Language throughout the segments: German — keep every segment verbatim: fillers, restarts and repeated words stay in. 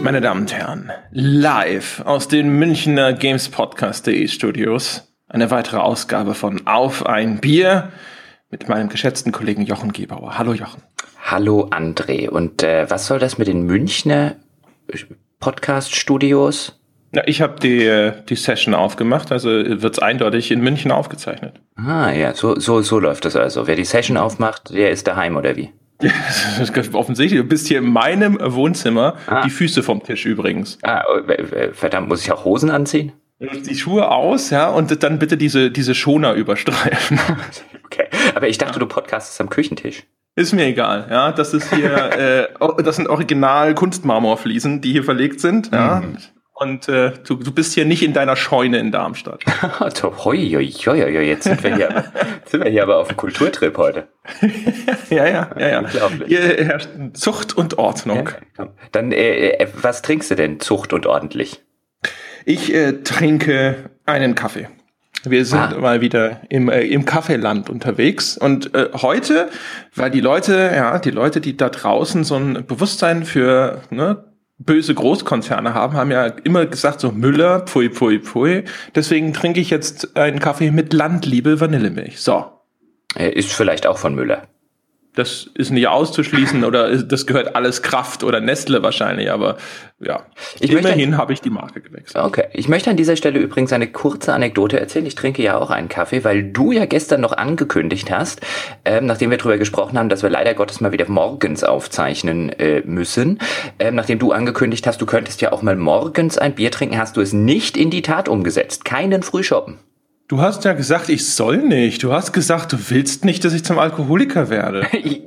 Meine Damen und Herren, live aus den Münchner Games Podcast punkt de Studios eine weitere Ausgabe von Auf ein Bier mit meinem geschätzten Kollegen Jochen Gebauer. Hallo Jochen. Hallo André. Und äh, was soll das mit den Münchner Podcast Studios? Ja, ich habe die, die Session aufgemacht, also wird es eindeutig in München aufgezeichnet. Ah ja, so, so, so läuft das also. Wer die Session aufmacht, der ist daheim oder wie? Offensichtlich, du bist hier in meinem Wohnzimmer, ah. Die Füße vom Tisch übrigens. Ah, verdammt, muss ich auch Hosen anziehen? Die Schuhe aus, ja, und dann bitte diese, diese Schoner überstreifen. Okay, aber ich dachte, du podcastest am Küchentisch. Ist mir egal, ja, das ist hier, äh, das sind original Kunstmarmorfliesen, die hier verlegt sind, ja. Mhm. Und äh, du, du bist hier nicht in deiner Scheune in Darmstadt. hoi, hoi, hoi, hoi, jetzt sind wir hier, sind wir hier aber auf dem Kulturtrip heute. ja, ja, ja, ja. Hier herrscht Zucht und Ordnung. Ja, dann, äh, was trinkst du denn Zucht und ordentlich? Ich äh, trinke einen Kaffee. Wir sind ah. mal wieder im, äh, im Kaffeeland unterwegs. Und äh, heute, weil die Leute, ja, die Leute, die da draußen so ein Bewusstsein für, ne, böse Großkonzerne haben, haben ja immer gesagt, so Müller, pfui, pfui, pfui. Deswegen trinke ich jetzt einen Kaffee mit Landliebe Vanillemilch. So. Ist vielleicht auch von Müller. Das ist nicht auszuschließen oder das gehört alles Kraft oder Nestle wahrscheinlich, aber ja, ich immerhin habe ich die Marke gewechselt. Okay, ich möchte an dieser Stelle übrigens eine kurze Anekdote erzählen. Ich trinke ja auch einen Kaffee, weil du ja gestern noch angekündigt hast, ähm, nachdem wir drüber gesprochen haben, dass wir leider Gottes mal wieder morgens aufzeichnen äh, müssen, ähm, nachdem du angekündigt hast, du könntest ja auch mal morgens ein Bier trinken, hast du es nicht in die Tat umgesetzt. Keinen Frühschoppen. Du hast ja gesagt, ich soll nicht. Du hast gesagt, du willst nicht, dass ich zum Alkoholiker werde.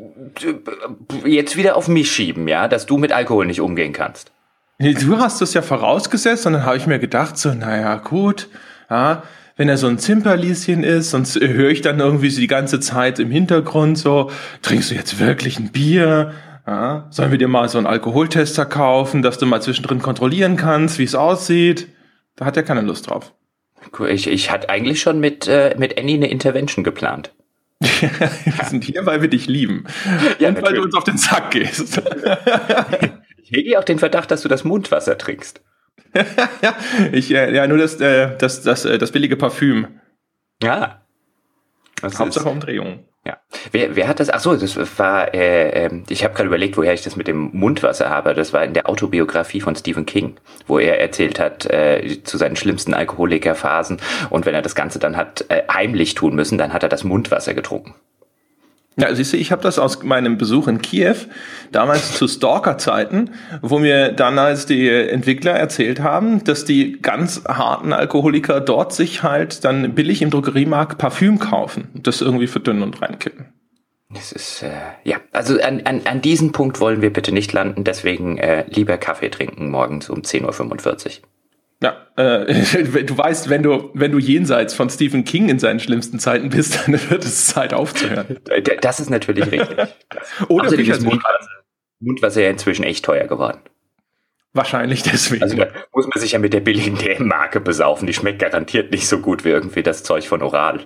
Jetzt wieder auf mich schieben, ja, dass du mit Alkohol nicht umgehen kannst. Du hast es ja vorausgesetzt und dann habe ich mir gedacht, so, naja, gut, ja, wenn er so ein Zimperlieschen ist, sonst höre ich dann irgendwie so die ganze Zeit im Hintergrund so, trinkst du jetzt wirklich ein Bier? Ja, sollen wir dir mal so einen Alkoholtester kaufen, dass du mal zwischendrin kontrollieren kannst, wie es aussieht? Da hat er keine Lust drauf. Ich, ich hatte eigentlich schon mit, äh, mit Annie eine Intervention geplant. Wir sind hier, weil wir dich lieben. Ja, und natürlich. Weil du uns auf den Sack gehst. Ich hege auch den Verdacht, dass du das Mundwasser trinkst. ja, ich, äh, ja, nur das, äh, das, das, äh, das billige Parfüm. Ja. Das Hauptsache Umdrehung. Ja. Wer, wer hat das? Ach so, das war, äh, äh, ich habe gerade überlegt, woher ich das mit dem Mundwasser habe. Das war in der Autobiografie von Stephen King, wo er erzählt hat, äh, zu seinen schlimmsten Alkoholikerphasen. Und wenn er das Ganze dann hat äh, heimlich tun müssen, dann hat er das Mundwasser getrunken. Ja, siehst du, ich habe das aus meinem Besuch in Kiew, damals zu Stalker-Zeiten, wo mir damals die Entwickler erzählt haben, dass die ganz harten Alkoholiker dort sich halt dann billig im Drogeriemarkt Parfüm kaufen und das irgendwie verdünnen und reinkippen. Das ist, äh, ja, also an, an, an diesem Punkt wollen wir bitte nicht landen, deswegen äh, lieber Kaffee trinken morgens um zehn Uhr fünfundvierzig. Ja, äh, du weißt, wenn du wenn du jenseits von Stephen King in seinen schlimmsten Zeiten bist, dann wird es Zeit aufzuhören. Das ist natürlich richtig. Oder Außerdem ist Mundwasser, Mundwasser ja inzwischen echt teuer geworden. Wahrscheinlich deswegen. Also da muss man sich ja mit der billigen D M-Marke besaufen. Die schmeckt garantiert nicht so gut wie irgendwie das Zeug von Oral.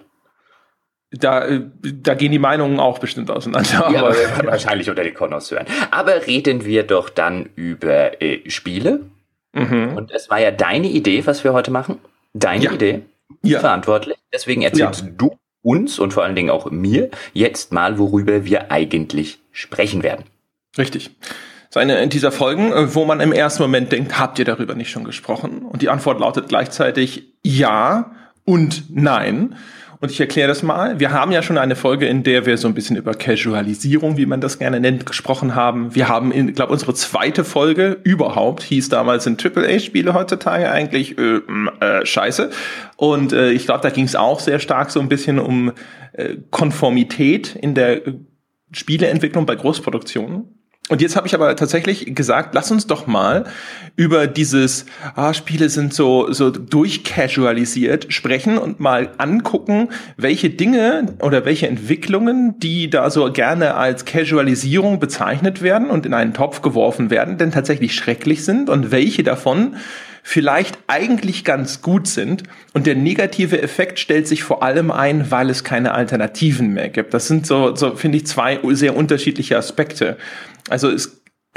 Da, da gehen die Meinungen auch bestimmt auseinander. Ja, aber wahrscheinlich unter den Connoisseuren. Aber reden wir doch dann über äh, Spiele. Mhm. Und es war ja deine Idee, was wir heute machen. Deine ja. Idee. Ja. Verantwortlich. Deswegen erzählst ja. du uns und vor allen Dingen auch mir jetzt mal, worüber wir eigentlich sprechen werden. Richtig. Das ist eine dieser Folgen, wo man im ersten Moment denkt, habt ihr darüber nicht schon gesprochen? Und die Antwort lautet gleichzeitig ja und nein. Und ich erkläre das mal. Wir haben ja schon eine Folge, in der wir so ein bisschen über Casualisierung, wie man das gerne nennt, gesprochen haben. Wir haben, ich glaube, unsere zweite Folge überhaupt hieß damals, sind Triple A Spiele heutzutage eigentlich äh, äh, scheiße. Und äh, ich glaube, da ging es auch sehr stark so ein bisschen um äh, Konformität in der äh, Spieleentwicklung bei Großproduktionen. Und jetzt habe ich aber tatsächlich gesagt, lass uns doch mal über dieses, ah, Spiele sind so so durchcasualisiert sprechen und mal angucken, welche Dinge oder welche Entwicklungen, die da so gerne als Casualisierung bezeichnet werden und in einen Topf geworfen werden, denn tatsächlich schrecklich sind und welche davon vielleicht eigentlich ganz gut sind. Und der negative Effekt stellt sich vor allem ein, weil es keine Alternativen mehr gibt. Das sind so, so finde ich, zwei sehr unterschiedliche Aspekte. Also es, es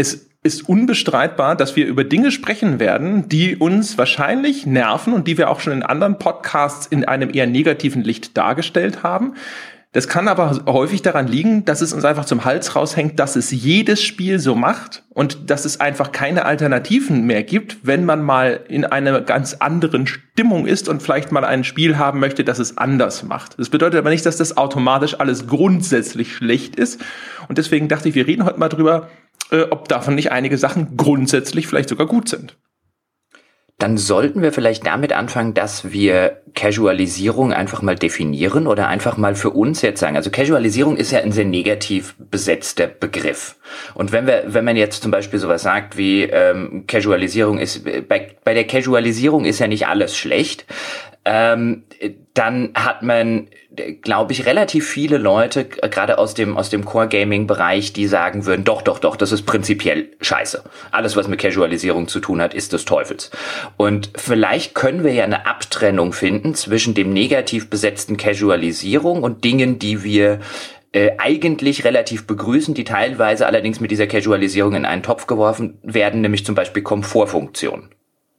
ist unbestreitbar, dass wir über Dinge sprechen werden, die uns wahrscheinlich nerven und die wir auch schon in anderen Podcasts in einem eher negativen Licht dargestellt haben. Das kann aber häufig daran liegen, dass es uns einfach zum Hals raushängt, dass es jedes Spiel so macht und dass es einfach keine Alternativen mehr gibt, wenn man mal in einer ganz anderen Stimmung ist und vielleicht mal ein Spiel haben möchte, das es anders macht. Das bedeutet aber nicht, dass das automatisch alles grundsätzlich schlecht ist. Und deswegen dachte ich, wir reden heute mal drüber, äh, ob davon nicht einige Sachen grundsätzlich vielleicht sogar gut sind. Dann sollten wir vielleicht damit anfangen, dass wir Casualisierung einfach mal definieren oder einfach mal für uns jetzt sagen. Also Casualisierung ist ja ein sehr negativ besetzter Begriff. Und wenn wir, wenn man jetzt zum Beispiel sowas sagt wie ähm, Casualisierung ist, bei, bei der Casualisierung ist ja nicht alles schlecht, ähm, dann hat man, glaube ich, relativ viele Leute, gerade aus dem aus dem Core-Gaming-Bereich, die sagen würden, doch, doch, doch, das ist prinzipiell scheiße. Alles, was mit Casualisierung zu tun hat, ist des Teufels. Und vielleicht können wir ja eine Abtrennung finden zwischen dem negativ besetzten Casualisierung und Dingen, die wir äh, eigentlich relativ begrüßen, die teilweise allerdings mit dieser Casualisierung in einen Topf geworfen werden, nämlich zum Beispiel Komfortfunktionen.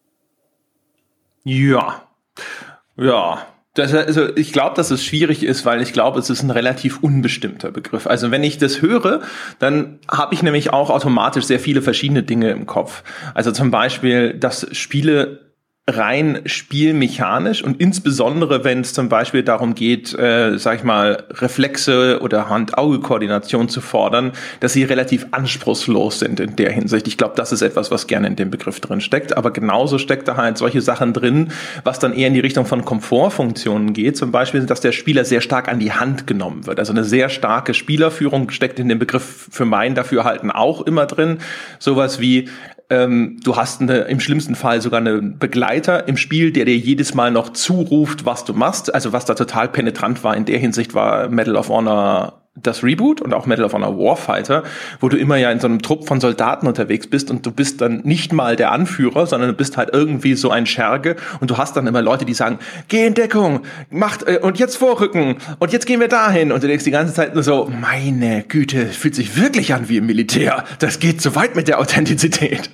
Ja, ja. Das, also ich glaube, dass es schwierig ist, weil ich glaube, es ist ein relativ unbestimmter Begriff. Also wenn ich das höre, dann habe ich nämlich auch automatisch sehr viele verschiedene Dinge im Kopf. Also zum Beispiel, dass Spiele rein spielmechanisch und insbesondere, wenn es zum Beispiel darum geht, äh, sag ich mal, Reflexe oder Hand-Auge-Koordination zu fordern, dass sie relativ anspruchslos sind in der Hinsicht. Ich glaube, das ist etwas, was gerne in dem Begriff drin steckt, aber genauso steckt da halt solche Sachen drin, was dann eher in die Richtung von Komfortfunktionen geht, zum Beispiel, dass der Spieler sehr stark an die Hand genommen wird. Also eine sehr starke Spielerführung steckt in dem Begriff für mein Dafürhalten auch immer drin. Sowas wie Ähm, du hast eine, im schlimmsten Fall sogar einen Begleiter im Spiel, der dir jedes Mal noch zuruft, was du machst. Also was da total penetrant war in der Hinsicht, war Medal of Honor das Reboot und auch Medal of Honor Warfighter, wo du immer ja in so einem Trupp von Soldaten unterwegs bist und du bist dann nicht mal der Anführer, sondern du bist halt irgendwie so ein Scherge und du hast dann immer Leute, die sagen, geh in Deckung, macht äh, und jetzt vorrücken und jetzt gehen wir dahin und du denkst die ganze Zeit nur so, meine Güte, fühlt sich wirklich an wie im Militär. Das geht zu weit mit der Authentizität.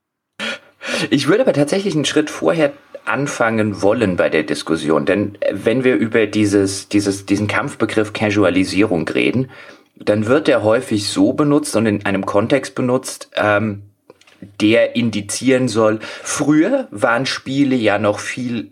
Ich würde aber tatsächlich einen Schritt vorher anfangen wollen bei der Diskussion, denn wenn wir über dieses, dieses, diesen Kampfbegriff Casualisierung reden, dann wird der häufig so benutzt und in einem Kontext benutzt, ähm, der indizieren soll, früher waren Spiele ja noch viel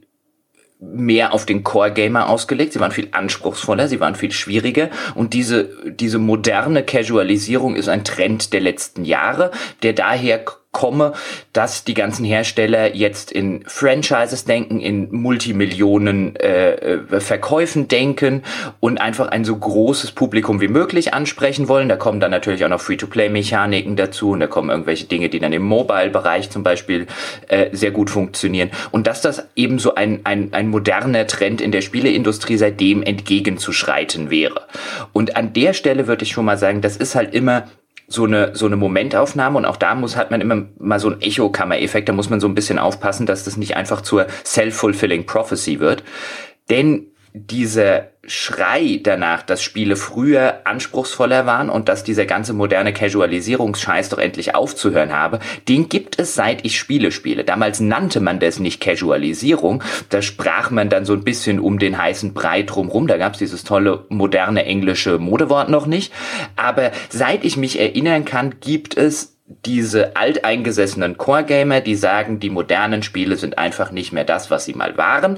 mehr auf den Core-Gamer ausgelegt, sie waren viel anspruchsvoller, sie waren viel schwieriger und diese, diese moderne Casualisierung ist ein Trend der letzten Jahre, der daher komme, dass die ganzen Hersteller jetzt in Franchises denken, in Multimillionen äh, Verkäufen denken und einfach ein so großes Publikum wie möglich ansprechen wollen. Da kommen dann natürlich auch noch Free-to-Play-Mechaniken dazu und da kommen irgendwelche Dinge, die dann im Mobile-Bereich zum Beispiel äh, sehr gut funktionieren. Und dass das eben so ein, ein, ein moderner Trend in der Spieleindustrie seitdem entgegenzuschreiten wäre. Und an der Stelle würde ich schon mal sagen, das ist halt immer so eine so eine Momentaufnahme und auch da muss hat man immer mal so einen Echokammer-Effekt, da muss man so ein bisschen aufpassen, dass das nicht einfach zur self-fulfilling prophecy wird, denn dieser Schrei danach, dass Spiele früher anspruchsvoller waren und dass dieser ganze moderne Casualisierungsscheiß doch endlich aufzuhören habe, den gibt es, seit ich Spiele spiele. Damals nannte man das nicht Casualisierung, da sprach man dann so ein bisschen um den heißen Brei drumrum, da gab es dieses tolle moderne englische Modewort noch nicht, aber seit ich mich erinnern kann, gibt es diese alteingesessenen Core-Gamer, die sagen, die modernen Spiele sind einfach nicht mehr das, was sie mal waren,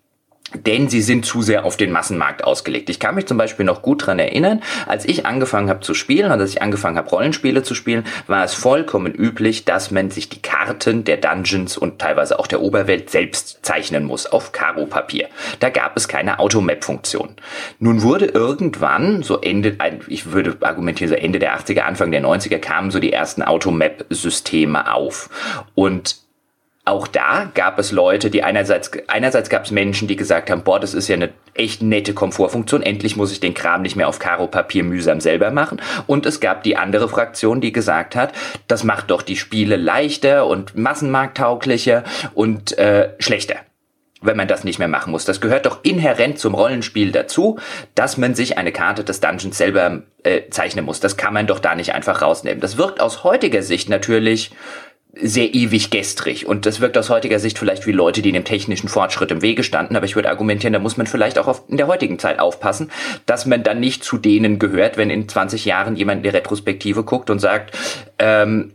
denn sie sind zu sehr auf den Massenmarkt ausgelegt. Ich kann mich zum Beispiel noch gut dran erinnern, als ich angefangen habe zu spielen und als ich angefangen habe, Rollenspiele zu spielen, war es vollkommen üblich, dass man sich die Karten der Dungeons und teilweise auch der Oberwelt selbst zeichnen muss, auf Karo-Papier. Da gab es keine Automap-Funktion. Nun wurde irgendwann, so Ende, ich würde argumentieren, so Ende der achtziger, Anfang der neunziger, kamen so die ersten Automap-Systeme auf. Und auch da gab es Leute, die einerseits, einerseits gab es Menschen, die gesagt haben, boah, das ist ja eine echt nette Komfortfunktion, endlich muss ich den Kram nicht mehr auf Karo-Papier mühsam selber machen. Und es gab die andere Fraktion, die gesagt hat, das macht doch die Spiele leichter und massenmarkttauglicher und äh, schlechter. wenn man das nicht mehr machen muss. Das gehört doch inhärent zum Rollenspiel dazu, dass man sich eine Karte des Dungeons selber äh, zeichnen muss. Das kann man doch da nicht einfach rausnehmen. Das wirkt aus heutiger Sicht natürlich sehr ewig gestrig. Und das wirkt aus heutiger Sicht vielleicht wie Leute, die dem technischen Fortschritt im Wege standen. Aber ich würde argumentieren, da muss man vielleicht auch auf, in der heutigen Zeit aufpassen, dass man dann nicht zu denen gehört, wenn in zwanzig Jahren jemand in die Retrospektive guckt und sagt, ähm,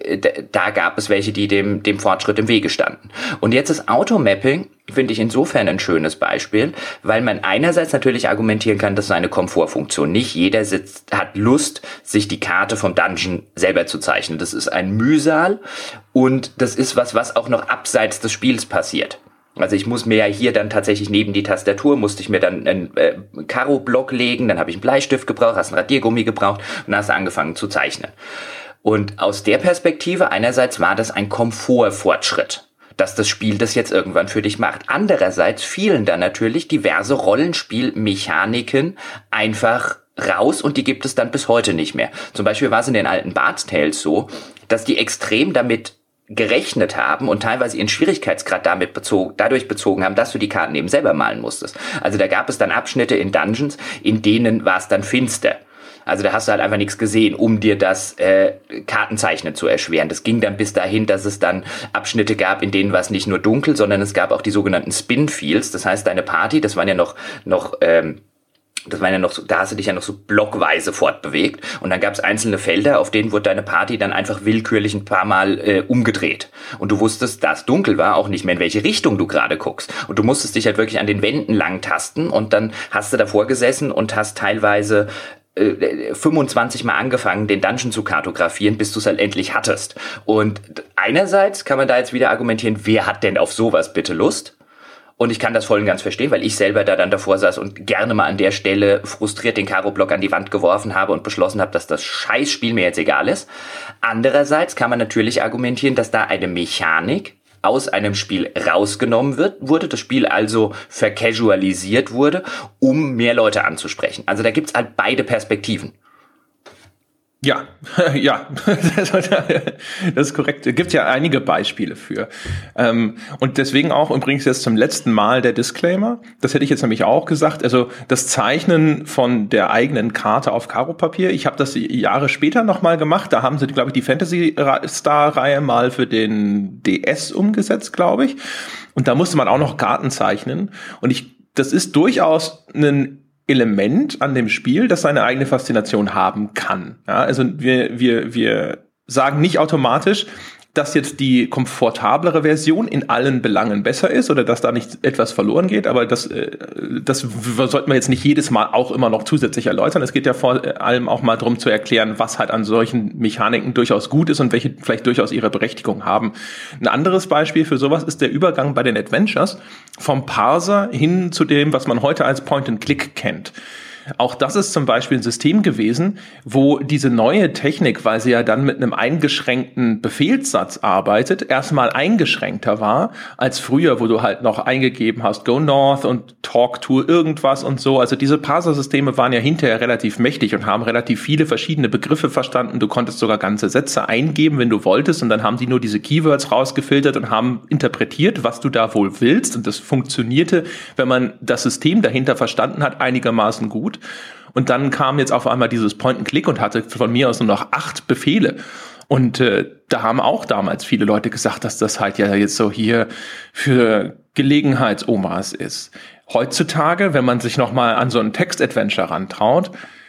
da gab es welche, die dem, dem Fortschritt im Wege standen. Und jetzt ist Automapping, finde ich insofern ein schönes Beispiel, weil man einerseits natürlich argumentieren kann, das ist eine Komfortfunktion. Nicht jeder sitzt, hat Lust, sich die Karte vom Dungeon selber zu zeichnen. Das ist ein Mühsal und das ist was, was auch noch abseits des Spiels passiert. Also ich muss mir ja hier dann tatsächlich neben die Tastatur, musste ich mir dann einen äh, Karo-Block legen, dann habe ich einen Bleistift gebraucht, hast einen Radiergummi gebraucht und dann hast du angefangen zu zeichnen. Und aus der Perspektive einerseits war das ein Komfortfortschritt, dass das Spiel das jetzt irgendwann für dich macht. Andererseits fielen dann natürlich diverse Rollenspielmechaniken einfach raus und die gibt es dann bis heute nicht mehr. Zum Beispiel war es in den alten Bard's Tales so, dass die extrem damit gerechnet haben und teilweise ihren Schwierigkeitsgrad damit bezogen, dadurch bezogen haben, dass du die Karten eben selber malen musstest. Also da gab es dann Abschnitte in Dungeons, in denen war es dann finster. Also da hast du halt einfach nichts gesehen, um dir das äh, Kartenzeichnen zu erschweren. Das ging dann bis dahin, dass es dann Abschnitte gab, in denen war es nicht nur dunkel, sondern es gab auch die sogenannten Spin-Fields. Das heißt, deine Party, das waren ja noch noch ähm, das waren ja noch so, da hast du dich ja noch so blockweise fortbewegt und dann gab es einzelne Felder, auf denen wurde deine Party dann einfach willkürlich ein paar Mal äh, umgedreht. Und du wusstest, da es dunkel war, auch nicht mehr, in welche Richtung du gerade guckst. Und du musstest dich halt wirklich an den Wänden lang tasten und dann hast du davor gesessen und hast teilweise fünfundzwanzig Mal angefangen, den Dungeon zu kartografieren, bis du es halt endlich hattest. Und einerseits kann man da jetzt wieder argumentieren, wer hat denn auf sowas bitte Lust? Und ich kann das voll und ganz verstehen, weil ich selber da dann davor saß und gerne mal an der Stelle frustriert den Karo-Block an die Wand geworfen habe und beschlossen habe, dass das Scheißspiel mir jetzt egal ist. Andererseits kann man natürlich argumentieren, dass da eine Mechanik aus einem Spiel rausgenommen wird, wurde das Spiel also vercasualisiert wurde, um mehr Leute anzusprechen. Also da gibt's halt beide Perspektiven. Ja, ja, das ist korrekt. Es gibt ja einige Beispiele für. Und deswegen auch übrigens jetzt zum letzten Mal der Disclaimer. Das hätte ich jetzt nämlich auch gesagt. Also das Zeichnen von der eigenen Karte auf Karo-Papier. Ich habe das Jahre später nochmal gemacht. Da haben sie, glaube ich, die Phantasy Star-Reihe mal für den D S umgesetzt, glaube ich. Und da musste man auch noch Karten zeichnen. Und ich, das ist durchaus ein Element an dem Spiel, das seine eigene Faszination haben kann. Ja, also wir, wir, wir sagen nicht automatisch, dass jetzt die komfortablere Version in allen Belangen besser ist oder dass da nicht etwas verloren geht, aber das, das sollten wir jetzt nicht jedes Mal auch immer noch zusätzlich erläutern. Es geht ja vor allem auch mal darum zu erklären, was halt an solchen Mechaniken durchaus gut ist und welche vielleicht durchaus ihre Berechtigung haben. Ein anderes Beispiel für sowas ist der Übergang bei den Adventures vom Parser hin zu dem, was man heute als Point-and-Click kennt. Auch das ist zum Beispiel ein System gewesen, wo diese neue Technik, weil sie ja dann mit einem eingeschränkten Befehlssatz arbeitet, erstmal eingeschränkter war als früher, wo du halt noch eingegeben hast, go north und talk to irgendwas und so. Also diese Parser-Systeme waren ja hinterher relativ mächtig und haben relativ viele verschiedene Begriffe verstanden. Du konntest sogar ganze Sätze eingeben, wenn du wolltest, und dann haben die nur diese Keywords rausgefiltert und haben interpretiert, was du da wohl willst. Und das funktionierte, wenn man das System dahinter verstanden hat, einigermaßen gut. Und dann kam jetzt auf einmal dieses Point-and-Click und hatte von mir aus nur noch acht Befehle. Und äh, da haben auch damals viele Leute gesagt, dass das halt ja jetzt so hier für Gelegenheitsomas ist. Heutzutage, wenn man sich nochmal an so ein Text-Adventure rantraut,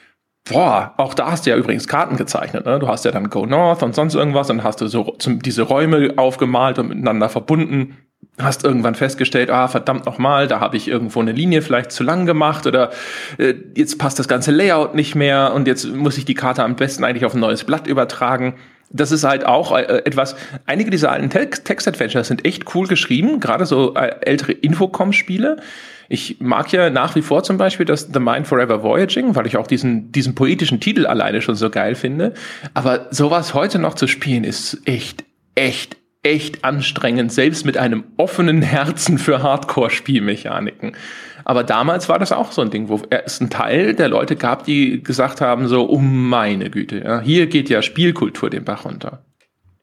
boah, auch da hast du ja übrigens Karten gezeichnet, ne? Du hast ja dann Go North und sonst irgendwas und hast du so zum, diese Räume aufgemalt und miteinander verbunden. Hast irgendwann festgestellt, ah, verdammt nochmal, da habe ich irgendwo eine Linie vielleicht zu lang gemacht oder äh, jetzt passt das ganze Layout nicht mehr und jetzt muss ich die Karte am besten eigentlich auf ein neues Blatt übertragen. Das ist halt auch äh, etwas, einige dieser alten Text-Adventures sind echt cool geschrieben, gerade so äh, ältere Infocom-Spiele. Ich mag ja nach wie vor zum Beispiel das The Mind Forever Voyaging, weil ich auch diesen, diesen poetischen Titel alleine schon so geil finde. Aber sowas heute noch zu spielen ist echt, echt, echt anstrengend, selbst mit einem offenen Herzen für Hardcore-Spielmechaniken. Aber damals war das auch so ein Ding, wo es einen Teil der Leute gab, die gesagt haben so, um meine Güte, ja, hier geht ja Spielkultur den Bach runter.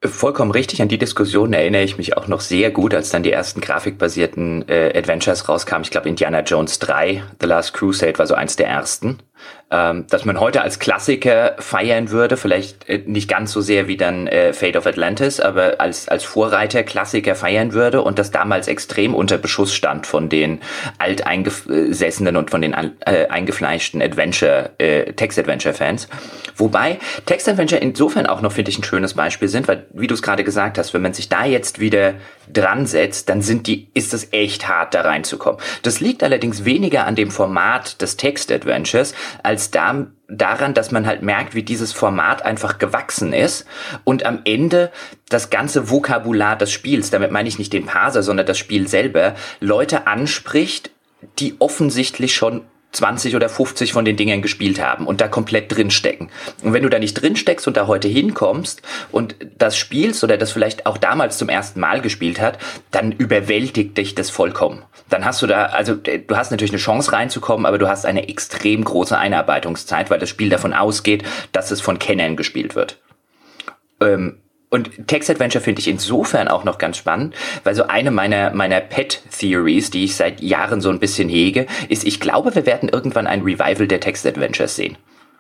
Vollkommen richtig, an die Diskussion erinnere ich mich auch noch sehr gut, als dann die ersten grafikbasierten äh, Adventures rauskamen. Ich glaube, Indiana Jones drei, The Last Crusade war so eins der ersten. Ähm, dass man heute als Klassiker feiern würde, vielleicht äh, nicht ganz so sehr wie dann äh, Fate of Atlantis, aber als als Vorreiter Klassiker feiern würde und das damals extrem unter Beschuss stand von den alteingesessenen und von den äh, eingefleischten Adventure, äh, Text-Adventure-Fans. Wobei Text-Adventure insofern auch noch, finde ich, ein schönes Beispiel sind, weil, wie du es gerade gesagt hast, wenn man sich da jetzt wieder dran setzt, dann sind die, ist es echt hart, da reinzukommen. Das liegt allerdings weniger an dem Format des Text-Adventures, als da, daran, dass man halt merkt, wie dieses Format einfach gewachsen ist und am Ende das ganze Vokabular des Spiels, damit meine ich nicht den Parser, sondern das Spiel selber, Leute anspricht, die offensichtlich schon zwanzig oder fünfzig von den Dingern gespielt haben und da komplett drinstecken. Und wenn du da nicht drinsteckst und da heute hinkommst und das spielst oder das vielleicht auch damals zum ersten Mal gespielt hat, dann überwältigt dich das vollkommen. Dann hast du da, also du hast natürlich eine Chance reinzukommen, aber du hast eine extrem große Einarbeitungszeit, weil das Spiel davon ausgeht, dass es von Kennern gespielt wird. Ähm, Und Text-Adventure finde ich insofern auch noch ganz spannend, weil so eine meiner meiner Pet-Theories, die ich seit Jahren so ein bisschen hege, ist, ich glaube, wir werden irgendwann ein Revival der Text-Adventures sehen.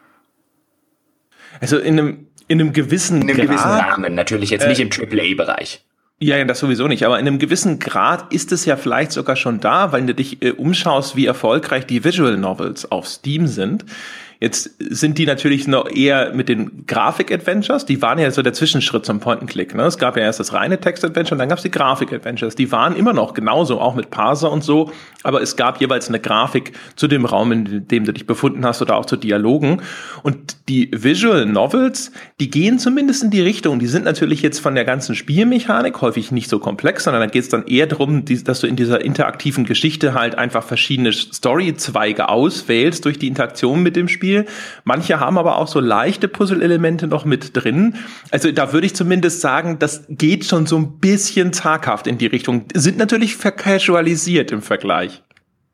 Also in einem, in einem gewissen In einem Grad, gewissen Rahmen, natürlich jetzt äh, nicht im Triple A-Bereich. Ja, ja, das sowieso nicht. Aber in einem gewissen Grad ist es ja vielleicht sogar schon da, wenn du dich äh, umschaust, wie erfolgreich die Visual Novels auf Steam sind. Jetzt sind die natürlich noch eher mit den Grafik-Adventures, die waren ja so der Zwischenschritt zum Point-and-Click. Ne? Es gab ja erst das reine Text-Adventure und dann gab es die Grafik-Adventures. Die waren immer noch genauso, auch mit Parser und so, aber es gab jeweils eine Grafik zu dem Raum, in dem du dich befunden hast oder auch zu Dialogen. Und die Visual Novels, die gehen zumindest in die Richtung. Die sind natürlich jetzt von der ganzen Spielmechanik häufig nicht so komplex, sondern da geht es dann eher darum, dass du in dieser interaktiven Geschichte halt einfach verschiedene Storyzweige auswählst durch die Interaktion mit dem Spiel. Manche haben aber auch so leichte Puzzle-Elemente noch mit drin. Also da würde ich zumindest sagen, das geht schon so ein bisschen zaghaft in die Richtung. Sind natürlich vercasualisiert im Vergleich.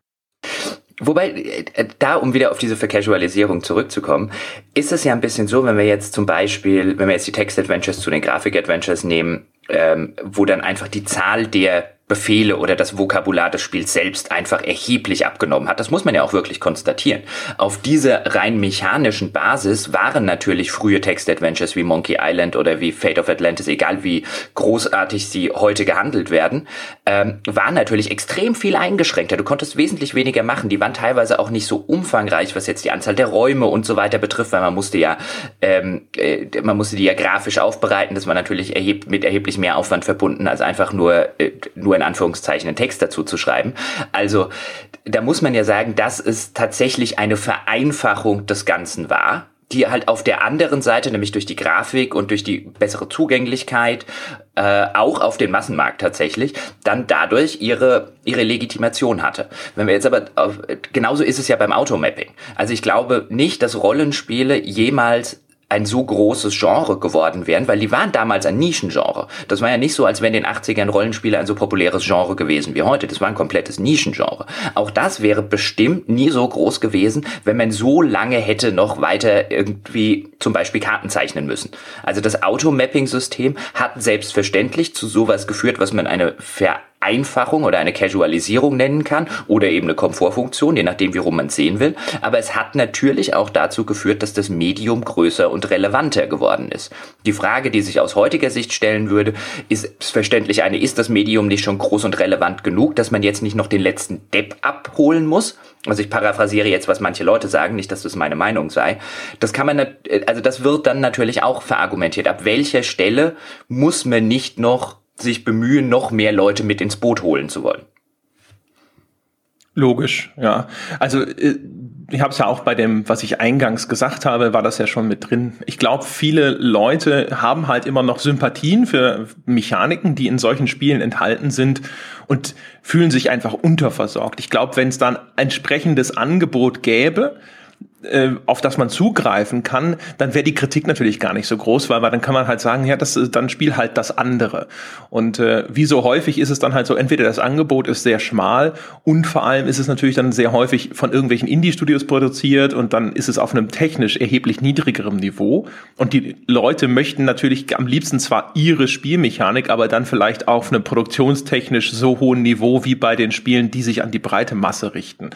Wobei, da, um wieder auf diese Vercasualisierung zurückzukommen, ist es ja ein bisschen so, wenn wir jetzt zum Beispiel, wenn wir jetzt die Text-Adventures zu den Grafik-Adventures nehmen, ähm, wo dann einfach die Zahl der Befehle oder das Vokabular des Spiels selbst einfach erheblich abgenommen hat. Das muss man ja auch wirklich konstatieren. Auf dieser rein mechanischen Basis waren natürlich frühe Text-Adventures wie Monkey Island oder wie Fate of Atlantis, egal wie großartig sie heute gehandelt werden, ähm, waren natürlich extrem viel eingeschränkter. Du konntest wesentlich weniger machen. Die waren teilweise auch nicht so umfangreich, was jetzt die Anzahl der Räume und so weiter betrifft, weil man musste ja, ähm, äh, man musste die ja grafisch aufbereiten. Das war natürlich erheb- mit erheblich mehr Aufwand verbunden, als einfach nur, äh, nur in Anführungszeichen einen Text dazu zu schreiben. Also da muss man ja sagen, dass es tatsächlich eine Vereinfachung des Ganzen war, die halt auf der anderen Seite, nämlich durch die Grafik und durch die bessere Zugänglichkeit, äh, auch auf den Massenmarkt tatsächlich, dann dadurch ihre ihre Legitimation hatte. Wenn wir jetzt aber, auf, genauso ist es ja beim Automapping. Also ich glaube nicht, dass Rollenspiele jemals ein so großes Genre geworden wären, weil die waren damals ein Nischengenre. Das war ja nicht so, als wenn in den achtzigern Rollenspiele ein so populäres Genre gewesen wie heute. Das war ein komplettes Nischengenre. Auch das wäre bestimmt nie so groß gewesen, wenn man so lange hätte noch weiter irgendwie zum Beispiel Karten zeichnen müssen. Also das Automapping-System hat selbstverständlich zu sowas geführt, was man eine Vereinfachung oder eine Casualisierung nennen kann oder eben eine Komfortfunktion, je nachdem, wie rum man es sehen will. Aber es hat natürlich auch dazu geführt, dass das Medium größer und relevanter geworden ist. Die Frage, die sich aus heutiger Sicht stellen würde, ist verständlich eine, ist das Medium nicht schon groß und relevant genug, dass man jetzt nicht noch den letzten Depp abholen muss? Also ich paraphrasiere jetzt, was manche Leute sagen, nicht, dass das meine Meinung sei. Das kann man, also das wird dann natürlich auch verargumentiert. Ab welcher Stelle muss man nicht noch sich bemühen, noch mehr Leute mit ins Boot holen zu wollen? Logisch, ja. Also ich habe es ja auch bei dem, was ich eingangs gesagt habe, war das ja schon mit drin. Ich glaube, viele Leute haben halt immer noch Sympathien für Mechaniken, die in solchen Spielen enthalten sind und fühlen sich einfach unterversorgt. Ich glaube, wenn es dann ein entsprechendes Angebot gäbe, auf das man zugreifen kann, dann wäre die Kritik natürlich gar nicht so groß, weil, weil dann kann man halt sagen, ja, das ist, dann spiel halt das andere. Und äh, wie so häufig ist es dann halt so, entweder das Angebot ist sehr schmal und vor allem ist es natürlich dann sehr häufig von irgendwelchen Indie-Studios produziert und dann ist es auf einem technisch erheblich niedrigerem Niveau und die Leute möchten natürlich am liebsten zwar ihre Spielmechanik, aber dann vielleicht auf einem produktionstechnisch so hohen Niveau wie bei den Spielen, die sich an die breite Masse richten.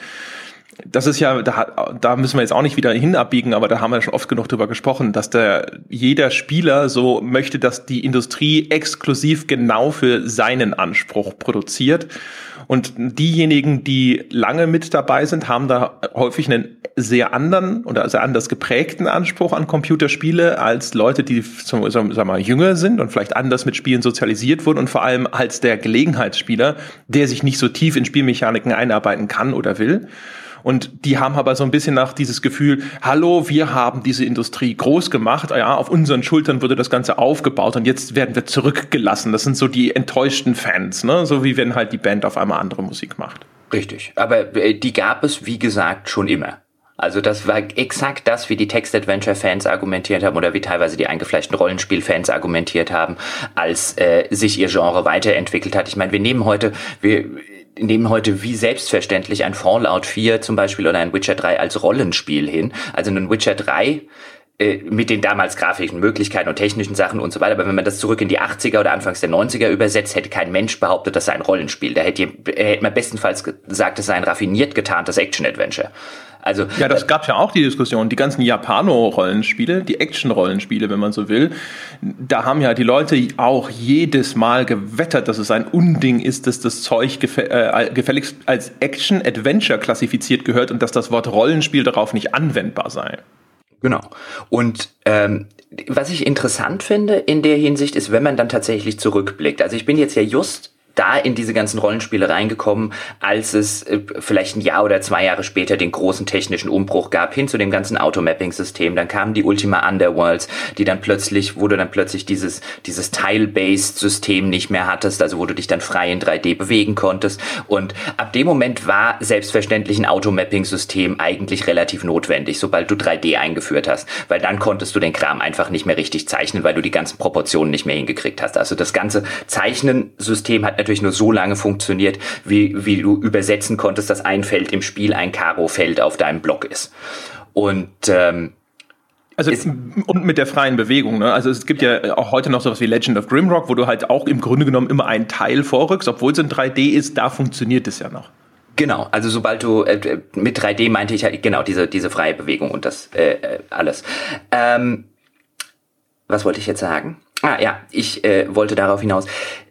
Das ist ja, da, da müssen wir jetzt auch nicht wieder hinabbiegen, aber da haben wir schon oft genug drüber gesprochen, dass der jeder Spieler so möchte, dass die Industrie exklusiv genau für seinen Anspruch produziert. Und diejenigen, die lange mit dabei sind, haben da häufig einen sehr anderen oder sehr anders geprägten Anspruch an Computerspiele als Leute, die zum, sagen wir mal, jünger sind und vielleicht anders mit Spielen sozialisiert wurden und vor allem als der Gelegenheitsspieler, der sich nicht so tief in Spielmechaniken einarbeiten kann oder will. Und die haben aber so ein bisschen nach dieses Gefühl, hallo, wir haben diese Industrie groß gemacht, ja, auf unseren Schultern wurde das Ganze aufgebaut und jetzt werden wir zurückgelassen. Das sind so die enttäuschten Fans, ne? So wie wenn halt die Band auf einmal andere Musik macht. Richtig, aber äh, die gab es, wie gesagt, schon immer. Also das war exakt das, wie die Text-Adventure-Fans argumentiert haben oder wie teilweise die eingefleischten Rollenspiel-Fans argumentiert haben, als äh, sich ihr Genre weiterentwickelt hat. Ich meine, wir nehmen heute... wir nehmen heute wie selbstverständlich ein Fallout vier zum Beispiel oder ein Witcher drei als Rollenspiel hin. Also ein Witcher drei äh, mit den damals grafischen Möglichkeiten und technischen Sachen und so weiter. Aber wenn man das zurück in die achtziger oder Anfangs der neunziger übersetzt, hätte kein Mensch behauptet, das sei ein Rollenspiel. Da hätte, hätte man bestenfalls gesagt, es sei ein raffiniert getarntes Action-Adventure. Also, ja, das gab ja auch die Diskussion, die ganzen Japano-Rollenspiele, die Action-Rollenspiele, wenn man so will, da haben ja die Leute auch jedes Mal gewettert, dass es ein Unding ist, dass das Zeug gefä- äh, gefälligst als Action-Adventure klassifiziert gehört und dass das Wort Rollenspiel darauf nicht anwendbar sei. Genau. Und ähm, was ich interessant finde in der Hinsicht ist, wenn man dann tatsächlich zurückblickt. Also ich bin jetzt ja just da in diese ganzen Rollenspiele reingekommen, als es äh, vielleicht ein Jahr oder zwei Jahre später den großen technischen Umbruch gab, hin zu dem ganzen Automapping-System. Dann kamen die Ultima Underworlds, die dann plötzlich, wo du dann plötzlich dieses dieses Tile-Based-System nicht mehr hattest, also wo du dich dann frei in drei D bewegen konntest. Und ab dem Moment war selbstverständlich ein Automapping-System eigentlich relativ notwendig, sobald du drei D eingeführt hast, weil dann konntest du den Kram einfach nicht mehr richtig zeichnen, weil du die ganzen Proportionen nicht mehr hingekriegt hast. Also das ganze Zeichnen-System hat natürlich nur so lange funktioniert, wie, wie du übersetzen konntest, dass ein Feld im Spiel ein Karo-Feld auf deinem Block ist. Und ähm, also und mit der freien Bewegung, ne? Also es gibt ja auch heute noch sowas wie Legend of Grimrock, wo du halt auch im Grunde genommen immer einen Teil vorrückst, obwohl es in drei D ist, da funktioniert es ja noch. Genau, also sobald du äh, mit drei D meinte ich halt genau diese diese freie Bewegung und das äh, alles. Ähm, was wollte ich jetzt sagen? Ah ja, ich äh, wollte darauf hinaus.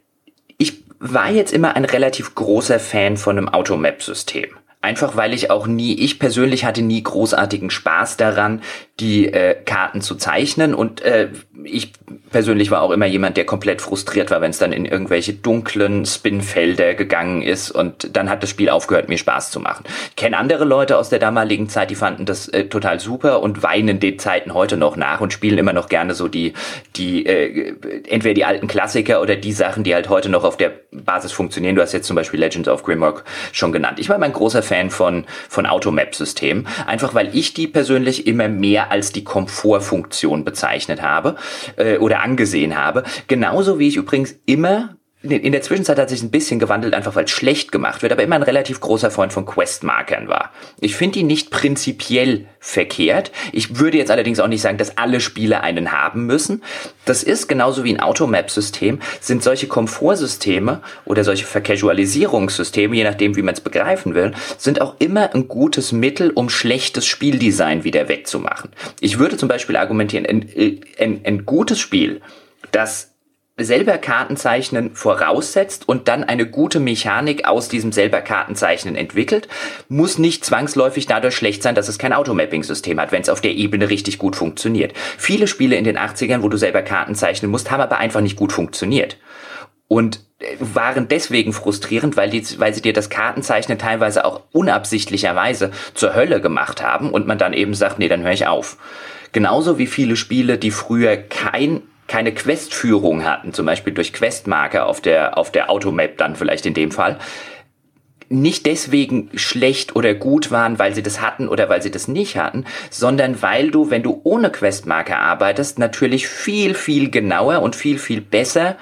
Ich war jetzt immer ein relativ großer Fan von einem Automap-System. Einfach weil ich auch nie, ich persönlich hatte nie großartigen Spaß daran, die äh, Karten zu zeichnen und äh, ich persönlich war auch immer jemand, der komplett frustriert war, wenn es dann in irgendwelche dunklen Spinfelder gegangen ist und dann hat das Spiel aufgehört, mir Spaß zu machen. Ich kenne andere Leute aus der damaligen Zeit, die fanden das äh, total super und weinen den Zeiten heute noch nach und spielen immer noch gerne so die, die äh, entweder die alten Klassiker oder die Sachen, die halt heute noch auf der Basis funktionieren. Du hast jetzt zum Beispiel Legends of Grimrock schon genannt. Ich war immer ein großer Fan von, von Automap-Systemen, einfach weil ich die persönlich immer mehr als die Komfortfunktion bezeichnet habe äh, oder angesehen habe. Genauso wie ich übrigens immer, in der Zwischenzeit hat sich ein bisschen gewandelt, einfach weil es schlecht gemacht wird, aber immer ein relativ großer Freund von Questmarkern war. Ich finde die nicht prinzipiell verkehrt. Ich würde jetzt allerdings auch nicht sagen, dass alle Spiele einen haben müssen. Das ist genauso wie ein Automap-System, sind solche Komfortsysteme oder solche Vercasualisierungssysteme, je nachdem, wie man es begreifen will, sind auch immer ein gutes Mittel, um schlechtes Spieldesign wieder wegzumachen. Ich würde zum Beispiel argumentieren, ein, ein, ein gutes Spiel, das selber Kartenzeichnen voraussetzt und dann eine gute Mechanik aus diesem selber Kartenzeichnen entwickelt, muss nicht zwangsläufig dadurch schlecht sein, dass es kein Automapping-System hat, wenn es auf der Ebene richtig gut funktioniert. Viele Spiele in den achtzigern, wo du selber Karten zeichnen musst, haben aber einfach nicht gut funktioniert. Und waren deswegen frustrierend, weil, die, weil sie dir das Kartenzeichnen teilweise auch unabsichtlicherweise zur Hölle gemacht haben und man dann eben sagt, nee, dann höre ich auf. Genauso wie viele Spiele, die früher kein keine Questführung hatten, zum Beispiel durch Questmarker auf der, auf der Automap dann vielleicht in dem Fall, nicht deswegen schlecht oder gut waren, weil sie das hatten oder weil sie das nicht hatten, sondern weil du, wenn du ohne Questmarker arbeitest, natürlich viel, viel genauer und viel, viel besser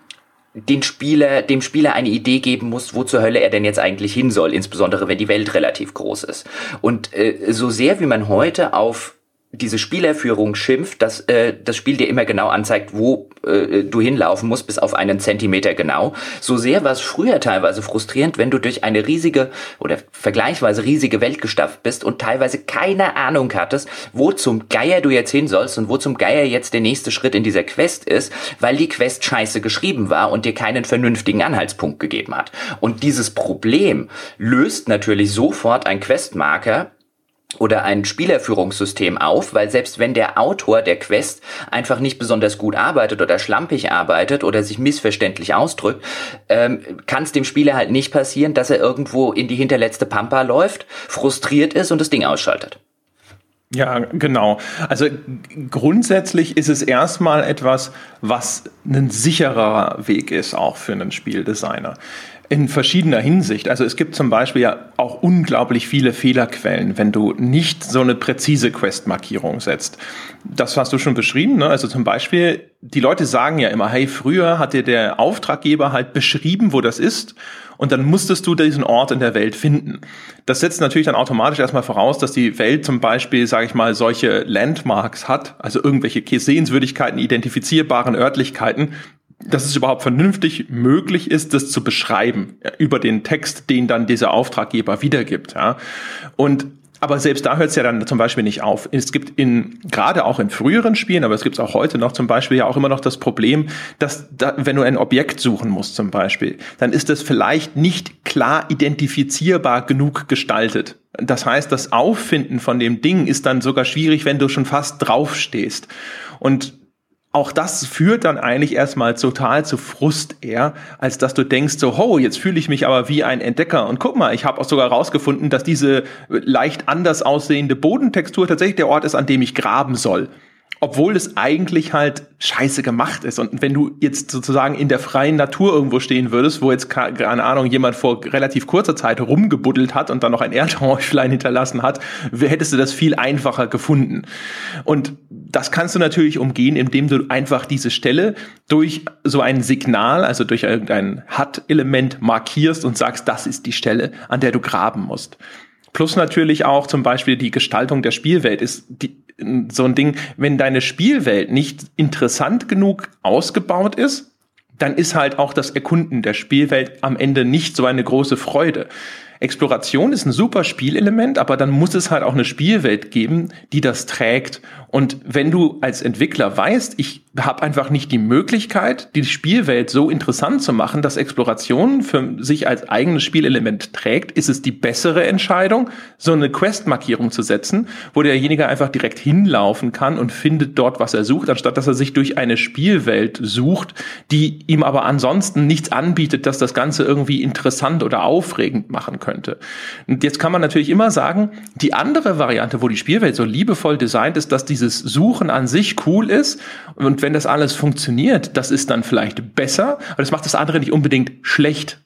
den Spieler, dem Spieler eine Idee geben musst, wo zur Hölle er denn jetzt eigentlich hin soll, insbesondere wenn die Welt relativ groß ist. Und äh, so sehr wie man heute auf diese Spielerführung schimpft, dass äh, das Spiel dir immer genau anzeigt, wo äh, du hinlaufen musst, bis auf einen Zentimeter genau. So sehr war es früher teilweise frustrierend, wenn du durch eine riesige oder vergleichsweise riesige Welt gestapft bist und teilweise keine Ahnung hattest, wo zum Geier du jetzt hin sollst und wo zum Geier jetzt der nächste Schritt in dieser Quest ist, weil die Quest scheiße geschrieben war und dir keinen vernünftigen Anhaltspunkt gegeben hat. Und dieses Problem löst natürlich sofort ein Questmarker oder ein Spielerführungssystem auf, weil selbst wenn der Autor der Quest einfach nicht besonders gut arbeitet oder schlampig arbeitet oder sich missverständlich ausdrückt, ähm, kann es dem Spieler halt nicht passieren, dass er irgendwo in die hinterletzte Pampa läuft, frustriert ist und das Ding ausschaltet. Ja, genau. Also grundsätzlich ist es erstmal etwas, was ein sicherer Weg ist, auch für einen Spieldesigner. In verschiedener Hinsicht. Also es gibt zum Beispiel ja auch unglaublich viele Fehlerquellen, wenn du nicht so eine präzise Quest-Markierung setzt. Das hast du schon beschrieben, ne? Also zum Beispiel, die Leute sagen ja immer, hey, früher hat dir der Auftraggeber halt beschrieben, wo das ist, und dann musstest du diesen Ort in der Welt finden. Das setzt natürlich dann automatisch erstmal voraus, dass die Welt zum Beispiel, sage ich mal, solche Landmarks hat, also irgendwelche Sehenswürdigkeiten, identifizierbaren Örtlichkeiten, dass es überhaupt vernünftig möglich ist, das zu beschreiben, ja, über den Text, den dann dieser Auftraggeber wiedergibt. Ja. Und aber selbst da hört es ja dann zum Beispiel nicht auf. Es gibt in, gerade auch in früheren Spielen, aber es gibt es auch heute noch zum Beispiel ja auch immer noch das Problem, dass da, wenn du ein Objekt suchen musst zum Beispiel, dann ist das vielleicht nicht klar identifizierbar genug gestaltet. Das heißt, das Auffinden von dem Ding ist dann sogar schwierig, wenn du schon fast draufstehst. Und auch das führt dann eigentlich erstmal total zu Frust eher, als dass du denkst so, ho, jetzt fühle ich mich aber wie ein Entdecker. Und guck mal, ich habe auch sogar rausgefunden, dass diese leicht anders aussehende Bodentextur tatsächlich der Ort ist, an dem ich graben soll. Obwohl es eigentlich halt scheiße gemacht ist. Und wenn du jetzt sozusagen in der freien Natur irgendwo stehen würdest, wo jetzt, keine Ahnung, jemand vor relativ kurzer Zeit rumgebuddelt hat und dann noch ein Erdhäuflein hinterlassen hat, hättest du das viel einfacher gefunden. Und das kannst du natürlich umgehen, indem du einfach diese Stelle durch so ein Signal, also durch irgendein H U D-Element markierst und sagst, das ist die Stelle, an der du graben musst. Plus natürlich auch zum Beispiel die Gestaltung der Spielwelt ist die, so ein Ding, wenn deine Spielwelt nicht interessant genug ausgebaut ist, dann ist halt auch das Erkunden der Spielwelt am Ende nicht so eine große Freude. Exploration ist ein super Spielelement, aber dann muss es halt auch eine Spielwelt geben, die das trägt. Und wenn du als Entwickler weißt, ich habe einfach nicht die Möglichkeit, die Spielwelt so interessant zu machen, dass Exploration für sich als eigenes Spielelement trägt, ist es die bessere Entscheidung, so eine Quest-Markierung zu setzen, wo derjenige einfach direkt hinlaufen kann und findet dort, was er sucht, anstatt dass er sich durch eine Spielwelt sucht, die ihm aber ansonsten nichts anbietet, dass das Ganze irgendwie interessant oder aufregend machen könnte. Könnte. Und jetzt kann man natürlich immer sagen, die andere Variante, wo die Spielwelt so liebevoll designt ist, dass dieses Suchen an sich cool ist und wenn das alles funktioniert, das ist dann vielleicht besser, aber das macht das andere nicht unbedingt schlecht.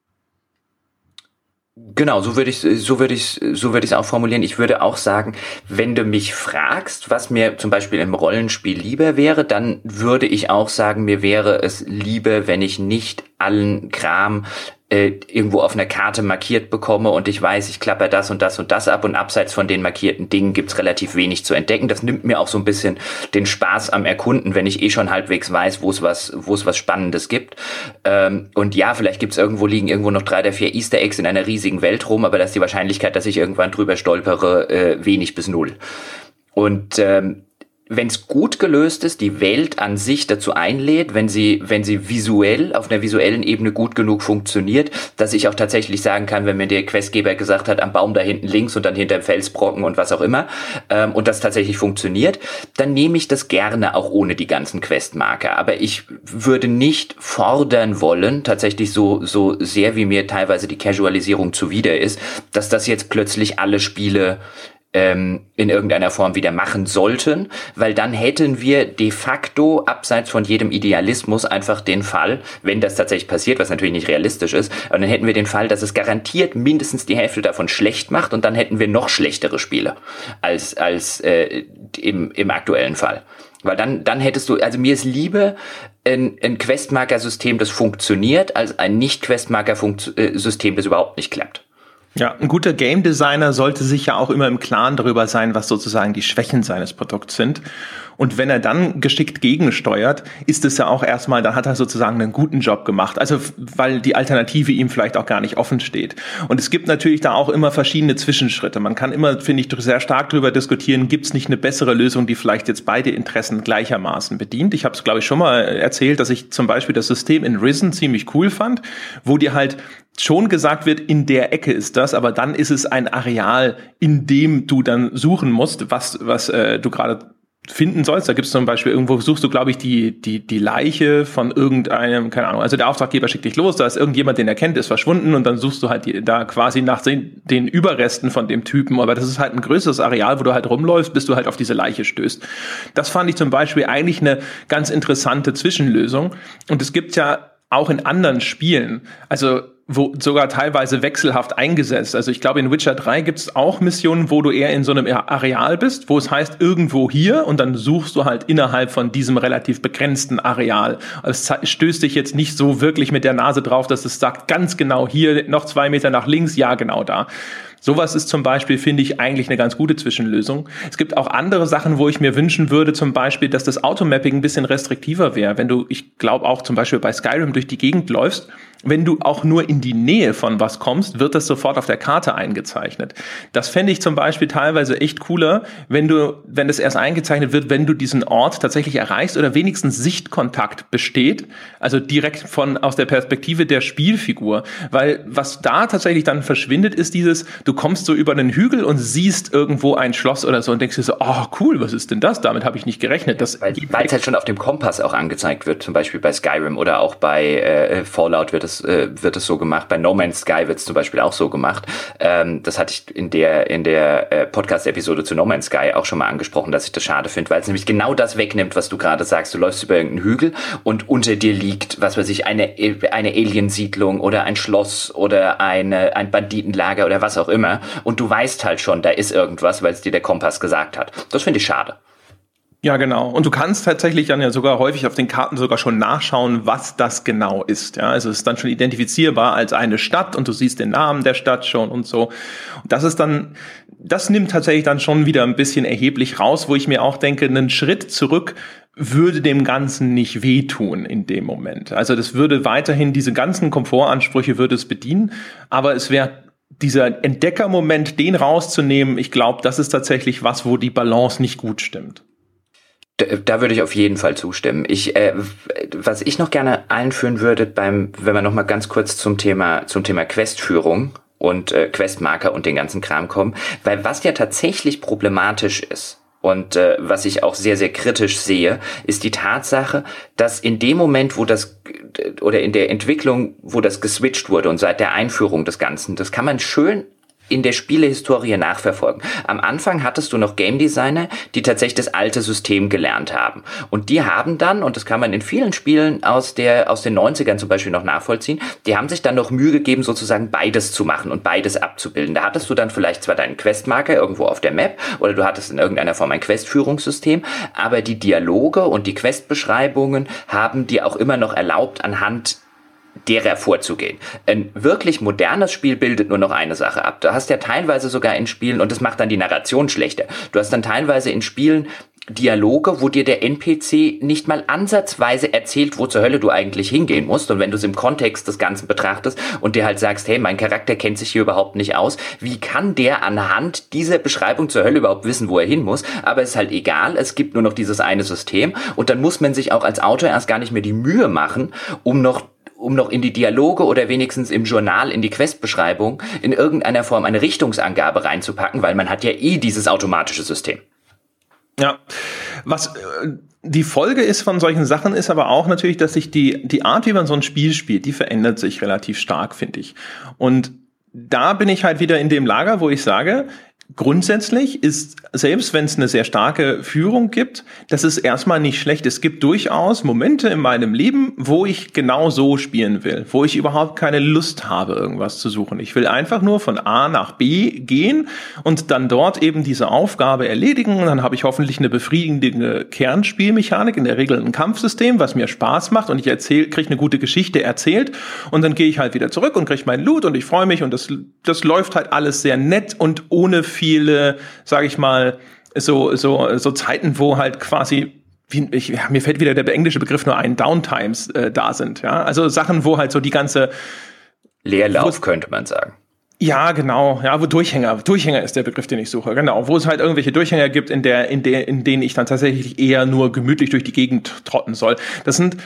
Genau, so würde ich so würde ich so würde ich es auch formulieren. Ich würde auch sagen, wenn du mich fragst, was mir zum Beispiel im Rollenspiel lieber wäre, dann würde ich auch sagen, mir wäre es lieber, wenn ich nicht allen Kram äh, irgendwo auf einer Karte markiert bekomme und ich weiß, ich klapper das und das und das ab und abseits von den markierten Dingen gibt's relativ wenig zu entdecken. Das nimmt mir auch so ein bisschen den Spaß am Erkunden, wenn ich eh schon halbwegs weiß, wo es was wo es was Spannendes gibt. Ähm, und ja, vielleicht gibt's irgendwo liegen irgendwo noch drei oder vier Easter Eggs in einer riesigen Welt rum, aber da ist die Wahrscheinlichkeit, dass ich irgendwann drüber stolpere, äh, wenig bis null. Und ähm, wenn es gut gelöst ist, die Welt an sich dazu einlädt, wenn sie wenn sie visuell, auf einer visuellen Ebene gut genug funktioniert, dass ich auch tatsächlich sagen kann, wenn mir der Questgeber gesagt hat, am Baum da hinten links und dann hinterm Felsbrocken und was auch immer, ähm, und das tatsächlich funktioniert, dann nehme ich das gerne auch ohne die ganzen Questmarker. Aber ich würde nicht fordern wollen, tatsächlich so so sehr wie mir teilweise die Casualisierung zuwider ist, dass das jetzt plötzlich alle Spiele in irgendeiner Form wieder machen sollten, weil dann hätten wir de facto abseits von jedem Idealismus einfach den Fall, wenn das tatsächlich passiert, was natürlich nicht realistisch ist, aber dann hätten wir den Fall, dass es garantiert mindestens die Hälfte davon schlecht macht und dann hätten wir noch schlechtere Spiele als als äh, im im aktuellen Fall. Weil dann dann hättest du, also mir ist lieber ein, ein Questmarker-System, das funktioniert, als ein Nicht-Questmarker-System, das überhaupt nicht klappt. Ja, ein guter Game Designer sollte sich ja auch immer im Klaren darüber sein, was sozusagen die Schwächen seines Produkts sind. Und wenn er dann geschickt gegensteuert, ist es ja auch erstmal, dann hat er sozusagen einen guten Job gemacht. Also, weil die Alternative ihm vielleicht auch gar nicht offen steht. Und es gibt natürlich da auch immer verschiedene Zwischenschritte. Man kann immer, finde ich, sehr stark darüber diskutieren, gibt es nicht eine bessere Lösung, die vielleicht jetzt beide Interessen gleichermaßen bedient. Ich habe es, glaube ich, schon mal erzählt, dass ich zum Beispiel das System in Risen ziemlich cool fand, wo dir halt schon gesagt wird, in der Ecke ist das, aber dann ist es ein Areal, in dem du dann suchen musst, was was äh, du gerade finden sollst. Da gibt es zum Beispiel, irgendwo suchst du, glaube ich, die die die Leiche von irgendeinem, keine Ahnung, also der Auftraggeber schickt dich los, da ist irgendjemand, den er kennt, ist verschwunden und dann suchst du halt die, da quasi nach den, den Überresten von dem Typen, aber das ist halt ein größeres Areal, wo du halt rumläufst, bis du halt auf diese Leiche stößt. Das fand ich zum Beispiel eigentlich eine ganz interessante Zwischenlösung und es gibt ja auch in anderen Spielen, also wo sogar teilweise wechselhaft eingesetzt. Also ich glaube, in Witcher drei gibt es auch Missionen, wo du eher in so einem Areal bist, wo es heißt, irgendwo hier und dann suchst du halt innerhalb von diesem relativ begrenzten Areal. Es stößt dich jetzt nicht so wirklich mit der Nase drauf, dass es sagt, ganz genau hier, noch zwei Meter nach links, ja genau da. Sowas ist zum Beispiel, finde ich, eigentlich eine ganz gute Zwischenlösung. Es gibt auch andere Sachen, wo ich mir wünschen würde, zum Beispiel, dass das Automapping ein bisschen restriktiver wäre. Wenn du, ich glaube auch zum Beispiel bei Skyrim durch die Gegend läufst, wenn du auch nur in die Nähe von was kommst, wird das sofort auf der Karte eingezeichnet. Das fände ich zum Beispiel teilweise echt cooler, wenn du, wenn das erst eingezeichnet wird, wenn du diesen Ort tatsächlich erreichst oder wenigstens Sichtkontakt besteht, also direkt von, aus der Perspektive der Spielfigur. Weil was da tatsächlich dann verschwindet, ist dieses, du kommst so über einen Hügel und siehst irgendwo ein Schloss oder so und denkst dir so, oh cool, was ist denn das? Damit habe ich nicht gerechnet. Das weil es halt schon auf dem Kompass auch angezeigt wird, zum Beispiel bei Skyrim oder auch bei äh, Fallout wird es äh, wird es so gemacht. Bei No Man's Sky wird es zum Beispiel auch so gemacht. Ähm, das hatte ich in der in der äh, Podcast-Episode zu No Man's Sky auch schon mal angesprochen, dass ich das schade finde, weil es nämlich genau das wegnimmt, was du gerade sagst. Du läufst über irgendeinen Hügel und unter dir liegt, was weiß ich, eine eine Aliensiedlung oder ein Schloss oder eine ein Banditenlager oder was auch immer. Und du weißt halt schon, da ist irgendwas, weil es dir der Kompass gesagt hat. Das finde ich schade. Ja, genau. Und du kannst tatsächlich dann ja sogar häufig auf den Karten sogar schon nachschauen, was das genau ist. Ja, also es ist dann schon identifizierbar als eine Stadt und du siehst den Namen der Stadt schon und so. Und das ist dann, das nimmt tatsächlich dann schon wieder ein bisschen erheblich raus, wo ich mir auch denke, einen Schritt zurück würde dem Ganzen nicht wehtun in dem Moment. Also das würde weiterhin diese ganzen Komfortansprüche würde es bedienen, aber es wäre dieser Entdeckermoment, den rauszunehmen, ich glaube, das ist tatsächlich was, wo die Balance nicht gut stimmt. Da, da würde ich auf jeden Fall zustimmen. Ich, äh, was ich noch gerne einführen würde, beim, wenn wir noch mal ganz kurz zum Thema, zum Thema Questführung und äh, Questmarker und den ganzen Kram kommen, weil was ja tatsächlich problematisch ist und äh, was ich auch sehr, sehr kritisch sehe, ist die Tatsache, dass in dem Moment, wo das oder in der Entwicklung, wo das geswitcht wurde und seit der Einführung des Ganzen, das kann man schön in der Spielehistorie nachverfolgen. Am Anfang hattest du noch Game Designer, die tatsächlich das alte System gelernt haben. Und die haben dann, und das kann man in vielen Spielen aus der aus den neunzigern zum Beispiel noch nachvollziehen, die haben sich dann noch Mühe gegeben, sozusagen beides zu machen und beides abzubilden. Da hattest du dann vielleicht zwar deinen Questmarker irgendwo auf der Map oder du hattest in irgendeiner Form ein Questführungssystem, aber die Dialoge und die Questbeschreibungen haben dir auch immer noch erlaubt, anhand derer vorzugehen. Ein wirklich modernes Spiel bildet nur noch eine Sache ab. Du hast ja teilweise sogar in Spielen, und das macht dann die Narration schlechter, du hast dann teilweise in Spielen Dialoge, wo dir der N P C nicht mal ansatzweise erzählt, wo zur Hölle du eigentlich hingehen musst. Und wenn du es im Kontext des Ganzen betrachtest und dir halt sagst, hey, mein Charakter kennt sich hier überhaupt nicht aus, wie kann der anhand dieser Beschreibung zur Hölle überhaupt wissen, wo er hin muss? Aber es ist halt egal, es gibt nur noch dieses eine System und dann muss man sich auch als Autor erst gar nicht mehr die Mühe machen, um noch um noch in die Dialoge oder wenigstens im Journal in die Questbeschreibung in irgendeiner Form eine Richtungsangabe reinzupacken, weil man hat ja eh dieses automatische System. Ja, was äh, die Folge ist von solchen Sachen ist aber auch natürlich, dass sich die die Art, wie man so ein Spiel spielt, die verändert sich relativ stark, finde ich. Und da bin ich halt wieder in dem Lager, wo ich sage, grundsätzlich ist, selbst wenn es eine sehr starke Führung gibt, das ist erstmal nicht schlecht. Es gibt durchaus Momente in meinem Leben, wo ich genau so spielen will, wo ich überhaupt keine Lust habe, irgendwas zu suchen. Ich will einfach nur von A nach B gehen und dann dort eben diese Aufgabe erledigen. Und dann habe ich hoffentlich eine befriedigende Kernspielmechanik, in der Regel ein Kampfsystem, was mir Spaß macht und ich erzähl, kriege eine gute Geschichte erzählt und dann gehe ich halt wieder zurück und kriege meinen Loot und ich freue mich und das, das läuft halt alles sehr nett und ohne viel viele, sage ich mal, so so so Zeiten, wo halt quasi wie, ich, ja, mir fällt wieder der englische Begriff nur ein, Downtimes äh, da sind, ja, also Sachen, wo halt so die ganze Leerlauf könnte man sagen. Ja, genau, ja, wo Durchhänger, Durchhänger ist der Begriff, den ich suche, genau, wo es halt irgendwelche Durchhänger gibt, in der in der in denen ich dann tatsächlich eher nur gemütlich durch die Gegend trotten soll. Das sind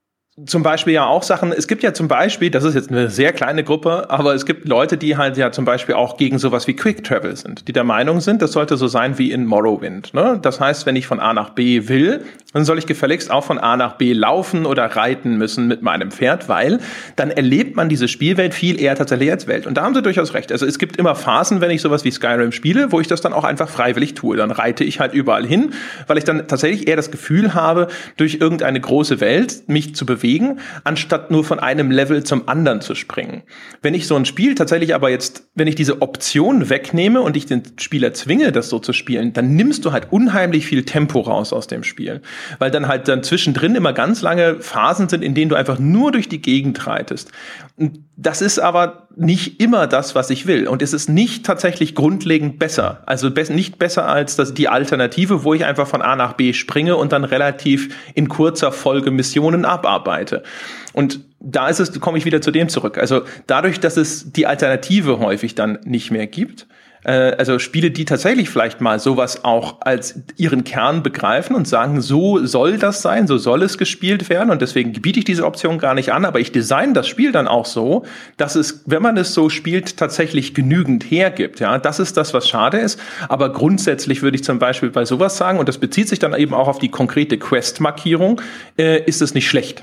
zum Beispiel ja auch Sachen, es gibt ja zum Beispiel, das ist jetzt eine sehr kleine Gruppe, aber es gibt Leute, die halt ja zum Beispiel auch gegen sowas wie Quick Travel sind, die der Meinung sind, das sollte so sein wie in Morrowind, ne? Das heißt, wenn ich von A nach B will, dann soll ich gefälligst auch von A nach B laufen oder reiten müssen mit meinem Pferd, weil dann erlebt man diese Spielwelt viel eher tatsächlich als Welt. Und da haben sie durchaus recht. Also es gibt immer Phasen, wenn ich sowas wie Skyrim spiele, wo ich das dann auch einfach freiwillig tue. Dann reite ich halt überall hin, weil ich dann tatsächlich eher das Gefühl habe, durch irgendeine große Welt mich zu bewegen, anstatt nur von einem Level zum anderen zu springen. Wenn ich so ein Spiel tatsächlich aber jetzt, wenn ich diese Option wegnehme und ich den Spieler zwinge, das so zu spielen, dann nimmst du halt unheimlich viel Tempo raus aus dem Spiel. Weil dann halt dann zwischendrin immer ganz lange Phasen sind, in denen du einfach nur durch die Gegend reitest. Und das ist aber nicht immer das, was ich will. Und es ist nicht tatsächlich grundlegend besser. Also be- nicht besser als das, die Alternative, wo ich einfach von A nach B springe und dann relativ in kurzer Folge Missionen abarbeite. Und da ist es, komme ich wieder zu dem zurück. Also dadurch, dass es die Alternative häufig dann nicht mehr gibt, also Spiele, die tatsächlich vielleicht mal sowas auch als ihren Kern begreifen und sagen, so soll das sein, so soll es gespielt werden und deswegen biete ich diese Option gar nicht an, aber ich design das Spiel dann auch so, dass es, wenn man es so spielt, tatsächlich genügend hergibt. Ja, das ist das, was schade ist, aber grundsätzlich würde ich zum Beispiel bei sowas sagen, und das bezieht sich dann eben auch auf die konkrete Quest-Markierung, äh, ist es nicht schlecht.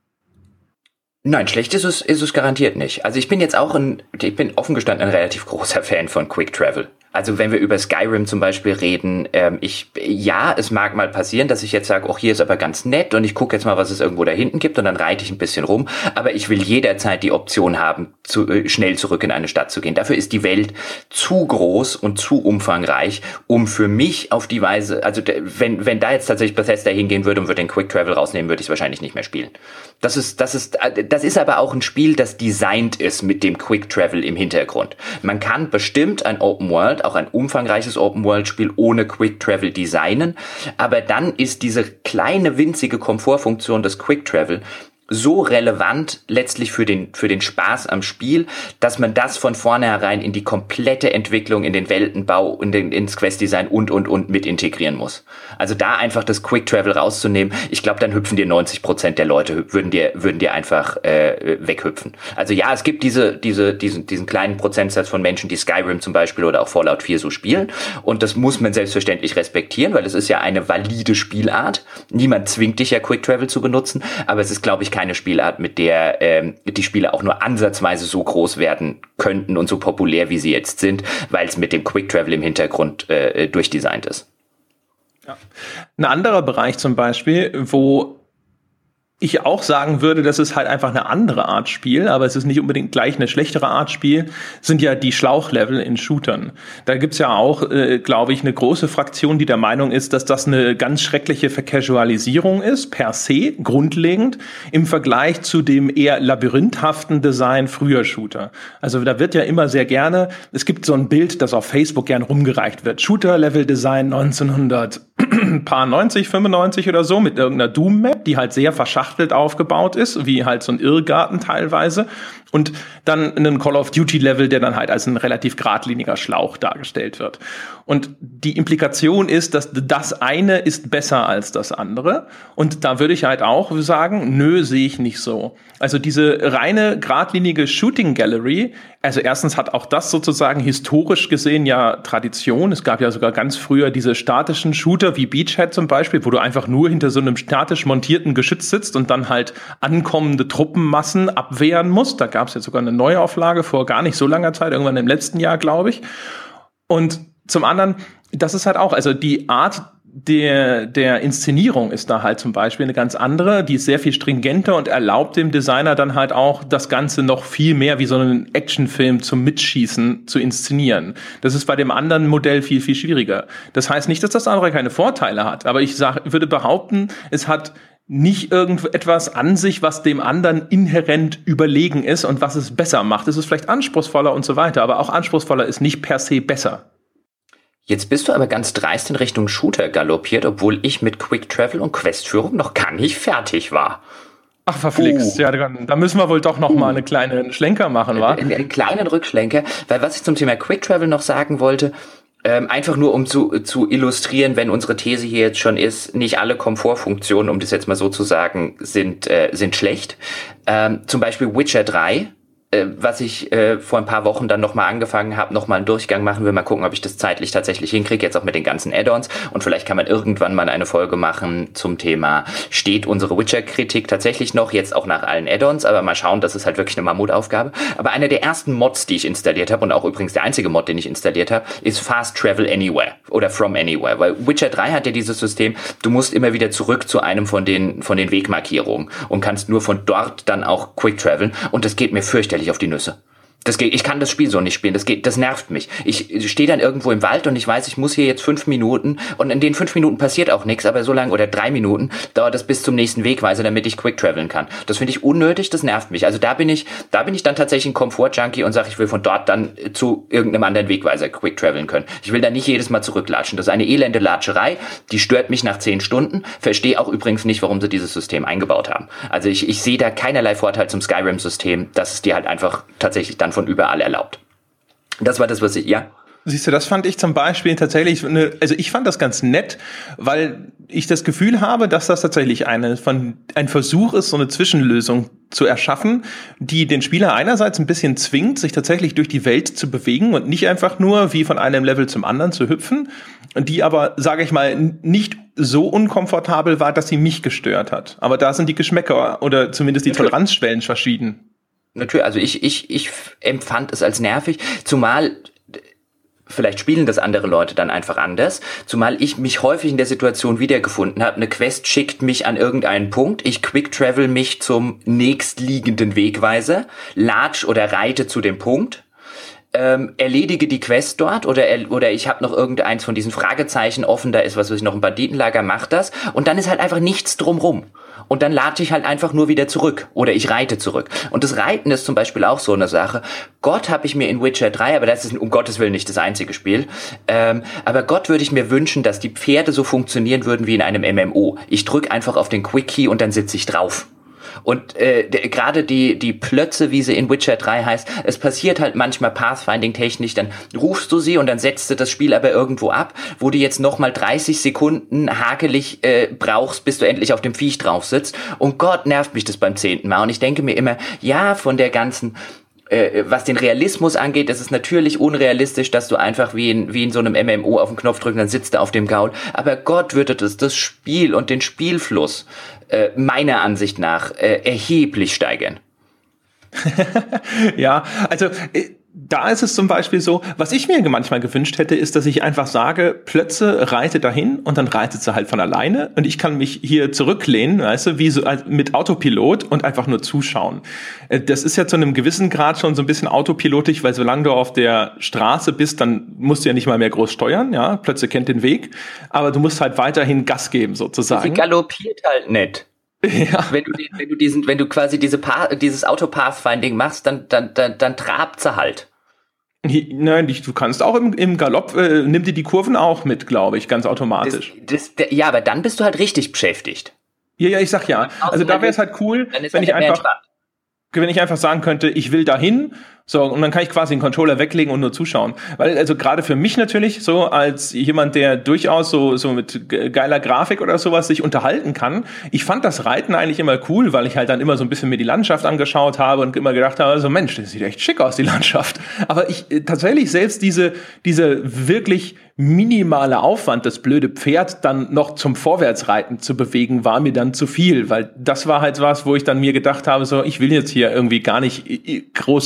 Nein, schlecht ist es, ist es garantiert nicht. Also ich bin jetzt auch ein, ich bin offen gestanden ein relativ großer Fan von Quick Travel. Also wenn wir über Skyrim zum Beispiel reden, ähm, ich, ja, es mag mal passieren, dass ich jetzt sage, oh, hier ist aber ganz nett und ich gucke jetzt mal, was es irgendwo da hinten gibt und dann reite ich ein bisschen rum, aber ich will jederzeit die Option haben, zu, äh, schnell zurück in eine Stadt zu gehen. Dafür ist die Welt zu groß und zu umfangreich, um für mich auf die Weise, also wenn, wenn da jetzt tatsächlich Bethesda hingehen würde und würde den Quick Travel rausnehmen, würde ich es wahrscheinlich nicht mehr spielen. Das ist, das ist, das ist aber auch ein Spiel, das designt ist mit dem Quick Travel im Hintergrund. Man kann bestimmt ein Open World, auch ein umfangreiches Open-World-Spiel ohne Quick-Travel designen, aber dann ist diese kleine, winzige Komfortfunktion des Quick-Travel so relevant letztlich für den für den Spaß am Spiel, dass man das von vornherein in die komplette Entwicklung, in den Weltenbau, in den, ins Quest-Design und, und, und mit integrieren muss. Also da einfach das Quick-Travel rauszunehmen, ich glaube, dann hüpfen dir neunzig Prozent der Leute, würden dir würden dir einfach äh, weghüpfen. Also ja, es gibt diese diese diesen diesen kleinen Prozentsatz von Menschen, die Skyrim zum Beispiel oder auch Fallout vier so spielen und das muss man selbstverständlich respektieren, weil es ist ja eine valide Spielart. Niemand zwingt dich ja Quick-Travel zu benutzen, aber es ist, glaube ich, keine Spielart, mit der ähm, die Spiele auch nur ansatzweise so groß werden könnten und so populär, wie sie jetzt sind, weil es mit dem Quick Travel im Hintergrund äh, durchdesignt ist. Ja. Ein anderer Bereich zum Beispiel, wo ich auch sagen würde, das ist halt einfach eine andere Art Spiel, aber es ist nicht unbedingt gleich eine schlechtere Art Spiel, sind ja die Schlauchlevel in Shootern. Da gibt's ja auch, äh, glaube ich, eine große Fraktion, die der Meinung ist, dass das eine ganz schreckliche Vercasualisierung ist, per se, grundlegend, im Vergleich zu dem eher labyrinthhaften Design früher Shooter. Also da wird ja immer sehr gerne, es gibt so ein Bild, das auf Facebook gern rumgereicht wird, Shooter-Level-Design neunzehnhundertneunzig, fünfundneunzig oder so, mit irgendeiner Doom-Map, die halt sehr verschachtelt aufgebaut ist, wie halt so ein Irrgarten teilweise. Und dann einen Call of Duty Level, der dann halt als ein relativ geradliniger Schlauch dargestellt wird. Und die Implikation ist, dass das eine ist besser als das andere. Und da würde ich halt auch sagen, nö, sehe ich nicht so. Also diese reine geradlinige Shooting Gallery, also erstens hat auch das sozusagen historisch gesehen ja Tradition. Es gab ja sogar ganz früher diese statischen Shooter wie Beachhead zum Beispiel, wo du einfach nur hinter so einem statisch montierten Geschütz sitzt und dann halt ankommende Truppenmassen abwehren musst. Da gab es jetzt sogar eine Neuauflage vor gar nicht so langer Zeit, irgendwann im letzten Jahr, glaube ich. Und zum anderen, das ist halt auch, also die Art der, der Inszenierung ist da halt zum Beispiel eine ganz andere, die ist sehr viel stringenter und erlaubt dem Designer dann halt auch, das Ganze noch viel mehr wie so einen Actionfilm zum Mitschießen zu inszenieren. Das ist bei dem anderen Modell viel, viel schwieriger. Das heißt nicht, dass das andere keine Vorteile hat, aber ich sag, würde behaupten, es hat nicht irgendetwas an sich, was dem anderen inhärent überlegen ist und was es besser macht. Es ist vielleicht anspruchsvoller und so weiter, aber auch anspruchsvoller ist nicht per se besser. Jetzt bist du aber ganz dreist in Richtung Shooter galoppiert, obwohl ich mit Quick Travel und Questführung noch gar nicht fertig war. Ach, verflixt. Uh. Ja, da müssen wir wohl doch noch uh. mal eine kleine Schlenker machen, wa? Einen, einen kleinen Rückschlenker, weil was ich zum Thema Quick Travel noch sagen wollte, ähm, einfach nur um zu, zu illustrieren, wenn unsere These hier jetzt schon ist, nicht alle Komfortfunktionen, um das jetzt mal so zu sagen, sind, äh, sind schlecht. Ähm, zum Beispiel Witcher drei, was ich äh, vor ein paar Wochen dann nochmal angefangen habe, nochmal einen Durchgang machen will. Mal gucken, ob ich das zeitlich tatsächlich hinkriege, jetzt auch mit den ganzen Add-ons. Und vielleicht kann man irgendwann mal eine Folge machen zum Thema, steht unsere Witcher-Kritik tatsächlich noch, jetzt auch nach allen Add-ons, aber mal schauen, das ist halt wirklich eine Mammutaufgabe. Aber einer der ersten Mods, die ich installiert habe, und auch übrigens der einzige Mod, den ich installiert habe, ist Fast Travel Anywhere oder From Anywhere. Weil Witcher drei hat ja dieses System, du musst immer wieder zurück zu einem von den, von den Wegmarkierungen und kannst nur von dort dann auch Quick Traveln. Und das geht mir fürchterlich auf die Nüsse. Das geht, ich kann das Spiel so nicht spielen, das geht, das nervt mich. Ich stehe dann irgendwo im Wald und ich weiß, ich muss hier jetzt fünf Minuten und in den fünf Minuten passiert auch nichts, aber so lange oder drei Minuten dauert das bis zum nächsten Wegweiser, damit ich quick traveln kann. Das finde ich unnötig, das nervt mich. Also da bin ich, da bin ich dann tatsächlich ein Komfort-Junkie und sage, ich will von dort dann zu irgendeinem anderen Wegweiser quick traveln können. Ich will da nicht jedes Mal zurücklatschen. Das ist eine elende Latscherei, die stört mich nach zehn Stunden. Verstehe auch übrigens nicht, warum sie dieses System eingebaut haben. Also ich, ich sehe da keinerlei Vorteil zum Skyrim-System, dass es dir halt einfach tatsächlich dann von überall erlaubt. Das war das, was ich, ja. Siehst du, das fand ich zum Beispiel tatsächlich, eine, also ich fand das ganz nett, weil ich das Gefühl habe, dass das tatsächlich eine von ein Versuch ist, so eine Zwischenlösung zu erschaffen, die den Spieler einerseits ein bisschen zwingt, sich tatsächlich durch die Welt zu bewegen und nicht einfach nur wie von einem Level zum anderen zu hüpfen, die aber, sage ich mal, nicht so unkomfortabel war, dass sie mich gestört hat. Aber da sind die Geschmäcker oder zumindest die Toleranzschwellen verschieden. Natürlich, also ich, ich, ich empfand es als nervig, zumal vielleicht spielen das andere Leute dann einfach anders, zumal ich mich häufig in der Situation wiedergefunden habe, eine Quest schickt mich an irgendeinen Punkt, ich quick-travel mich zum nächstliegenden Wegweiser, latsch oder reite zu dem Punkt, ähm, erledige die Quest dort oder oder ich habe noch irgendeins von diesen Fragezeichen offen, da ist was weiß ich noch ein Banditenlager, mach das und dann ist halt einfach nichts drumrum. Und dann lade ich halt einfach nur wieder zurück. Oder ich reite zurück. Und das Reiten ist zum Beispiel auch so eine Sache. Gott habe ich mir in Witcher drei, aber das ist um Gottes Willen nicht das einzige Spiel. Ähm, aber Gott würde ich mir wünschen, dass die Pferde so funktionieren würden wie in einem M M O. Ich drücke einfach auf den Quick Key und dann sitze ich drauf. Und äh, gerade die die Plötze, wie sie in Witcher drei heißt, es passiert halt manchmal Pathfinding-technisch, dann rufst du sie und dann setzt du das Spiel aber irgendwo ab, wo du jetzt nochmal dreißig Sekunden hakelig äh, brauchst, bis du endlich auf dem Viech drauf sitzt. Und Gott, nervt mich das beim zehnten Mal. Und ich denke mir immer, ja, von der ganzen... Äh, was den Realismus angeht, ist es natürlich unrealistisch, dass du einfach wie in, wie in so einem M M O auf den Knopf drückst, dann sitzt du auf dem Gaul. Aber Gott würde das, das Spiel und den Spielfluss äh, meiner Ansicht nach äh, erheblich steigern. Ja, also äh, da ist es zum Beispiel so, was ich mir manchmal gewünscht hätte, ist, dass ich einfach sage, Plötze reite dahin und dann reitet sie halt von alleine und ich kann mich hier zurücklehnen, weißt du, wie so mit Autopilot und einfach nur zuschauen. Das ist ja zu einem gewissen Grad schon so ein bisschen autopilotisch, weil solange du auf der Straße bist, dann musst du ja nicht mal mehr groß steuern, ja, Plötze kennt den Weg, aber du musst halt weiterhin Gas geben sozusagen. Sie galoppiert halt nicht. Ja. Wenn du, wenn du diesen, wenn du quasi diese pa- dieses Auto-Pathfinding machst, dann, dann, dann, dann trabt sie halt. Nein, du kannst auch im, im Galopp, äh, nimm dir die Kurven auch mit, glaube ich, ganz automatisch. Das, das, ja, aber dann bist du halt richtig beschäftigt. Ja, ja, ich sag ja. Also da wäre es halt cool, wenn ich einfach, wenn ich einfach sagen könnte, ich will dahin, so, und dann kann ich quasi den Controller weglegen und nur zuschauen. Weil, also gerade für mich natürlich, so als jemand, der durchaus so, so mit geiler Grafik oder sowas sich unterhalten kann, ich fand das Reiten eigentlich immer cool, weil ich halt dann immer so ein bisschen mir die Landschaft angeschaut habe und immer gedacht habe, so Mensch, das sieht echt schick aus, die Landschaft. Aber ich, tatsächlich selbst diese, diese wirklich minimale Aufwand, das blöde Pferd dann noch zum Vorwärtsreiten zu bewegen, war mir dann zu viel, weil das war halt was, wo ich dann mir gedacht habe, so, ich will jetzt hier irgendwie gar nicht groß eingreifen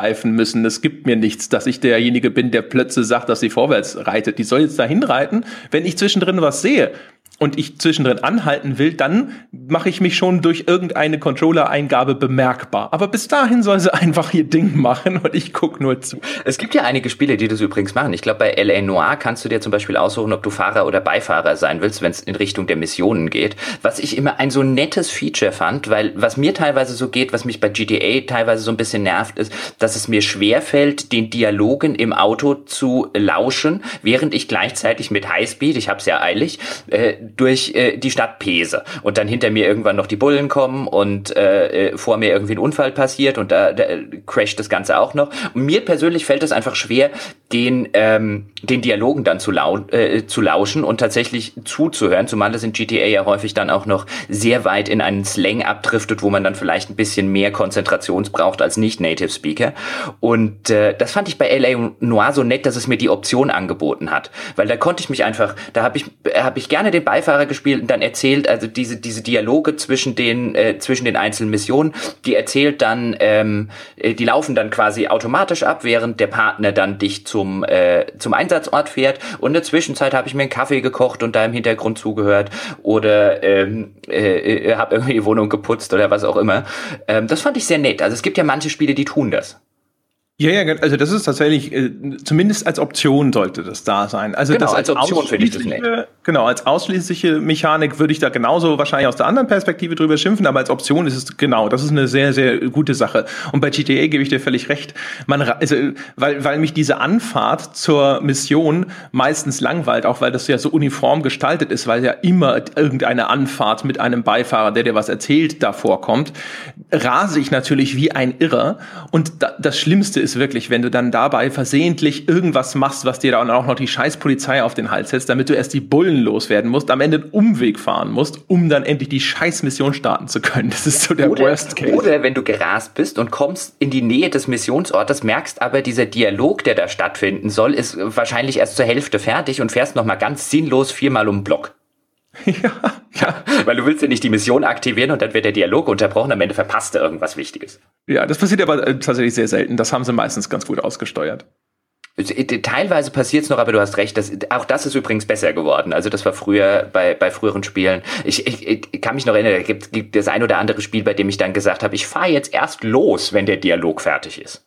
eingreifen müssen. Es gibt mir nichts, dass ich derjenige bin, der plötzlich sagt, dass sie vorwärts reitet. Die soll jetzt dahin reiten. Wenn ich zwischendrin was sehe und ich zwischendrin anhalten will, dann mache ich mich schon durch irgendeine Controller-Eingabe bemerkbar. Aber bis dahin soll sie einfach ihr Ding machen und ich gucke nur zu. Es gibt ja einige Spiele, die das übrigens machen. Ich glaube, bei L A Noire kannst du dir zum Beispiel aussuchen, ob du Fahrer oder Beifahrer sein willst, wenn es in Richtung der Missionen geht. Was ich immer ein so nettes Feature fand, weil was mir teilweise so geht, was mich bei G T A teilweise so ein bisschen nervt, ist, dass es mir schwerfällt, den Dialogen im Auto zu lauschen, während ich gleichzeitig mit Highspeed, ich hab's ja eilig, äh, durch äh, die Stadt pese und dann hinter mir irgendwann noch die Bullen kommen und äh, vor mir irgendwie ein Unfall passiert und da, da crasht das Ganze auch noch. Und mir persönlich fällt es einfach schwer, den ähm, den Dialogen dann zu, lau- äh, zu lauschen und tatsächlich zuzuhören, zumal das in G T A ja häufig dann auch noch sehr weit in einen Slang abdriftet, wo man dann vielleicht ein bisschen mehr Konzentrations braucht als Nicht-Native Speaker. Und äh, das fand ich bei L A Noire so nett, dass es mir die Option angeboten hat, weil da konnte ich mich einfach, da habe ich habe ich gerne den Beifahrer gespielt und dann erzählt, also diese diese Dialoge zwischen den äh, zwischen den einzelnen Missionen, die erzählt dann, ähm, die laufen dann quasi automatisch ab, während der Partner dann dich zum äh, zum Einsatzort fährt und in der Zwischenzeit habe ich mir einen Kaffee gekocht und da im Hintergrund zugehört oder ähm, äh, habe irgendwie die Wohnung geputzt oder was auch immer. Ähm, das fand ich sehr nett. Also es gibt ja manche Spiele, die tun das. Ja, ja, also das ist tatsächlich, äh, zumindest als Option sollte das da sein. Also genau, das als, als Option finde ich das nett. Genau, als ausschließliche Mechanik würde ich da genauso wahrscheinlich aus der anderen Perspektive drüber schimpfen, aber als Option ist es genau, das ist eine sehr, sehr gute Sache. Und bei G T A gebe ich dir völlig recht. Man, also, weil, weil mich diese Anfahrt zur Mission meistens langweilt, auch weil das ja so uniform gestaltet ist, weil ja immer irgendeine Anfahrt mit einem Beifahrer, der dir was erzählt, davor kommt, rase ich natürlich wie ein Irrer. Und da, das Schlimmste ist wirklich, wenn du dann dabei versehentlich irgendwas machst, was dir dann auch noch die scheiß Polizei auf den Hals setzt, damit du erst die Bullen loswerden musst, am Ende einen Umweg fahren musst, um dann endlich die scheiß Mission starten zu können. Das ist so der oder, Worst Case. Oder wenn du gerast bist und kommst in die Nähe des Missionsortes, merkst aber, dieser Dialog, der da stattfinden soll, ist wahrscheinlich erst zur Hälfte fertig und fährst nochmal ganz sinnlos viermal um den Block. Ja, ja. Weil du willst ja nicht die Mission aktivieren und dann wird der Dialog unterbrochen, am Ende verpasst du irgendwas Wichtiges. Ja, das passiert aber äh, tatsächlich sehr selten. Das haben sie meistens ganz gut ausgesteuert. Teilweise passiert es noch, aber du hast recht, das, auch das ist übrigens besser geworden. Also das war früher bei, bei früheren Spielen. Ich, ich, ich kann mich noch erinnern, da gibt, gibt das ein oder andere Spiel, bei dem ich dann gesagt habe, ich fahre jetzt erst los, wenn der Dialog fertig ist.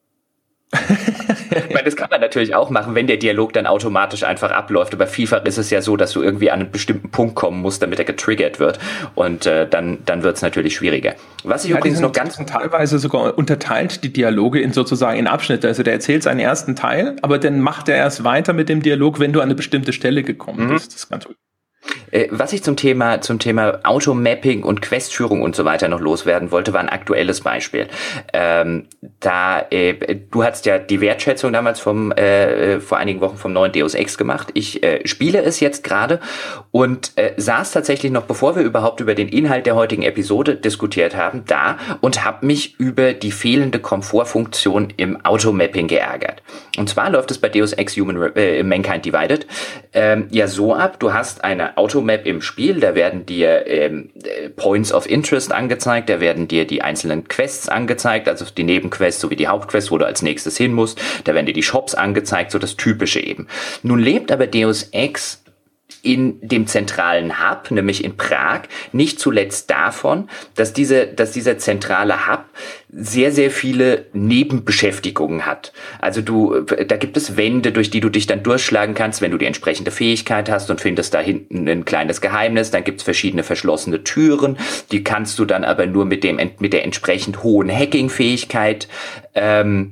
Ich meine, das kann man natürlich auch machen, wenn der Dialog dann automatisch einfach abläuft. Aber vielfach ist es ja so, dass du irgendwie an einen bestimmten Punkt kommen musst, damit er getriggert wird. Und äh, dann, dann wird es natürlich schwieriger. Was ich ja, übrigens noch ganz teilweise sogar unterteilt die Dialoge in sozusagen in Abschnitte. Also der erzählt seinen ersten Teil, aber dann macht er erst weiter mit dem Dialog, wenn du an eine bestimmte Stelle gekommen bist. Mhm. Das ist ganz gut. Was ich zum Thema zum Thema Automapping und Questführung und so weiter noch loswerden wollte, war ein aktuelles Beispiel. Ähm, da äh, du hast ja die Wertschätzung damals vom äh, vor einigen Wochen vom neuen Deus Ex gemacht. Ich äh, spiele es jetzt gerade und äh, saß tatsächlich noch, bevor wir überhaupt über den Inhalt der heutigen Episode diskutiert haben, da und habe mich über die fehlende Komfortfunktion im Automapping geärgert. Und zwar läuft es bei Deus Ex Human äh, Mankind Divided ähm, ja so ab: Du hast eine Automap im Spiel, da werden dir ähm, Points of Interest angezeigt, da werden dir die einzelnen Quests angezeigt, also die Nebenquests sowie die Hauptquests, wo du als nächstes hin musst, da werden dir die Shops angezeigt, so das Typische eben. Nun lebt aber Deus Ex in dem zentralen Hub, nämlich in Prag, nicht zuletzt davon, dass diese, dass dieser zentrale Hub sehr, sehr viele Nebenbeschäftigungen hat. Also du, da gibt es Wände, durch die du dich dann durchschlagen kannst, wenn du die entsprechende Fähigkeit hast und findest da hinten ein kleines Geheimnis. Dann gibt es verschiedene verschlossene Türen, die kannst du dann aber nur mit dem, mit der entsprechend hohen Hacking-Fähigkeit, ähm,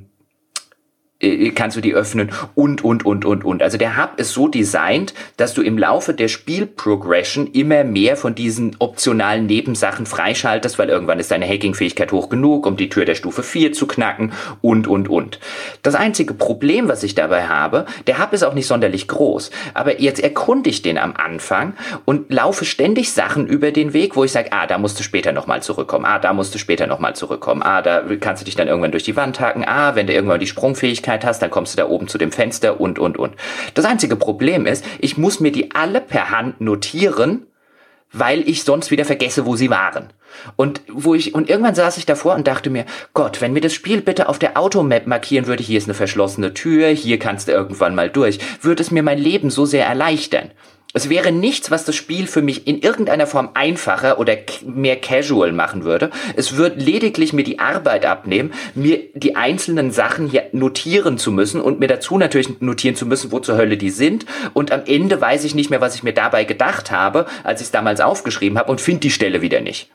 kannst du die öffnen und, und, und, und, und. Also der Hub ist so designt, dass du im Laufe der Spielprogression immer mehr von diesen optionalen Nebensachen freischaltest, weil irgendwann ist deine Hacking-Fähigkeit hoch genug, um die Tür der Stufe vier zu knacken und, und, und. Das einzige Problem, was ich dabei habe, der Hub ist auch nicht sonderlich groß, aber jetzt erkunde ich den am Anfang und laufe ständig Sachen über den Weg, wo ich sage, ah, da musst du später nochmal zurückkommen, ah, da musst du später nochmal zurückkommen, ah, da kannst du dich dann irgendwann durch die Wand haken, ah, wenn du irgendwann die Sprungfähigkeit hast, dann kommst du da oben zu dem Fenster und, und, und. Das einzige Problem ist, ich muss mir die alle per Hand notieren, weil ich sonst wieder vergesse, wo sie waren. Und wo ich und irgendwann saß ich davor und dachte mir, Gott, wenn mir das Spiel bitte auf der Automap markieren würde, hier ist eine verschlossene Tür, hier kannst du irgendwann mal durch, würde es mir mein Leben so sehr erleichtern. Es wäre nichts, was das Spiel für mich in irgendeiner Form einfacher oder mehr casual machen würde. Es würde lediglich mir die Arbeit abnehmen, mir die einzelnen Sachen hier notieren zu müssen und mir dazu natürlich notieren zu müssen, wo zur Hölle die sind. Und am Ende weiß ich nicht mehr, was ich mir dabei gedacht habe, als ich es damals aufgeschrieben habe und finde die Stelle wieder nicht.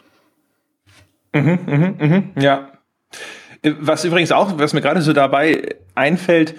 Mhm, mhm, mhm, ja. Was übrigens auch, was mir gerade so dabei einfällt,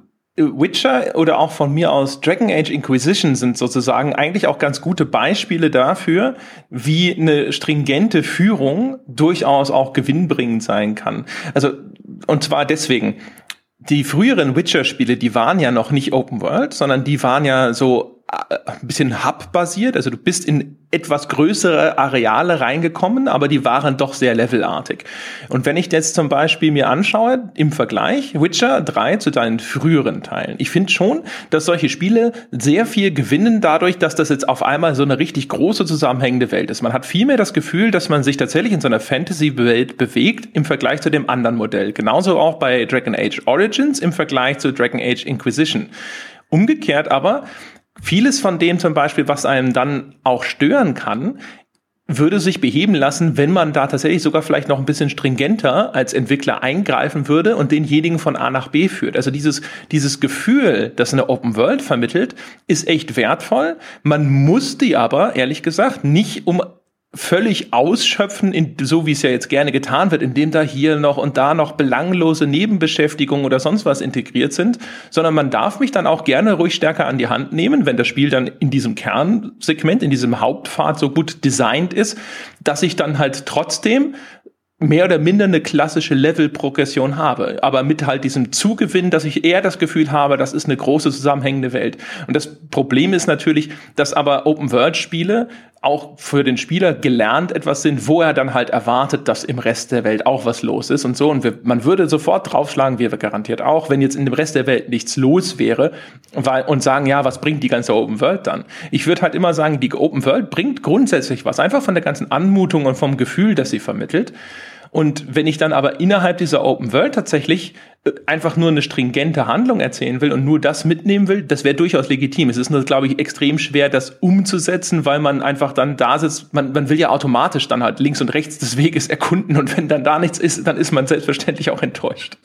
Witcher oder auch von mir aus Dragon Age Inquisition sind sozusagen eigentlich auch ganz gute Beispiele dafür, wie eine stringente Führung durchaus auch gewinnbringend sein kann. Also, und zwar deswegen, die früheren Witcher-Spiele, die waren ja noch nicht Open World, sondern die waren ja so ein bisschen Hub-basiert, also du bist in etwas größere Areale reingekommen, aber die waren doch sehr levelartig. Und wenn ich jetzt zum Beispiel mir anschaue, im Vergleich Witcher drei zu deinen früheren Teilen, ich finde schon, dass solche Spiele sehr viel gewinnen dadurch, dass das jetzt auf einmal so eine richtig große zusammenhängende Welt ist. Man hat viel mehr das Gefühl, dass man sich tatsächlich in so einer Fantasy-Welt bewegt im Vergleich zu dem anderen Modell. Genauso auch bei Dragon Age Origins im Vergleich zu Dragon Age Inquisition. Umgekehrt aber, vieles von dem zum Beispiel, was einem dann auch stören kann, würde sich beheben lassen, wenn man da tatsächlich sogar vielleicht noch ein bisschen stringenter als Entwickler eingreifen würde und denjenigen von A nach B führt. Also dieses, dieses Gefühl, das eine Open World vermittelt, ist echt wertvoll. Man muss die aber, ehrlich gesagt, nicht um völlig ausschöpfen, in, so wie es ja jetzt gerne getan wird, indem da hier noch und da noch belanglose Nebenbeschäftigungen oder sonst was integriert sind, sondern man darf mich dann auch gerne ruhig stärker an die Hand nehmen, wenn das Spiel dann in diesem Kernsegment, in diesem Hauptpfad so gut designt ist, dass ich dann halt trotzdem mehr oder minder eine klassische Level-Progression habe, aber mit halt diesem Zugewinn, dass ich eher das Gefühl habe, das ist eine große zusammenhängende Welt. Und das Problem ist natürlich, dass aber Open-World-Spiele auch für den Spieler gelernt etwas sind, wo er dann halt erwartet, dass im Rest der Welt auch was los ist und so. Und wir, man würde sofort draufschlagen, wir garantiert auch, wenn jetzt in dem Rest der Welt nichts los wäre, weil, und sagen, ja, was bringt die ganze Open World dann? Ich würde halt immer sagen, die Open World bringt grundsätzlich was, einfach von der ganzen Anmutung und vom Gefühl, das sie vermittelt. Und wenn ich dann aber innerhalb dieser Open World tatsächlich einfach nur eine stringente Handlung erzählen will und nur das mitnehmen will, das wäre durchaus legitim. Es ist nur, glaube ich, extrem schwer, das umzusetzen, weil man einfach dann da sitzt. Man, man will ja automatisch dann halt links und rechts des Weges erkunden und wenn dann da nichts ist, dann ist man selbstverständlich auch enttäuscht.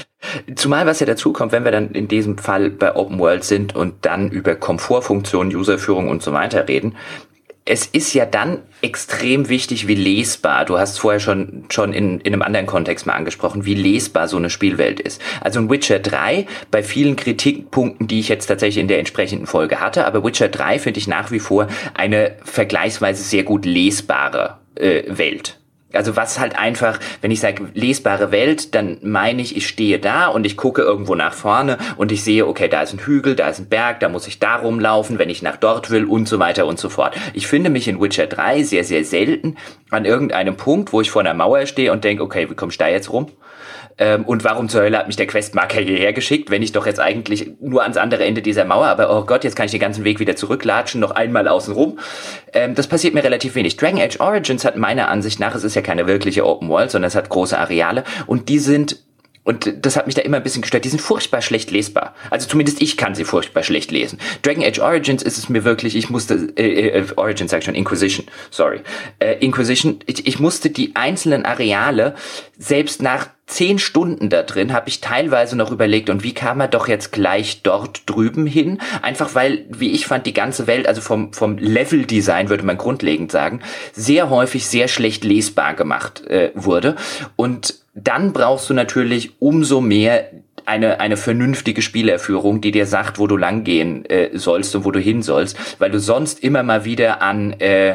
Zumal was ja dazu kommt, wenn wir dann in diesem Fall bei Open World sind und dann über Komfortfunktionen, Userführung und so weiter reden, es ist ja dann extrem wichtig, wie lesbar, du hast vorher schon schon in, in einem anderen Kontext mal angesprochen, wie lesbar so eine Spielwelt ist. Also in Witcher drei, bei vielen Kritikpunkten, die ich jetzt tatsächlich in der entsprechenden Folge hatte, aber Witcher drei finde ich nach wie vor eine vergleichsweise sehr gut lesbare äh, Welt. Also was halt einfach, wenn ich sage lesbare Welt, dann meine ich, ich stehe da und ich gucke irgendwo nach vorne und ich sehe, okay, da ist ein Hügel, da ist ein Berg, da muss ich da rumlaufen, wenn ich nach dort will und so weiter und so fort. Ich finde mich in Witcher drei sehr, sehr selten an irgendeinem Punkt, wo ich vor einer Mauer stehe und denke, okay, wie komme ich da jetzt rum? Ähm, und warum zur Hölle hat mich der Questmarker hierher geschickt, wenn ich doch jetzt eigentlich nur ans andere Ende dieser Mauer, aber oh Gott, jetzt kann ich den ganzen Weg wieder zurücklatschen, noch einmal außen rum. Ähm, das passiert mir relativ wenig. Dragon Age Origins hat meiner Ansicht nach, es ist ja keine wirkliche Open World, sondern es hat große Areale und die sind, und das hat mich da immer ein bisschen gestört, die sind furchtbar schlecht lesbar. Also zumindest ich kann sie furchtbar schlecht lesen. Dragon Age Origins ist es mir wirklich, ich musste, äh, äh, Origins sag ich schon, Inquisition, sorry. Äh, Inquisition, ich, ich musste die einzelnen Areale, selbst nach zehn Stunden da drin, habe ich teilweise noch überlegt, und wie kam er doch jetzt gleich dort drüben hin? Einfach weil, wie ich fand, die ganze Welt, also vom, vom Level-Design, würde man grundlegend sagen, sehr häufig sehr schlecht lesbar gemacht äh, wurde. Und dann brauchst du natürlich umso mehr eine eine vernünftige Spielerführung, die dir sagt, wo du langgehen äh, sollst und wo du hin sollst, weil du sonst immer mal wieder an äh,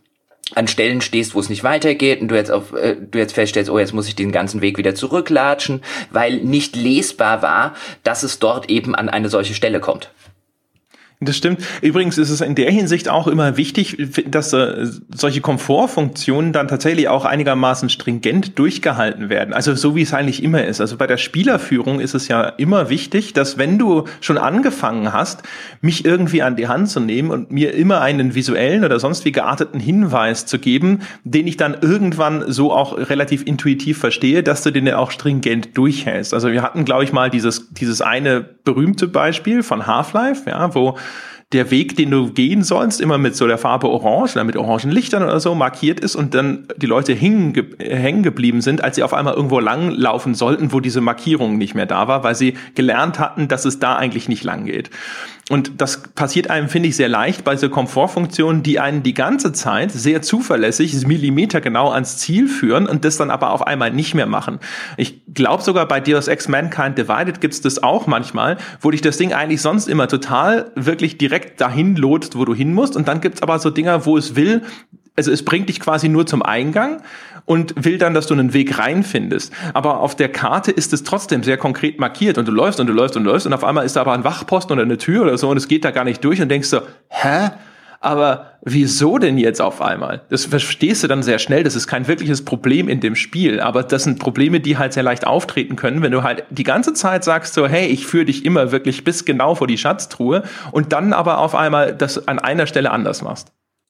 an Stellen stehst, wo es nicht weitergeht und du jetzt auf äh, du jetzt feststellst, oh, jetzt muss ich den ganzen Weg wieder zurücklatschen, weil nicht lesbar war, dass es dort eben an eine solche Stelle kommt. Das stimmt. Übrigens ist es in der Hinsicht auch immer wichtig, dass äh, solche Komfortfunktionen dann tatsächlich auch einigermaßen stringent durchgehalten werden. Also so wie es eigentlich immer ist. Also bei der Spielerführung ist es ja immer wichtig, dass wenn du schon angefangen hast, mich irgendwie an die Hand zu nehmen und mir immer einen visuellen oder sonst wie gearteten Hinweis zu geben, den ich dann irgendwann so auch relativ intuitiv verstehe, dass du den ja auch stringent durchhältst. Also wir hatten, glaube ich, mal dieses dieses eine berühmte Beispiel von Half-Life, ja, wo der Weg, den du gehen sollst, immer mit so der Farbe Orange oder mit orangen Lichtern oder so markiert ist und dann die Leute hängen, ge- hängen geblieben sind, als sie auf einmal irgendwo lang laufen sollten, wo diese Markierung nicht mehr da war, weil sie gelernt hatten, dass es da eigentlich nicht lang geht. Und das passiert einem, finde ich, sehr leicht bei so Komfortfunktionen, die einen die ganze Zeit sehr zuverlässig millimetergenau ans Ziel führen und das dann aber auf einmal nicht mehr machen. Ich glaube sogar bei Deus Ex Mankind Divided gibt's das auch manchmal, wo dich das Ding eigentlich sonst immer total wirklich direkt dahin lotst, wo du hin musst. Und dann gibt's aber so Dinger, wo es will, also es bringt dich quasi nur zum Eingang und will dann, dass du einen Weg reinfindest. Aber auf der Karte ist es trotzdem sehr konkret markiert und du läufst und du läufst und du läufst und auf einmal ist da aber ein Wachposten oder eine Tür oder so und es geht da gar nicht durch und denkst so, hä? Aber wieso denn jetzt auf einmal? Das verstehst du dann sehr schnell, das ist kein wirkliches Problem in dem Spiel, aber das sind Probleme, die halt sehr leicht auftreten können, wenn du halt die ganze Zeit sagst so, hey, ich führe dich immer wirklich bis genau vor die Schatztruhe und dann aber auf einmal das an einer Stelle anders machst.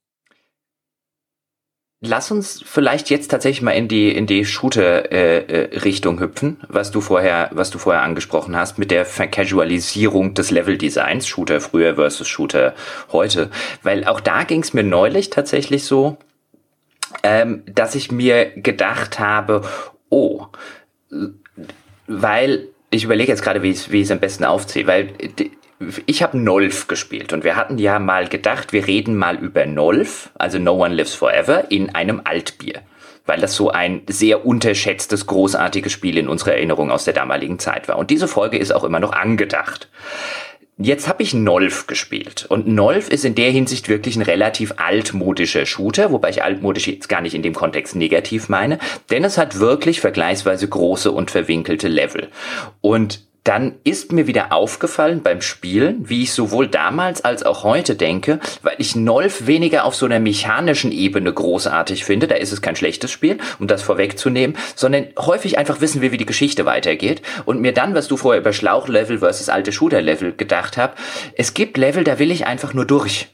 Lass uns vielleicht jetzt tatsächlich mal in die in die Shooter-Richtung äh, hüpfen, was du vorher was du vorher angesprochen hast mit der Vercasualisierung des Level-Designs, Shooter früher versus Shooter heute, weil auch da ging es mir neulich tatsächlich so, ähm, dass ich mir gedacht habe, oh, weil ich überlege jetzt gerade, wie ich wie ich es am besten aufziehe, weil ich habe Nolf gespielt und wir hatten ja mal gedacht, wir reden mal über Nolf, also No One Lives Forever, in einem Altbier, weil das so ein sehr unterschätztes, großartiges Spiel in unserer Erinnerung aus der damaligen Zeit war. Und diese Folge ist auch immer noch angedacht. Jetzt habe ich Nolf gespielt und Nolf ist in der Hinsicht wirklich ein relativ altmodischer Shooter, wobei ich altmodisch jetzt gar nicht in dem Kontext negativ meine, denn es hat wirklich vergleichsweise große und verwinkelte Level. Und dann ist mir wieder aufgefallen beim Spielen, wie ich sowohl damals als auch heute denke, weil ich Nolf weniger auf so einer mechanischen Ebene großartig finde, da ist es kein schlechtes Spiel, um das vorwegzunehmen, sondern häufig einfach wissen wir, wie die Geschichte weitergeht und mir dann, was du vorher über Schlauchlevel versus alte Shooter-Level gedacht hast, es gibt Level, da will ich einfach nur durch.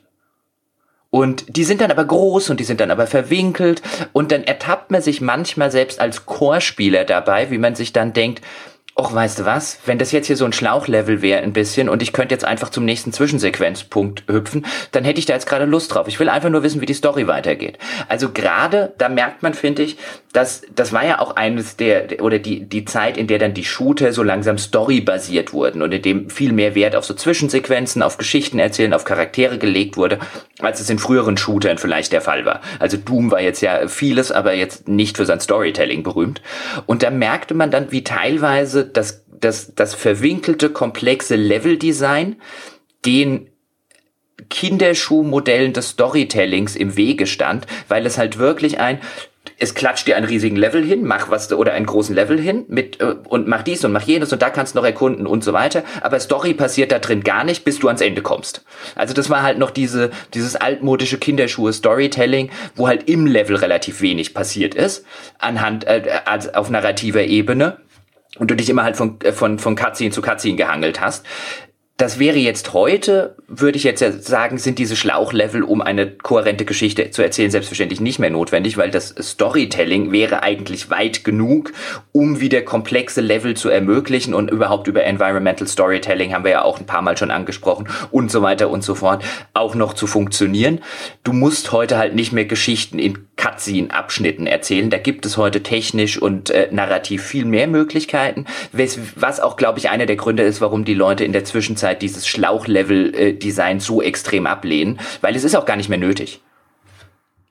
Und die sind dann aber groß und die sind dann aber verwinkelt und dann ertappt man sich manchmal selbst als Core-Spieler dabei, wie man sich dann denkt, och, weißt du was, wenn das jetzt hier so ein Schlauchlevel wäre ein bisschen und ich könnte jetzt einfach zum nächsten Zwischensequenzpunkt hüpfen, dann hätte ich da jetzt gerade Lust drauf. Ich will einfach nur wissen, wie die Story weitergeht. Also gerade, da merkt man, finde ich, dass das war ja auch eines der, oder die die Zeit, in der dann die Shooter so langsam storybasiert wurden und in dem viel mehr Wert auf so Zwischensequenzen, auf Geschichten erzählen, auf Charaktere gelegt wurde, als es in früheren Shootern vielleicht der Fall war. Also Doom war jetzt ja vieles, aber jetzt nicht für sein Storytelling berühmt. Und da merkte man dann, wie teilweise das, das, das verwinkelte, komplexe Leveldesign den Kinderschuhmodellen des Storytellings im Wege stand, weil es halt wirklich ein, es klatscht dir einen riesigen Level hin, mach was, oder einen großen Level hin, mit, äh, und mach dies und mach jenes und da kannst du noch erkunden und so weiter, aber Story passiert da drin gar nicht, bis du ans Ende kommst. Also das war halt noch diese, dieses altmodische Kinderschuhe-Storytelling, wo halt im Level relativ wenig passiert ist, anhand, äh, als auf narrativer Ebene, und du dich immer halt von, von, von Cutscene zu Cutscene gehangelt hast. Das wäre jetzt heute, würde ich jetzt sagen, sind diese Schlauchlevel, um eine kohärente Geschichte zu erzählen, selbstverständlich nicht mehr notwendig, weil das Storytelling wäre eigentlich weit genug, um wieder komplexe Level zu ermöglichen und überhaupt über Environmental Storytelling haben wir ja auch ein paar Mal schon angesprochen und so weiter und so fort, auch noch zu funktionieren. Du musst heute halt nicht mehr Geschichten in Cutscene-Abschnitten erzählen. Da gibt es heute technisch und äh, narrativ viel mehr Möglichkeiten, was auch, glaube ich, einer der Gründe ist, warum die Leute in der Zwischenzeit dieses Schlauchlevel-Design so extrem ablehnen, weil es ist auch gar nicht mehr nötig.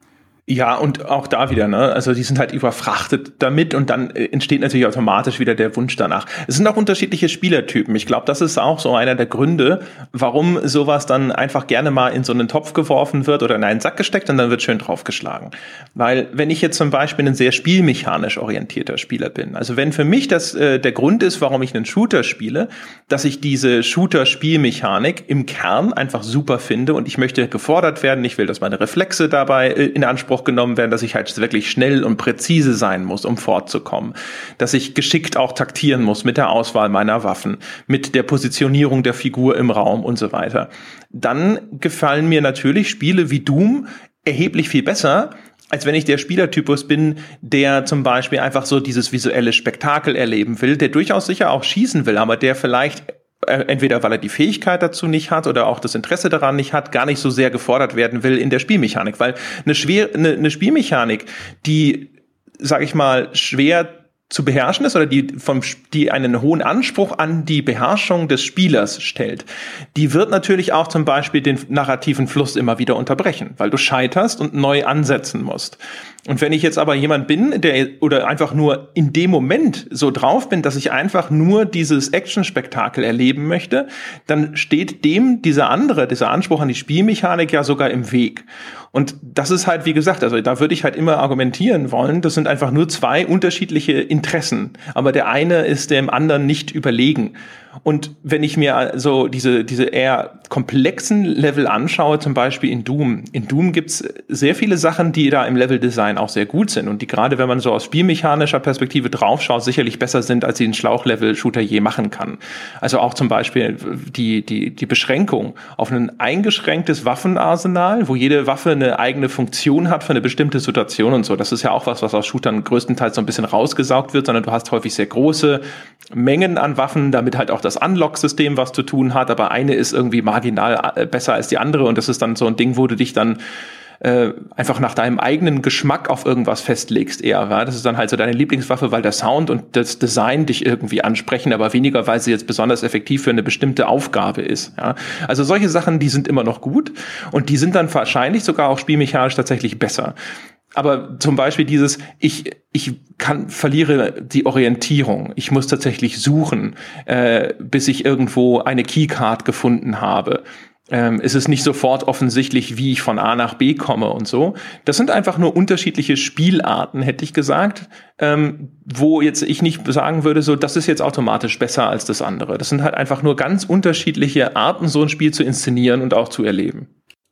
Ja, und auch da wieder, ne? Also die sind halt überfrachtet damit und dann entsteht natürlich automatisch wieder der Wunsch danach. Es sind auch unterschiedliche Spielertypen. Ich glaube, das ist auch so einer der Gründe, warum sowas dann einfach gerne mal in so einen Topf geworfen wird oder in einen Sack gesteckt und dann wird schön draufgeschlagen. Weil wenn ich jetzt zum Beispiel ein sehr spielmechanisch orientierter Spieler bin, also wenn für mich das äh, der Grund ist, warum ich einen Shooter spiele, dass ich diese Shooter-Spielmechanik im Kern einfach super finde und ich möchte gefordert werden, ich will, dass meine Reflexe dabei äh, in Anspruch genommen werden, dass ich halt wirklich schnell und präzise sein muss, um fortzukommen. Dass ich geschickt auch taktieren muss mit der Auswahl meiner Waffen, mit der Positionierung der Figur im Raum und so weiter. Dann gefallen mir natürlich Spiele wie Doom erheblich viel besser, als wenn ich der Spielertypus bin, der zum Beispiel einfach so dieses visuelle Spektakel erleben will, der durchaus sicher auch schießen will, aber der vielleicht entweder weil er die Fähigkeit dazu nicht hat oder auch das Interesse daran nicht hat, gar nicht so sehr gefordert werden will in der Spielmechanik. Weil eine, schwer, eine, eine Spielmechanik, die, sag ich mal, schwer zu beherrschen ist oder die vom die einen hohen Anspruch an die Beherrschung des Spielers stellt, die wird natürlich auch zum Beispiel den narrativen Fluss immer wieder unterbrechen, weil du scheiterst und neu ansetzen musst. Und wenn ich jetzt aber jemand bin, der oder einfach nur in dem Moment so drauf bin, dass ich einfach nur dieses Action-Spektakel erleben möchte, dann steht dem dieser andere, dieser Anspruch an die Spielmechanik ja sogar im Weg. Und das ist halt, wie gesagt, also da würde ich halt immer argumentieren wollen, das sind einfach nur zwei unterschiedliche Interessen, aber der eine ist dem anderen nicht überlegen. Und wenn ich mir also diese diese eher komplexen Level anschaue, zum Beispiel in Doom, in Doom gibt's sehr viele Sachen, die da im Leveldesign auch sehr gut sind und die gerade, wenn man so aus spielmechanischer Perspektive draufschaut, sicherlich besser sind, als sie ein Schlauchlevel-Shooter je machen kann. Also auch zum Beispiel die die die Beschränkung auf ein eingeschränktes Waffenarsenal, wo jede Waffe eine eigene Funktion hat für eine bestimmte Situation und so. Das ist ja auch was, was aus Shootern größtenteils so ein bisschen rausgesaugt wird, sondern du hast häufig sehr große Mengen an Waffen, damit halt auch das Unlock-System was zu tun hat, aber eine ist irgendwie marginal besser als die andere und das ist dann so ein Ding, wo du dich dann äh, einfach nach deinem eigenen Geschmack auf irgendwas festlegst eher. Ja? Das ist dann halt so deine Lieblingswaffe, weil der Sound und das Design dich irgendwie ansprechen, aber weniger, weil sie jetzt besonders effektiv für eine bestimmte Aufgabe ist. Ja? Also solche Sachen, die sind immer noch gut und die sind dann wahrscheinlich sogar auch spielmechanisch tatsächlich besser. Aber zum Beispiel dieses, ich ich kann verliere die Orientierung. Ich muss tatsächlich suchen, äh, bis ich irgendwo eine Keycard gefunden habe. Ähm, es ist nicht sofort offensichtlich, wie ich von A nach B komme und so. Das sind einfach nur unterschiedliche Spielarten, hätte ich gesagt, ähm, wo jetzt ich nicht sagen würde, so das ist jetzt automatisch besser als das andere. Das sind halt einfach nur ganz unterschiedliche Arten, so ein Spiel zu inszenieren und auch zu erleben.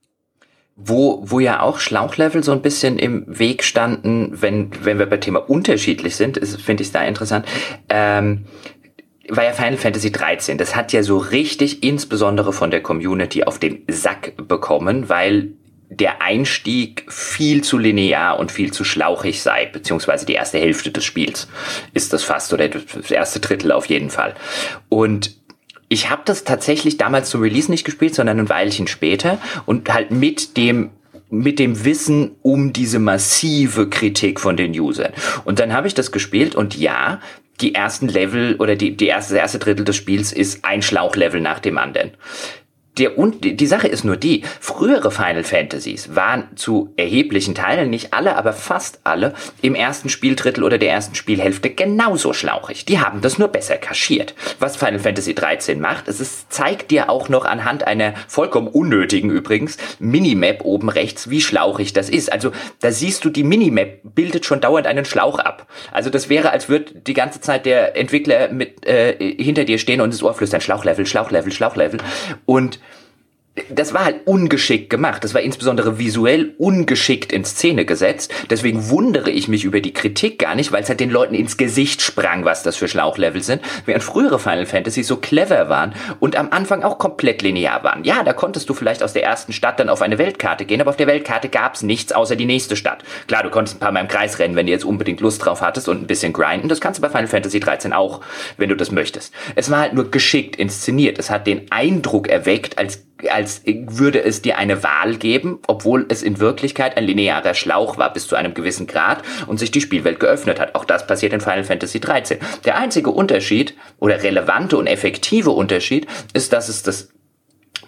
Wo, wo ja auch Schlauchlevel so ein bisschen im Weg standen, wenn, wenn wir bei Thema unterschiedlich sind, finde ich es da interessant, ähm, war ja Final Fantasy dreizehn. Das hat ja so richtig insbesondere von der Community auf den Sack bekommen, weil der Einstieg viel zu linear und viel zu schlauchig sei, beziehungsweise die erste Hälfte des Spiels ist das fast, oder das erste Drittel auf jeden Fall. Und ich habe das tatsächlich damals zum Release nicht gespielt, sondern ein Weilchen später und halt mit dem mit dem Wissen um diese massive Kritik von den Usern. Und dann habe ich das gespielt und ja, die ersten Level oder die die erste das erste Drittel des Spiels ist ein Schlauchlevel nach dem anderen. Der, und die Sache ist nur die, frühere Final Fantasies waren zu erheblichen Teilen, nicht alle, aber fast alle, im ersten Spieldrittel oder der ersten Spielhälfte genauso schlauchig. Die haben das nur besser kaschiert. Was Final Fantasy dreizehn macht, es ist, zeigt dir auch noch anhand einer vollkommen unnötigen übrigens Minimap oben rechts, wie schlauchig das ist. Also da siehst du, die Minimap bildet schon dauernd einen Schlauch ab. Also das wäre, als würde die ganze Zeit der Entwickler mit äh, hinter dir stehen und ins Ohr flüstern, Schlauchlevel, Schlauchlevel, Schlauchlevel. Und das war halt ungeschickt gemacht. Das war insbesondere visuell ungeschickt in Szene gesetzt. Deswegen wundere ich mich über die Kritik gar nicht, weil es halt den Leuten ins Gesicht sprang, was das für Schlauchlevel sind. Während frühere Final Fantasy so clever waren und am Anfang auch komplett linear waren. Ja, da konntest du vielleicht aus der ersten Stadt dann auf eine Weltkarte gehen, aber auf der Weltkarte gab's nichts außer die nächste Stadt. Klar, du konntest ein paar Mal im Kreis rennen, wenn du jetzt unbedingt Lust drauf hattest und ein bisschen grinden. Das kannst du bei Final Fantasy dreizehn auch, wenn du das möchtest. Es war halt nur geschickt inszeniert. Es hat den Eindruck erweckt, als als würde es dir eine Wahl geben, obwohl es in Wirklichkeit ein linearer Schlauch war bis zu einem gewissen Grad und sich die Spielwelt geöffnet hat. Auch das passiert in Final Fantasy dreizehn. Der einzige Unterschied oder relevante und effektive Unterschied ist, dass es das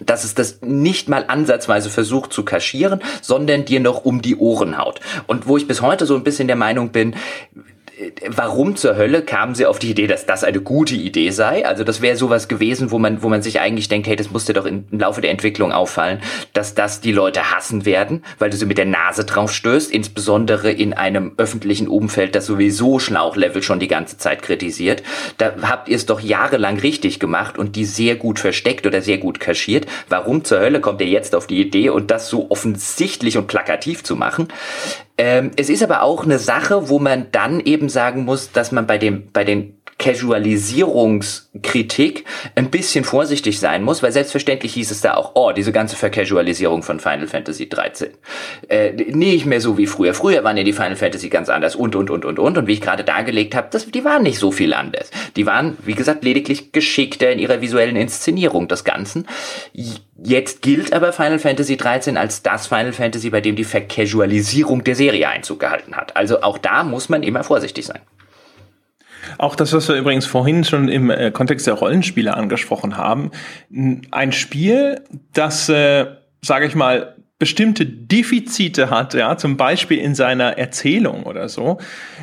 dass es das nicht mal ansatzweise versucht zu kaschieren, sondern dir noch um die Ohren haut. Und wo ich bis heute so ein bisschen der Meinung bin, warum zur Hölle kamen sie auf die Idee, dass das eine gute Idee sei? Also das wäre sowas gewesen, wo man, wo man sich eigentlich denkt, hey, das musste doch im Laufe der Entwicklung auffallen, dass das die Leute hassen werden, weil du sie mit der Nase drauf stößt, insbesondere in einem öffentlichen Umfeld, das sowieso Schlauchlevel schon die ganze Zeit kritisiert. Da habt ihr es doch jahrelang richtig gemacht und die sehr gut versteckt oder sehr gut kaschiert. Warum zur Hölle kommt ihr jetzt auf die Idee und das so offensichtlich und plakativ zu machen? Ähm, es ist aber auch eine Sache, wo man dann eben sagen muss, dass man bei dem, bei den Casualisierungskritik ein bisschen vorsichtig sein muss, weil selbstverständlich hieß es da auch, oh, diese ganze Vercasualisierung von Final Fantasy dreizehn. Äh, nicht mehr so wie früher. Früher waren ja die Final Fantasy ganz anders und, und, und, und, und. Und wie ich gerade dargelegt habe, das, die waren nicht so viel anders. Die waren, wie gesagt, lediglich geschickter in ihrer visuellen Inszenierung des Ganzen. Jetzt gilt aber Final Fantasy dreizehn als das Final Fantasy, bei dem die Vercasualisierung der Serie Einzug gehalten hat. Also auch da muss man immer vorsichtig sein. Auch das, was wir übrigens vorhin schon im äh, Kontext der Rollenspiele angesprochen haben. Ein Spiel, das, äh, sage ich mal, bestimmte Defizite hat, ja, zum Beispiel in seiner Erzählung oder so,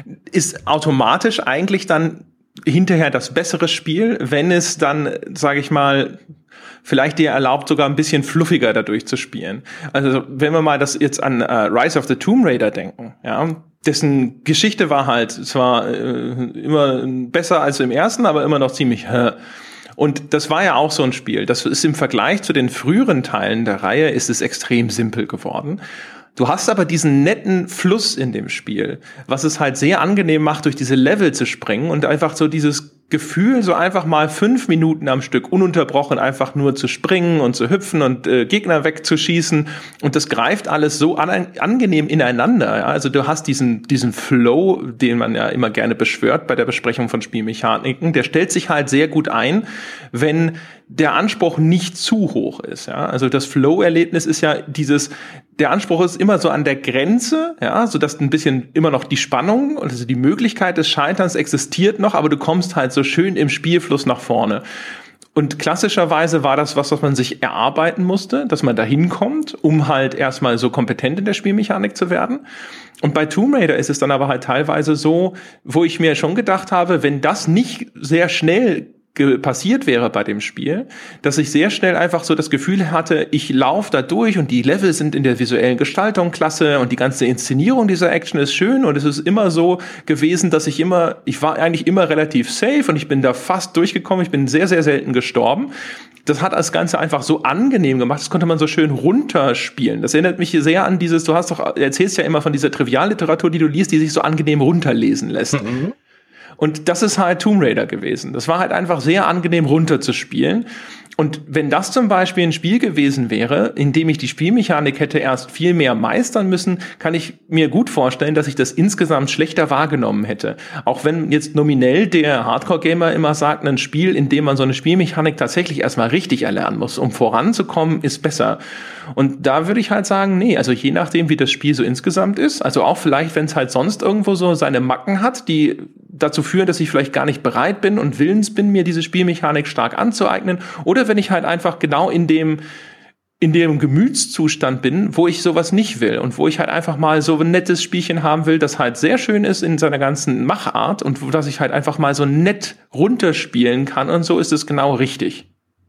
ist automatisch eigentlich dann hinterher das bessere Spiel, wenn es dann, sage ich mal, vielleicht dir erlaubt, sogar ein bisschen fluffiger dadurch zu spielen. Also wenn wir mal das jetzt an äh, Rise of the Tomb Raider denken, ja, dessen Geschichte war halt zwar äh, immer besser als im ersten, aber immer noch ziemlich äh. Und das war ja auch so ein Spiel. Das ist im Vergleich zu den früheren Teilen der Reihe ist es extrem simpel geworden. Du hast aber diesen netten Fluss in dem Spiel, was es halt sehr angenehm macht, durch diese Level zu springen und einfach so dieses Gefühl, so einfach mal fünf Minuten am Stück ununterbrochen einfach nur zu springen und zu hüpfen und äh, Gegner wegzuschießen. Und das greift alles so an, angenehm ineinander. Ja? Also du hast diesen, diesen Flow, den man ja immer gerne beschwört bei der Besprechung von Spielmechaniken. Der stellt sich halt sehr gut ein, wenn der Anspruch nicht zu hoch ist. Ja? Also das Flow-Erlebnis ist ja dieses, der Anspruch ist immer so an der Grenze, ja, so dass ein bisschen immer noch die Spannung, also die Möglichkeit des Scheiterns existiert noch, aber du kommst halt so schön im Spielfluss nach vorne. Und klassischerweise war das was, was man sich erarbeiten musste, dass man da hinkommt, um halt erstmal so kompetent in der Spielmechanik zu werden. Und bei Tomb Raider ist es dann aber halt teilweise so, wo ich mir schon gedacht habe, wenn das nicht sehr schnell passiert wäre bei dem Spiel, dass ich sehr schnell einfach so das Gefühl hatte, ich laufe da durch und die Level sind in der visuellen Gestaltung klasse und die ganze Inszenierung dieser Action ist schön und es ist immer so gewesen, dass ich immer, ich war eigentlich immer relativ safe und ich bin da fast durchgekommen, ich bin sehr, sehr selten gestorben. Das hat das Ganze einfach so angenehm gemacht, das konnte man so schön runterspielen. Das erinnert mich hier sehr an dieses, du hast doch, erzählst ja immer von dieser Trivialliteratur, die du liest, die sich so angenehm runterlesen lässt. Mhm. Und das ist halt Tomb Raider gewesen. Das war halt einfach sehr angenehm runterzuspielen. Und wenn das zum Beispiel ein Spiel gewesen wäre, in dem ich die Spielmechanik hätte erst viel mehr meistern müssen, kann ich mir gut vorstellen, dass ich das insgesamt schlechter wahrgenommen hätte. Auch wenn jetzt nominell der Hardcore-Gamer immer sagt, ein Spiel, in dem man so eine Spielmechanik tatsächlich erstmal richtig erlernen muss, um voranzukommen, ist besser. Und da würde ich halt sagen, nee, also je nachdem, wie das Spiel so insgesamt ist, also auch vielleicht, wenn es halt sonst irgendwo so seine Macken hat, die dazu führen, dass ich vielleicht gar nicht bereit bin und willens bin, mir diese Spielmechanik stark anzueignen, oder wenn ich halt einfach genau in dem in dem Gemütszustand bin, wo ich sowas nicht will und wo ich halt einfach mal so ein nettes Spielchen haben will, das halt sehr schön ist in seiner ganzen Machart und wo das ich halt einfach mal so nett runterspielen kann, und so ist es genau richtig.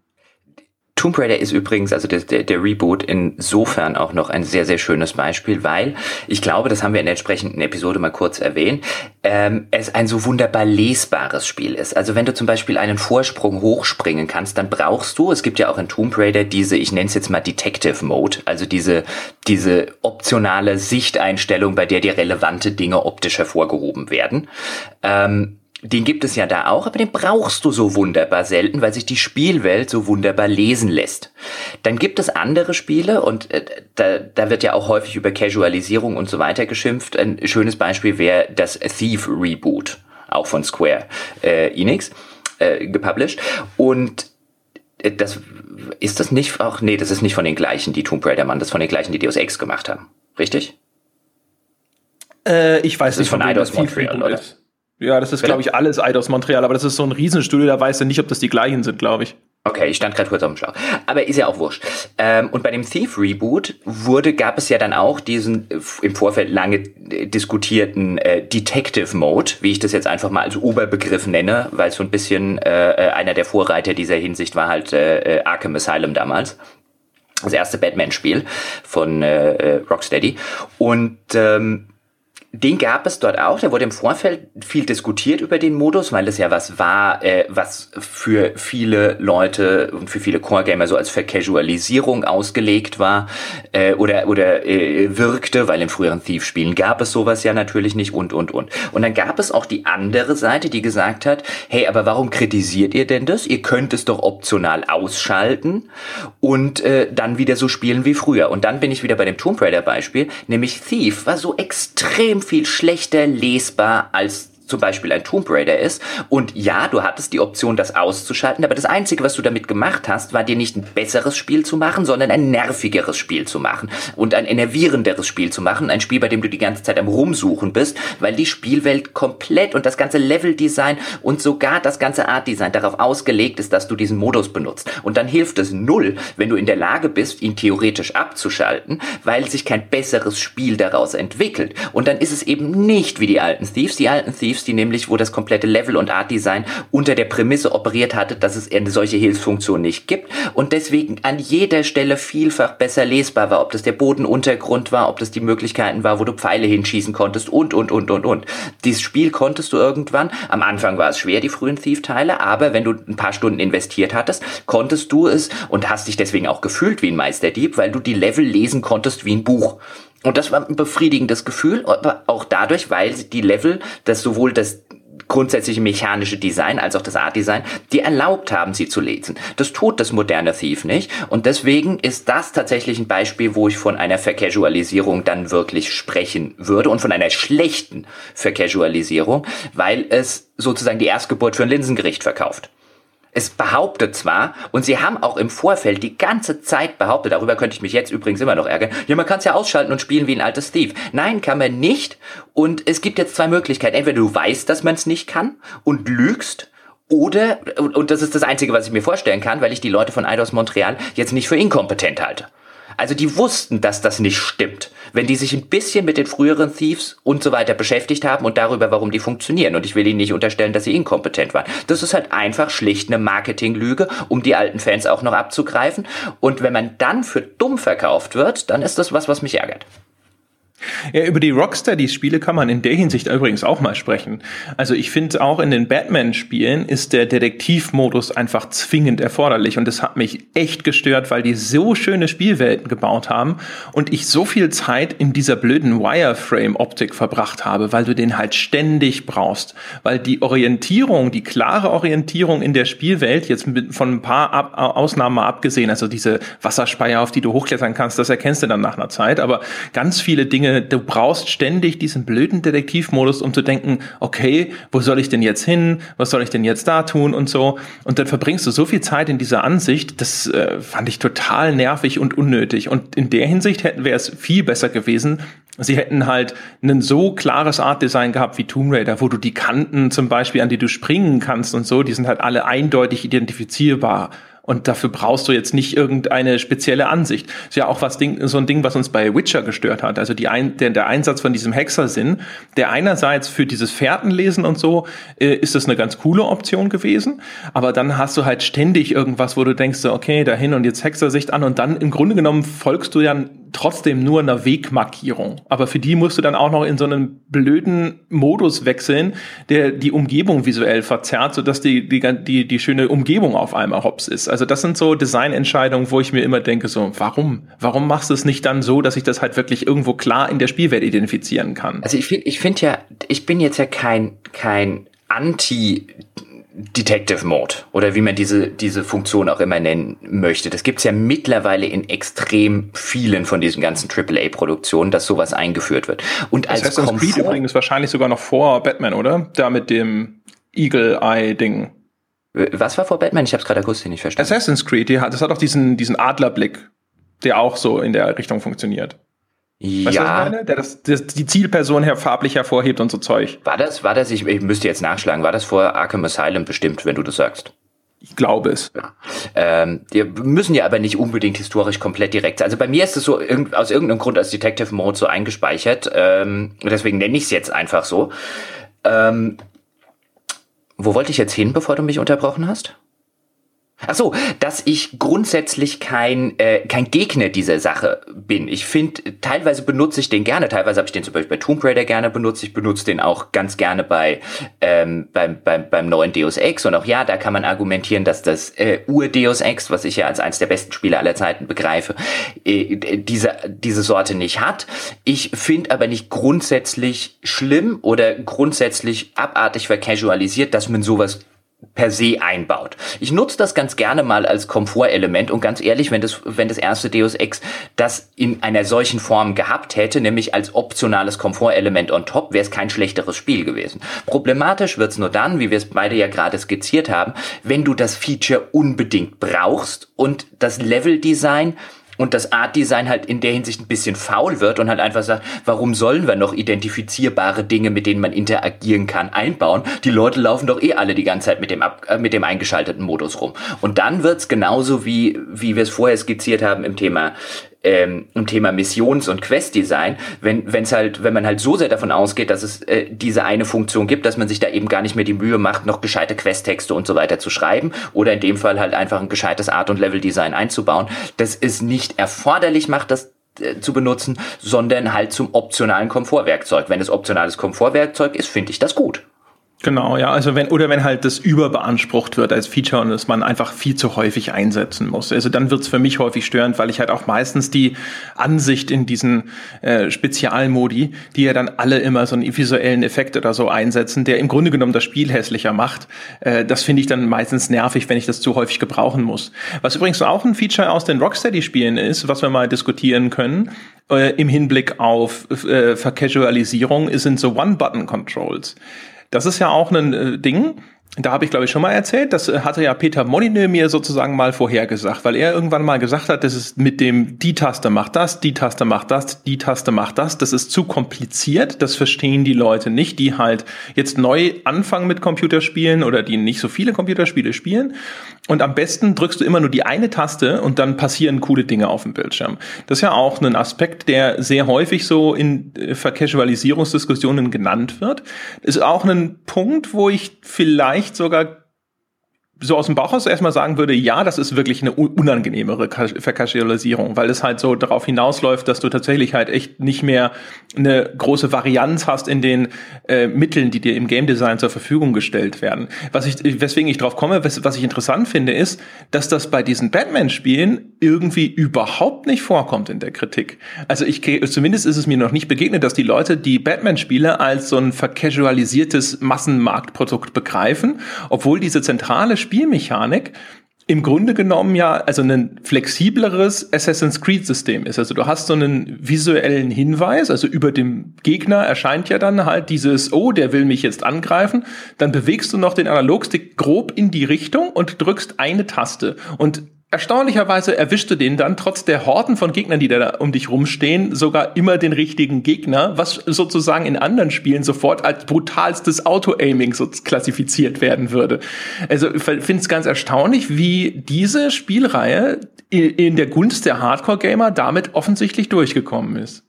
Tomb Raider ist übrigens, also der, der, der Reboot, insofern auch noch ein sehr, sehr schönes Beispiel, weil ich glaube, das haben wir in der entsprechenden Episode mal kurz erwähnt, ähm, es ein so wunderbar lesbares Spiel ist. Also wenn du zum Beispiel einen Vorsprung hochspringen kannst, dann brauchst du, es gibt ja auch in Tomb Raider diese, ich nenne es jetzt mal Detective Mode, also diese, diese optionale Sichteinstellung, bei der dir relevante Dinge optisch hervorgehoben werden. Ähm, Den gibt es ja da auch, aber den brauchst du so wunderbar selten, weil sich die Spielwelt so wunderbar lesen lässt. Dann gibt es andere Spiele und äh, da, da wird ja auch häufig über Casualisierung und so weiter geschimpft. Ein schönes Beispiel wäre das Thief Reboot, auch von Square äh, Enix äh, gepublished. Und äh, das ist das nicht auch, nee, das ist nicht von den gleichen, die Tomb Raider machen, das ist von den gleichen, die Deus Ex gemacht haben. Richtig? Äh, ich weiß das nicht. Das ist von Eidos Montreal, oder? Ja, das ist, glaube ich, alles Eidos Montreal, aber das ist so ein Riesenstudio, da weißt du nicht, ob das die gleichen sind, glaube ich. Okay, ich stand gerade kurz auf dem Schlauch. Aber ist ja auch wurscht. Ähm, und bei dem Thief-Reboot wurde, gab es ja dann auch diesen äh, im Vorfeld lange äh, diskutierten äh, Detective-Mode, wie ich das jetzt einfach mal als Oberbegriff nenne, weil so ein bisschen äh, einer der Vorreiter dieser Hinsicht war halt äh, Arkham Asylum damals. Das erste Batman-Spiel von äh, Rocksteady. Und ähm, den gab es dort auch, der wurde im Vorfeld viel diskutiert über den Modus, weil das ja was war, äh, was für viele Leute und für viele Core-Gamer so als Vercasualisierung ausgelegt war äh, oder oder äh, wirkte, weil in früheren Thief-Spielen gab es sowas ja natürlich nicht und, und, und. Und dann gab es auch die andere Seite, die gesagt hat, hey, aber warum kritisiert ihr denn das? Ihr könnt es doch optional ausschalten und äh, dann wieder so spielen wie früher. Und dann bin ich wieder bei dem Tomb Raider-Beispiel, nämlich Thief war so extrem viel schlechter lesbar als zum Beispiel ein Tomb Raider ist. Und ja, du hattest die Option, das auszuschalten, aber das Einzige, was du damit gemacht hast, war dir nicht ein besseres Spiel zu machen, sondern ein nervigeres Spiel zu machen und ein enervierenderes Spiel zu machen. Ein Spiel, bei dem du die ganze Zeit am Rumsuchen bist, weil die Spielwelt komplett und das ganze Leveldesign und sogar das ganze Artdesign darauf ausgelegt ist, dass du diesen Modus benutzt. Und dann hilft es null, wenn du in der Lage bist, ihn theoretisch abzuschalten, weil sich kein besseres Spiel daraus entwickelt. Und dann ist es eben nicht wie die alten Thieves. Die alten Thieves, die nämlich, wo das komplette Level- und Art-Design unter der Prämisse operiert hatte, dass es eine solche Hilfsfunktion nicht gibt und deswegen an jeder Stelle vielfach besser lesbar war, ob das der Bodenuntergrund war, ob das die Möglichkeiten war, wo du Pfeile hinschießen konntest und, und, und, und, und. Dieses Spiel konntest du irgendwann, am Anfang war es schwer, die frühen Thief-Teile, aber wenn du ein paar Stunden investiert hattest, konntest du es und hast dich deswegen auch gefühlt wie ein Meisterdieb, weil du die Level lesen konntest wie ein Buch. Und das war ein befriedigendes Gefühl, aber auch dadurch, weil die Level, das sowohl das grundsätzliche mechanische Design als auch das Art-Design, die erlaubt haben, sie zu lesen. Das tut das moderne Thief nicht und deswegen ist das tatsächlich ein Beispiel, wo ich von einer Vercasualisierung dann wirklich sprechen würde und von einer schlechten Vercasualisierung, weil es sozusagen die Erstgeburt für ein Linsengericht verkauft. Es behauptet zwar, und sie haben auch im Vorfeld die ganze Zeit behauptet, darüber könnte ich mich jetzt übrigens immer noch ärgern, ja, man kann es ja ausschalten und spielen wie ein altes Thief. Nein, kann man nicht. Und es gibt jetzt zwei Möglichkeiten. Entweder du weißt, dass man es nicht kann und lügst, oder, und das ist das Einzige, was ich mir vorstellen kann, weil ich die Leute von Eidos Montreal jetzt nicht für inkompetent halte. Also die wussten, dass das nicht stimmt, wenn die sich ein bisschen mit den früheren Thieves und so weiter beschäftigt haben und darüber, warum die funktionieren. Und ich will ihnen nicht unterstellen, dass sie inkompetent waren. Das ist halt einfach schlicht eine Marketinglüge, um die alten Fans auch noch abzugreifen. Und wenn man dann für dumm verkauft wird, dann ist das was, was mich ärgert. Ja, über die Rocksteady-Spiele kann man in der Hinsicht übrigens auch mal sprechen. Also ich finde, auch in den Batman-Spielen ist der Detektivmodus einfach zwingend erforderlich und das hat mich echt gestört, weil die so schöne Spielwelten gebaut haben und ich so viel Zeit in dieser blöden Wireframe-Optik verbracht habe, weil du den halt ständig brauchst, weil die Orientierung, die klare Orientierung in der Spielwelt, jetzt mit, von ein paar Ab- Ausnahmen mal abgesehen, also diese Wasserspeier, auf die du hochklettern kannst, das erkennst du dann nach einer Zeit, aber ganz viele Dinge, du brauchst ständig diesen blöden Detektivmodus, um zu denken, okay, wo soll ich denn jetzt hin? Was soll ich denn jetzt da tun? Und so. Und dann verbringst du so viel Zeit in dieser Ansicht, das äh, fand ich total nervig und unnötig. Und in der Hinsicht hätten wäre es viel besser gewesen, sie hätten halt ein so klares Artdesign gehabt wie Tomb Raider, wo du die Kanten zum Beispiel, an die du springen kannst und so, die sind halt alle eindeutig identifizierbar. Und dafür brauchst du jetzt nicht irgendeine spezielle Ansicht. Ist ja auch was Ding, so ein Ding, was uns bei Witcher gestört hat. Also die ein, der, der Einsatz von diesem Hexersinn, der einerseits für dieses Fährtenlesen und so, äh, ist das eine ganz coole Option gewesen. Aber dann hast du halt ständig irgendwas, wo du denkst, so, okay, dahin und jetzt Hexersicht an. Und dann im Grunde genommen folgst du dann trotzdem nur einer Wegmarkierung. Aber für die musst du dann auch noch in so einen blöden Modus wechseln, der die Umgebung visuell verzerrt, sodass die, die, die, die schöne Umgebung auf einmal hops ist. Also das sind so Designentscheidungen, wo ich mir immer denke, so, warum? Warum machst du es nicht dann so, dass ich das halt wirklich irgendwo klar in der Spielwelt identifizieren kann? Also ich finde, ich finde ja, ich bin jetzt ja kein, kein Anti- Detective Mode oder wie man diese diese Funktion auch immer nennen möchte. Das gibt's ja mittlerweile in extrem vielen von diesen ganzen Triple A-Produktionen, dass sowas eingeführt wird. Und als Assassin's Creed übrigens wahrscheinlich sogar noch vor Batman, oder? Da mit dem Eagle-Eye-Ding. Was war vor Batman? Ich habe es gerade akustisch nicht verstanden. Assassin's Creed, die hat, das hat auch diesen diesen Adlerblick, der auch so in der Richtung funktioniert. Ja. Weißt du, was ich meine? Der das, das die Zielperson her farblich hervorhebt und so Zeug. War das, war das, ich, ich müsste jetzt nachschlagen, war das vor Arkham Asylum bestimmt, wenn du das sagst? Ich glaube es. Ja. Ähm, wir müssen ja aber nicht unbedingt historisch komplett direkt sein. Also bei mir ist es so irg- aus irgendeinem Grund als Detective Mode so eingespeichert. Ähm, deswegen nenne ich es jetzt einfach so. Ähm, wo wollte ich jetzt hin, bevor du mich unterbrochen hast? Ach so, dass ich grundsätzlich kein äh, kein Gegner dieser Sache bin. Ich finde, teilweise benutze ich den gerne, teilweise habe ich den zum Beispiel bei Tomb Raider gerne benutzt. Ich benutze den auch ganz gerne bei ähm, beim, beim beim neuen Deus Ex. Und auch ja, da kann man argumentieren, dass das äh, Ur-Deus Ex, was ich ja als eines der besten Spiele aller Zeiten begreife, äh, diese diese Sorte nicht hat. Ich finde aber nicht grundsätzlich schlimm oder grundsätzlich abartig vercasualisiert, dass man sowas per se einbaut. Ich nutze das ganz gerne mal als Komfortelement und ganz ehrlich, wenn das, wenn das erste Deus Ex das in einer solchen Form gehabt hätte, nämlich als optionales Komfortelement on top, wäre es kein schlechteres Spiel gewesen. Problematisch wird's nur dann, wie wir es beide ja gerade skizziert haben, wenn du das Feature unbedingt brauchst und das Leveldesign und das Art-Design halt in der Hinsicht ein bisschen faul wird und halt einfach sagt, warum sollen wir noch identifizierbare Dinge, mit denen man interagieren kann, einbauen? Die Leute laufen doch eh alle die ganze Zeit mit dem ab, äh, mit dem eingeschalteten Modus rum. Und dann wird's genauso wie wie wir es vorher skizziert haben im Thema ähm, im Thema Missions- und Quest-Design, wenn wenn's halt, wenn man halt so sehr davon ausgeht, dass es äh, diese eine Funktion gibt, dass man sich da eben gar nicht mehr die Mühe macht, noch gescheite Questtexte und so weiter zu schreiben oder in dem Fall halt einfach ein gescheites Art- und Level-Design einzubauen, das ist nicht erforderlich macht, das äh, zu benutzen, sondern halt zum optionalen Komfortwerkzeug. Wenn es optionales Komfortwerkzeug ist, finde ich das gut. Genau, ja, also wenn, oder wenn halt das überbeansprucht wird als Feature und es man einfach viel zu häufig einsetzen muss. Also dann wird's für mich häufig störend, weil ich halt auch meistens die Ansicht in diesen äh, Spezialmodi, die ja dann alle immer so einen visuellen Effekt oder so einsetzen, der im Grunde genommen das Spiel hässlicher macht, äh, das finde ich dann meistens nervig, wenn ich das zu häufig gebrauchen muss. Was übrigens auch ein Feature aus den Rocksteady-Spielen ist, was wir mal diskutieren können, äh, im Hinblick auf äh, Vercasualisierung, sind so One-Button-Controls. Das ist ja auch ein äh, Ding, da habe ich, glaube ich, schon mal erzählt, das äh, hatte ja Peter Molyneux mir sozusagen mal vorhergesagt, weil er irgendwann mal gesagt hat, das ist mit dem, die Taste macht das, die Taste macht das, die Taste macht das, das ist zu kompliziert, das verstehen die Leute nicht, die halt jetzt neu anfangen mit Computerspielen oder die nicht so viele Computerspiele spielen. Und am besten drückst du immer nur die eine Taste und dann passieren coole Dinge auf dem Bildschirm. Das ist ja auch ein Aspekt, der sehr häufig so in Vercasualisierungsdiskussionen genannt wird. Ist auch ein Punkt, wo ich vielleicht sogar so aus dem Bauch erstmal sagen würde, ja, das ist wirklich eine unangenehmere Vercasualisierung, weil es halt so darauf hinausläuft, dass du tatsächlich halt echt nicht mehr eine große Varianz hast in den äh, Mitteln, die dir im Game Design zur Verfügung gestellt werden. Was ich, weswegen ich drauf komme, was, was ich interessant finde, ist, dass das bei diesen Batman-Spielen irgendwie überhaupt nicht vorkommt in der Kritik. Also ich, zumindest ist es mir noch nicht begegnet, dass die Leute die Batman-Spiele als so ein vercasualisiertes Massenmarktprodukt begreifen, obwohl diese zentrale Spielmechanik im Grunde genommen ja also ein flexibleres Assassin's Creed System ist. Also du hast so einen visuellen Hinweis, also über dem Gegner erscheint ja dann halt dieses, oh, der will mich jetzt angreifen. Dann bewegst du noch den Analogstick grob in die Richtung und drückst eine Taste. Und erstaunlicherweise erwischst du den dann trotz der Horden von Gegnern, die da um dich rumstehen, sogar immer den richtigen Gegner, was sozusagen in anderen Spielen sofort als brutalstes Auto-Aiming so klassifiziert werden würde. Also ich finde es ganz erstaunlich, wie diese Spielreihe in der Gunst der Hardcore-Gamer damit offensichtlich durchgekommen ist.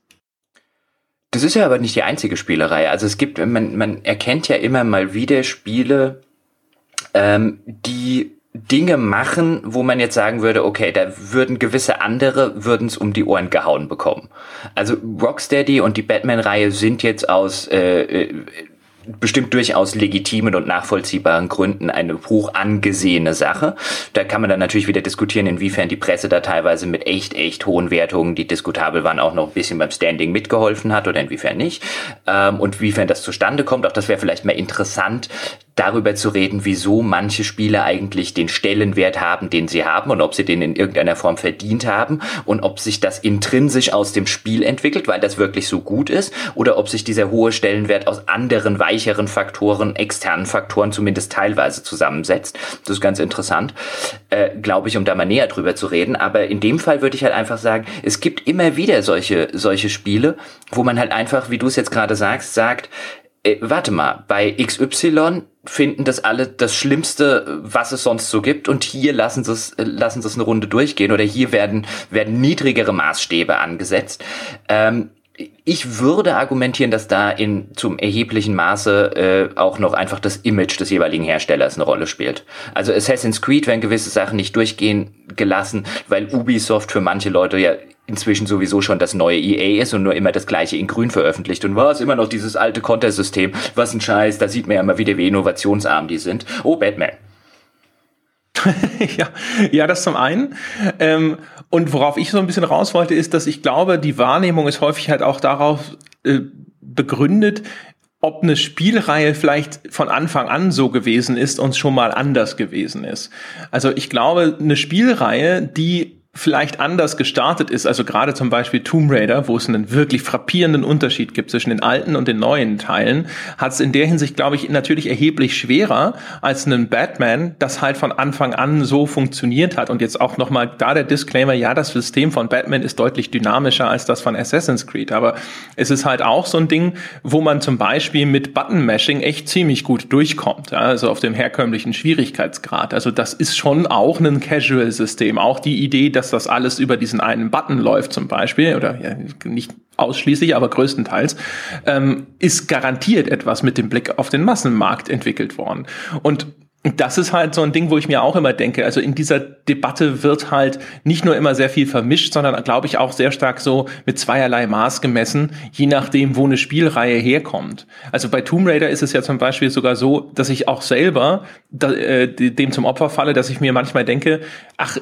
Das ist ja aber nicht die einzige Spielerei. Also es gibt, man, man erkennt ja immer mal wieder Spiele, ähm, die Dinge machen, wo man jetzt sagen würde, okay, da würden gewisse andere, würden es um die Ohren gehauen bekommen. Also Rocksteady und die Batman-Reihe sind jetzt aus äh, bestimmt durchaus legitimen und nachvollziehbaren Gründen eine hoch angesehene Sache. Da kann man dann natürlich wieder diskutieren, inwiefern die Presse da teilweise mit echt, echt hohen Wertungen, die diskutabel waren, auch noch ein bisschen beim Standing mitgeholfen hat oder inwiefern nicht. Ähm, und inwiefern das zustande kommt, auch das wäre vielleicht mal interessant, darüber zu reden, wieso manche Spiele eigentlich den Stellenwert haben, den sie haben und ob sie den in irgendeiner Form verdient haben und ob sich das intrinsisch aus dem Spiel entwickelt, weil das wirklich so gut ist, oder ob sich dieser hohe Stellenwert aus anderen, weicheren Faktoren, externen Faktoren zumindest teilweise zusammensetzt. Das ist ganz interessant, äh, glaube ich, um da mal näher drüber zu reden. Aber in dem Fall würde ich halt einfach sagen, es gibt immer wieder solche, solche Spiele, wo man halt einfach, wie du es jetzt gerade sagst, sagt, äh, warte mal, bei X Y finden das alle das Schlimmste, was es sonst so gibt, und hier lassen sie es, lassen sie es eine Runde durchgehen, oder hier werden, werden niedrigere Maßstäbe angesetzt. Ähm, Ich würde argumentieren, dass da in zum erheblichen Maße äh, auch noch einfach das Image des jeweiligen Herstellers eine Rolle spielt. Also Assassin's Creed werden gewisse Sachen nicht durchgehen gelassen, weil Ubisoft für manche Leute ja inzwischen sowieso schon das neue E A ist und nur immer das gleiche in grün veröffentlicht. Und was, immer noch dieses alte Contest-System, was ein Scheiß, da sieht man ja immer wieder, wie innovationsarm die sind. Oh, Batman. ja, ja, das zum einen. Ähm, und worauf ich so ein bisschen raus wollte, ist, dass ich glaube, die Wahrnehmung ist häufig halt auch darauf äh, begründet, ob eine Spielreihe vielleicht von Anfang an so gewesen ist und schon mal anders gewesen ist. Also ich glaube, eine Spielreihe, die vielleicht anders gestartet ist, also gerade zum Beispiel Tomb Raider, wo es einen wirklich frappierenden Unterschied gibt zwischen den alten und den neuen Teilen, hat es in der Hinsicht, glaube ich, natürlich erheblich schwerer als einen Batman, das halt von Anfang an so funktioniert hat. Und jetzt auch nochmal da der Disclaimer, ja, das System von Batman ist deutlich dynamischer als das von Assassin's Creed, aber es ist halt auch so ein Ding, wo man zum Beispiel mit Button-Mashing echt ziemlich gut durchkommt, ja, also auf dem herkömmlichen Schwierigkeitsgrad. Also das ist schon auch ein Casual-System, auch die Idee, dass dass das alles über diesen einen Button läuft zum Beispiel, oder ja, nicht ausschließlich, aber größtenteils, ähm, ist garantiert etwas mit dem Blick auf den Massenmarkt entwickelt worden. Und das ist halt so ein Ding, wo ich mir auch immer denke, also in dieser Debatte wird halt nicht nur immer sehr viel vermischt, sondern, glaube ich, auch sehr stark so mit zweierlei Maß gemessen, je nachdem, wo eine Spielreihe herkommt. Also bei Tomb Raider ist es ja zum Beispiel sogar so, dass ich auch selber da, äh, dem zum Opfer falle, dass ich mir manchmal denke, ach,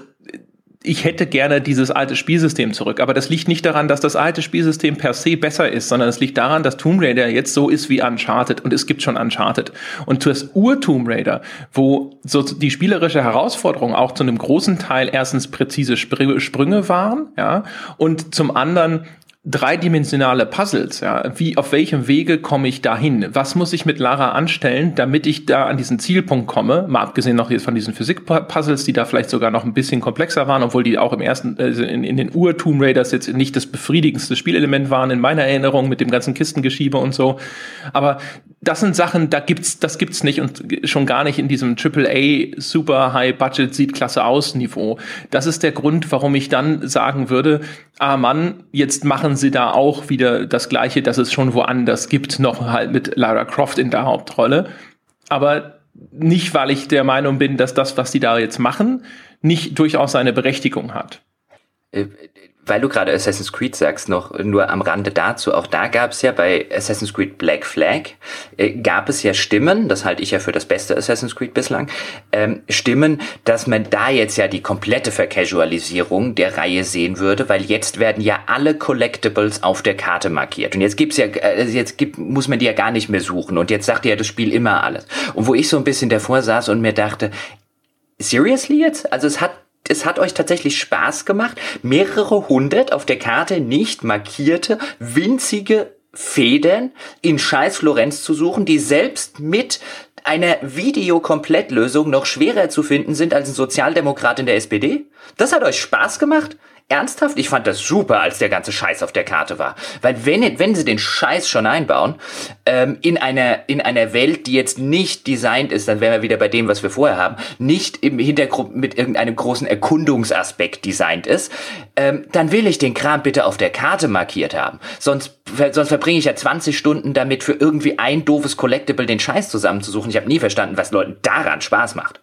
ich hätte gerne dieses alte Spielsystem zurück, aber das liegt nicht daran, dass das alte Spielsystem per se besser ist, sondern es liegt daran, dass Tomb Raider jetzt so ist wie Uncharted, und es gibt schon Uncharted. Und das Ur-Tomb Raider, wo so die spielerische Herausforderung auch zu einem großen Teil erstens präzise Spr- Sprünge waren, ja, und zum anderen dreidimensionale Puzzles, ja, wie, auf welchem Wege komme ich dahin? Was muss ich mit Lara anstellen, damit ich da an diesen Zielpunkt komme? Mal abgesehen noch von diesen Physik-Puzzles, die da vielleicht sogar noch ein bisschen komplexer waren, obwohl die auch im ersten, also in, in den Ur-Tomb Raiders jetzt nicht das befriedigendste Spielelement waren in meiner Erinnerung mit dem ganzen Kistengeschiebe und so. Aber das sind Sachen, da gibt's, das gibt's nicht, und schon gar nicht in diesem Triple A Super High Budget sieht klasse aus Niveau. Das ist der Grund, warum ich dann sagen würde, ah Mann, jetzt machen sie da auch wieder das Gleiche, das es schon woanders gibt, noch halt mit Lara Croft in der Hauptrolle. Aber nicht, weil ich der Meinung bin, dass das, was die da jetzt machen, nicht durchaus seine Berechtigung hat. Äh, Weil du gerade Assassin's Creed sagst, noch nur am Rande dazu, auch da gab es ja bei Assassin's Creed Black Flag, äh, gab es ja Stimmen, das halte ich ja für das beste Assassin's Creed bislang, ähm, Stimmen, dass man da jetzt ja die komplette Vercasualisierung der Reihe sehen würde, weil jetzt werden ja alle Collectibles auf der Karte markiert. Und jetzt gibt's ja, äh, jetzt gibt, muss man die ja gar nicht mehr suchen, und jetzt sagt ja das Spiel immer alles. Und wo ich so ein bisschen davor saß und mir dachte, seriously jetzt? Also es hat Es hat euch tatsächlich Spaß gemacht, mehrere hundert auf der Karte nicht markierte, winzige Federn in scheiß Florenz zu suchen, die selbst mit einer Videokomplettlösung noch schwerer zu finden sind als ein Sozialdemokrat in der S P D? Das hat euch Spaß gemacht? Ernsthaft? Ich fand das super, als der ganze Scheiß auf der Karte war. Weil wenn, wenn sie den Scheiß schon einbauen, ähm, in einer, in einer Welt, die jetzt nicht designt ist, dann wären wir wieder bei dem, was wir vorher haben, nicht im Hintergrund mit irgendeinem großen Erkundungsaspekt designt ist, ähm, dann will ich den Kram bitte auf der Karte markiert haben. Sonst, sonst verbringe ich ja zwanzig Stunden damit, für irgendwie ein doofes Collectible den Scheiß zusammenzusuchen. Ich habe nie verstanden, was Leuten daran Spaß macht.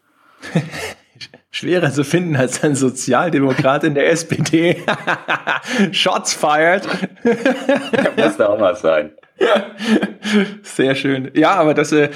Schwerer zu finden als ein Sozialdemokrat in der S P D. Shots fired. Muss da auch mal sein. Sehr schön. Ja, aber das, äh,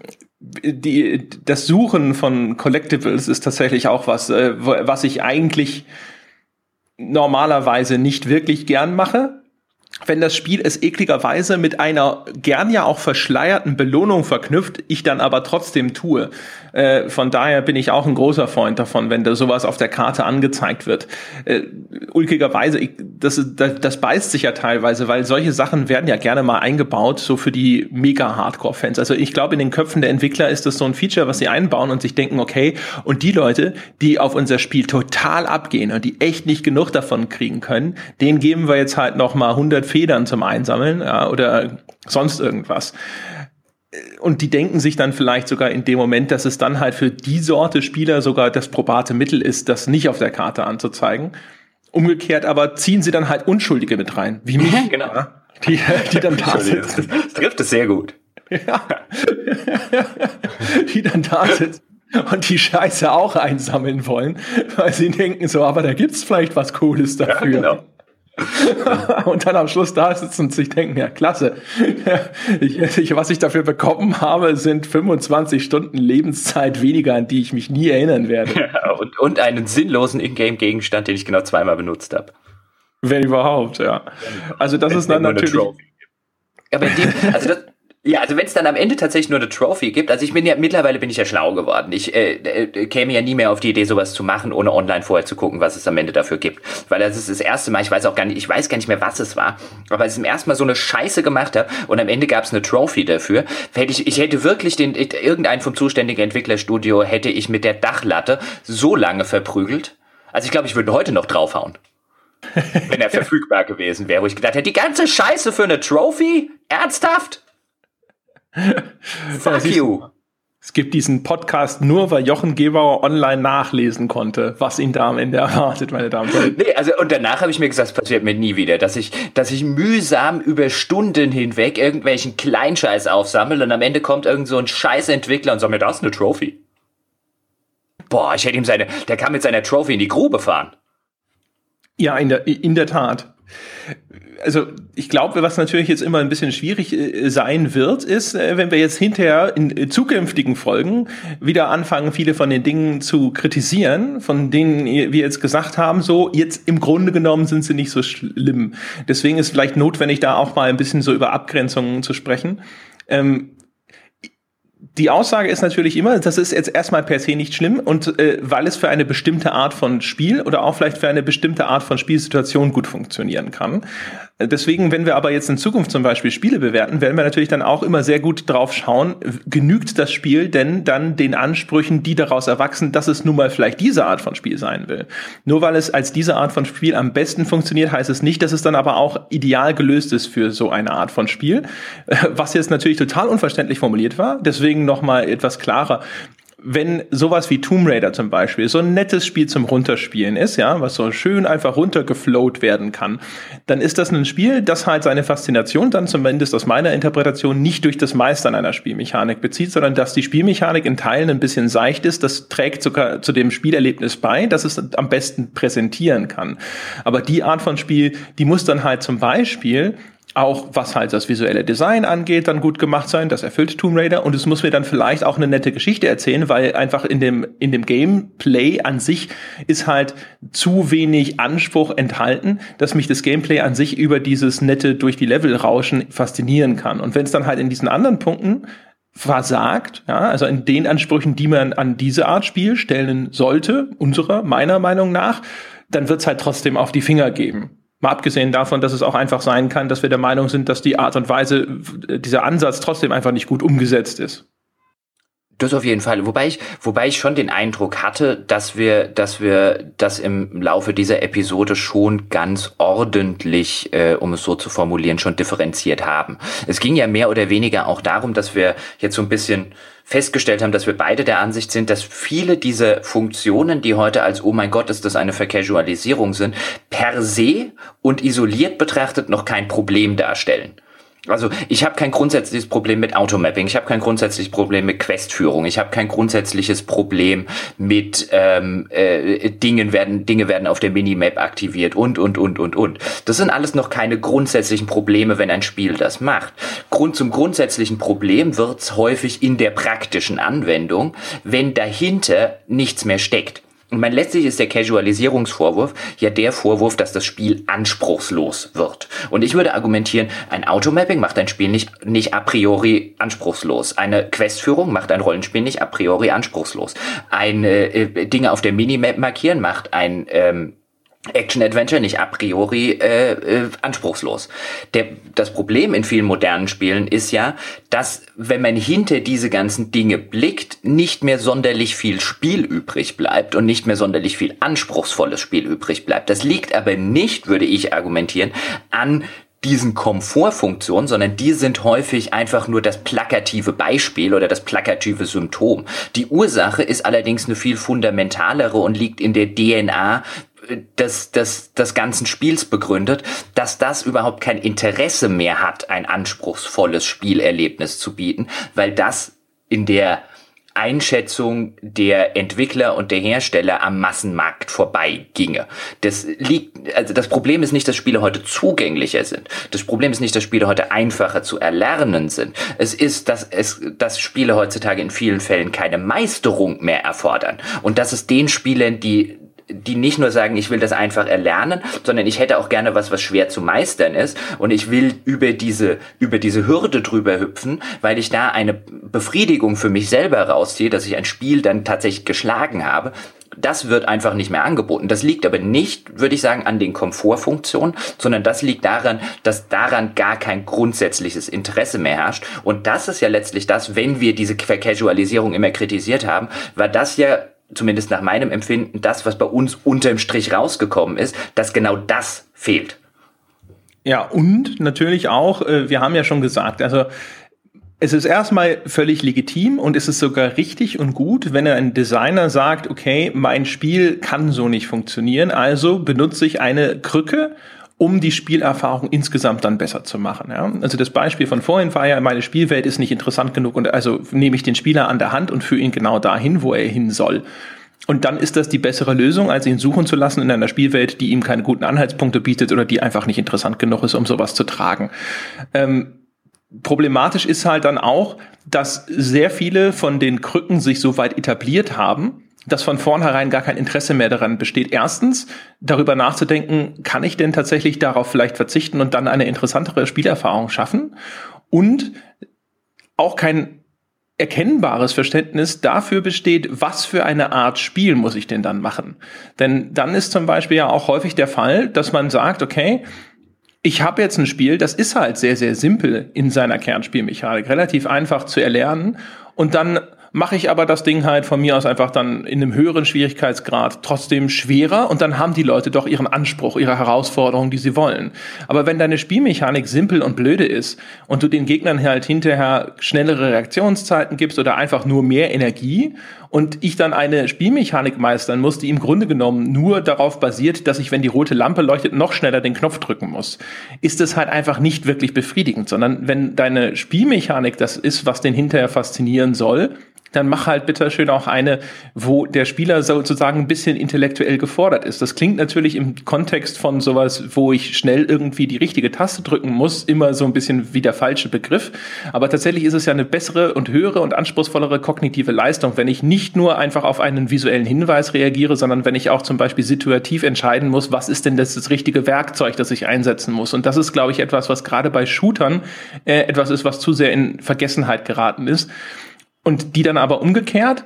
die, das Suchen von Collectibles ist tatsächlich auch was, äh, was ich eigentlich normalerweise nicht wirklich gern mache. Wenn das Spiel es ekligerweise mit einer gern ja auch verschleierten Belohnung verknüpft, ich dann aber trotzdem tue. Äh, von daher bin ich auch ein großer Freund davon, wenn da sowas auf der Karte angezeigt wird. Äh, ulkigerweise, ich, das, das, das beißt sich ja teilweise, weil solche Sachen werden ja gerne mal eingebaut, so für die Mega-Hardcore-Fans. Also ich glaube, in den Köpfen der Entwickler ist das so ein Feature, was sie einbauen und sich denken, okay, und die Leute, die auf unser Spiel total abgehen und die echt nicht genug davon kriegen können, denen geben wir jetzt halt noch mal hundert Federn zum Einsammeln, ja, oder sonst irgendwas. Und die denken sich dann vielleicht sogar in dem Moment, dass es dann halt für die Sorte Spieler sogar das probate Mittel ist, das nicht auf der Karte anzuzeigen. Umgekehrt aber ziehen sie dann halt Unschuldige mit rein, wie mich, genau. Ja, die, die dann da sitzen. Das trifft es sehr gut. Ja. Die dann da sitzen und die Scheiße auch einsammeln wollen, weil sie denken so, aber da gibt's vielleicht was Cooles dafür. Ja, genau. Und dann am Schluss da sitzen und sich denken, ja klasse, ich, ich, was ich dafür bekommen habe, sind fünfundzwanzig Stunden Lebenszeit weniger, an die ich mich nie erinnern werde. Ja, und, und einen sinnlosen Ingame-Gegenstand, den ich genau zweimal benutzt habe. Wenn überhaupt, ja. Also das Wenn ist dann natürlich... Aber in dem, also das, ja, also wenn es dann am Ende tatsächlich nur eine Trophy gibt, also ich bin ja, mittlerweile bin ich ja schlau geworden. Ich äh, äh, käme ja nie mehr auf die Idee, sowas zu machen, ohne online vorher zu gucken, was es am Ende dafür gibt. Weil das ist das erste Mal, ich weiß auch gar nicht, ich weiß gar nicht mehr, was es war, aber als ich zum ersten Mal so eine Scheiße gemacht habe und am Ende gab es eine Trophy dafür, hätte ich, ich hätte wirklich den, irgendeinen vom zuständigen Entwicklerstudio hätte ich mit der Dachlatte so lange verprügelt. Also ich glaube, ich würde heute noch draufhauen. Wenn er verfügbar gewesen wäre, wo ich gedacht hätte, die ganze Scheiße für eine Trophy? Ernsthaft? Fuck ja, you. Es gibt diesen Podcast nur, weil Jochen Gebauer online nachlesen konnte, was ihn da am Ende erwartet, meine Damen und Herren. Nee, also und danach habe ich mir gesagt, das passiert mir nie wieder, dass ich, dass ich mühsam über Stunden hinweg irgendwelchen Kleinscheiß aufsammle und am Ende kommt irgend so ein Scheißentwickler und sagt mir, das ist eine Trophy. Boah, ich hätte ihm seine, der kann mit seiner Trophy in die Grube fahren. Ja, in der, in der Tat. Also ich glaube, was natürlich jetzt immer ein bisschen schwierig äh, sein wird, ist, äh, wenn wir jetzt hinterher in äh, zukünftigen Folgen wieder anfangen, viele von den Dingen zu kritisieren, von denen wir jetzt gesagt haben, so jetzt im Grunde genommen sind sie nicht so schlimm. Deswegen ist vielleicht notwendig, da auch mal ein bisschen so über Abgrenzungen zu sprechen. Ähm, Die Aussage ist natürlich immer, das ist jetzt erstmal per se nicht schlimm und äh, weil es für eine bestimmte Art von Spiel oder auch vielleicht für eine bestimmte Art von Spielsituation gut funktionieren kann. Deswegen, wenn wir aber jetzt in Zukunft zum Beispiel Spiele bewerten, werden wir natürlich dann auch immer sehr gut drauf schauen, genügt das Spiel denn dann den Ansprüchen, die daraus erwachsen, dass es nun mal vielleicht diese Art von Spiel sein will. Nur weil es als diese Art von Spiel am besten funktioniert, heißt es nicht, dass es dann aber auch ideal gelöst ist für so eine Art von Spiel, was jetzt natürlich total unverständlich formuliert war. Deswegen noch mal etwas klarer. Wenn sowas wie Tomb Raider zum Beispiel so ein nettes Spiel zum Runterspielen ist, ja, was so schön einfach runtergeflowt werden kann, dann ist das ein Spiel, das halt seine Faszination dann zumindest aus meiner Interpretation nicht durch das Meistern einer Spielmechanik bezieht, sondern dass die Spielmechanik in Teilen ein bisschen seicht ist, das trägt sogar zu dem Spielerlebnis bei, dass es am besten präsentieren kann. Aber die Art von Spiel, die muss dann halt zum Beispiel auch was halt das visuelle Design angeht, dann gut gemacht sein, das erfüllt Tomb Raider und es muss mir dann vielleicht auch eine nette Geschichte erzählen, weil einfach in dem in dem Gameplay an sich ist halt zu wenig Anspruch enthalten, dass mich das Gameplay an sich über dieses nette durch die Level rauschen faszinieren kann. Und wenn es dann halt in diesen anderen Punkten versagt, ja, also in den Ansprüchen, die man an diese Art Spiel stellen sollte, unserer, meiner Meinung nach, dann wird es halt trotzdem auf die Finger geben. Mal abgesehen davon, dass es auch einfach sein kann, dass wir der Meinung sind, dass die Art und Weise, dieser Ansatz trotzdem einfach nicht gut umgesetzt ist. Das auf jeden Fall. Wobei ich, wobei ich schon den Eindruck hatte, dass wir, dass wir das im Laufe dieser Episode schon ganz ordentlich, äh, um es so zu formulieren, schon differenziert haben. Es ging ja mehr oder weniger auch darum, dass wir jetzt so ein bisschen festgestellt haben, dass wir beide der Ansicht sind, dass viele dieser Funktionen, die heute als, oh mein Gott, ist das eine Vercasualisierung sind, per se und isoliert betrachtet noch kein Problem darstellen. Also ich habe kein grundsätzliches Problem mit Automapping, ich habe kein grundsätzliches Problem mit Questführung, ich habe kein grundsätzliches Problem mit ähm, äh, Dingen werden Dinge werden auf der Minimap aktiviert und und und und und. Das sind alles noch keine grundsätzlichen Probleme, wenn ein Spiel das macht. Grund zum grundsätzlichen Problem wird's häufig in der praktischen Anwendung, wenn dahinter nichts mehr steckt. Und mein letztlich ist der Casualisierungsvorwurf ja der Vorwurf, dass das Spiel anspruchslos wird. Und ich würde argumentieren, ein Automapping macht ein Spiel nicht, nicht a priori anspruchslos. Eine Questführung macht ein Rollenspiel nicht a priori anspruchslos. Eine äh, Dinge auf der Minimap markieren macht ein ähm, Action-Adventure nicht a priori äh, äh, anspruchslos. Der, das Problem in vielen modernen Spielen ist ja, dass, wenn man hinter diese ganzen Dinge blickt, nicht mehr sonderlich viel Spiel übrig bleibt und nicht mehr sonderlich viel anspruchsvolles Spiel übrig bleibt. Das liegt aber nicht, würde ich argumentieren, an diesen Komfortfunktionen, sondern die sind häufig einfach nur das plakative Beispiel oder das plakative Symptom. Die Ursache ist allerdings eine viel fundamentalere und liegt in der D N A des, des, des ganzen Spiels begründet, dass das überhaupt kein Interesse mehr hat, ein anspruchsvolles Spielerlebnis zu bieten, weil das in der Einschätzung der Entwickler und der Hersteller am Massenmarkt vorbei ginge. Das liegt, also das Problem ist nicht, dass Spiele heute zugänglicher sind. Das Problem ist nicht, dass Spiele heute einfacher zu erlernen sind. Es ist, dass es, dass Spiele heutzutage in vielen Fällen keine Meisterung mehr erfordern. Und dass es den Spielern, die die nicht nur sagen, ich will das einfach erlernen, sondern ich hätte auch gerne was, was schwer zu meistern ist und ich will über diese, über diese Hürde drüber hüpfen, weil ich da eine Befriedigung für mich selber rausziehe, dass ich ein Spiel dann tatsächlich geschlagen habe. Das wird einfach nicht mehr angeboten. Das liegt aber nicht, würde ich sagen, an den Komfortfunktionen, sondern das liegt daran, dass daran gar kein grundsätzliches Interesse mehr herrscht. Und das ist ja letztlich das, wenn wir diese Vercasualisierung immer kritisiert haben, war das ja zumindest nach meinem Empfinden, das, was bei uns unterm Strich rausgekommen ist, dass genau das fehlt. Ja, und natürlich auch, wir haben ja schon gesagt, also es ist erstmal völlig legitim und es ist sogar richtig und gut, wenn ein Designer sagt, okay, mein Spiel kann so nicht funktionieren, also benutze ich eine Krücke, um die Spielerfahrung insgesamt dann besser zu machen. Ja? Also das Beispiel von vorhin war ja, meine Spielwelt ist nicht interessant genug und also nehme ich den Spieler an der Hand und führe ihn genau dahin, wo er hin soll. Und dann ist das die bessere Lösung, als ihn suchen zu lassen in einer Spielwelt, die ihm keine guten Anhaltspunkte bietet oder die einfach nicht interessant genug ist, um sowas zu tragen. Ähm, problematisch ist halt dann auch, dass sehr viele von den Krücken sich so weit etabliert haben, dass von vornherein gar kein Interesse mehr daran besteht. Erstens, darüber nachzudenken, kann ich denn tatsächlich darauf vielleicht verzichten und dann eine interessantere Spielerfahrung schaffen? Und auch kein erkennbares Verständnis dafür besteht, was für eine Art Spiel muss ich denn dann machen? Denn dann ist zum Beispiel ja auch häufig der Fall, dass man sagt, okay, ich habe jetzt ein Spiel, das ist halt sehr, sehr simpel in seiner Kernspielmechanik, relativ einfach zu erlernen und dann mache ich aber das Ding halt von mir aus einfach dann in einem höheren Schwierigkeitsgrad trotzdem schwerer und dann haben die Leute doch ihren Anspruch, ihre Herausforderung, die sie wollen. Aber wenn deine Spielmechanik simpel und blöde ist und du den Gegnern halt hinterher schnellere Reaktionszeiten gibst oder einfach nur mehr Energie und ich dann eine Spielmechanik meistern muss, die im Grunde genommen nur darauf basiert, dass ich, wenn die rote Lampe leuchtet, noch schneller den Knopf drücken muss, ist es halt einfach nicht wirklich befriedigend, sondern wenn deine Spielmechanik das ist, was den hinterher faszinieren soll, dann mach halt bitte schön auch eine, wo der Spieler sozusagen ein bisschen intellektuell gefordert ist. Das klingt natürlich im Kontext von sowas, wo ich schnell irgendwie die richtige Taste drücken muss, immer so ein bisschen wie der falsche Begriff. Aber tatsächlich ist es ja eine bessere und höhere und anspruchsvollere kognitive Leistung, wenn ich nicht nur einfach auf einen visuellen Hinweis reagiere, sondern wenn ich auch zum Beispiel situativ entscheiden muss, was ist denn das, das richtige Werkzeug, das ich einsetzen muss. Und das ist, glaube ich, etwas, was gerade bei Shootern äh, etwas ist, was zu sehr in Vergessenheit geraten ist. Und die dann aber umgekehrt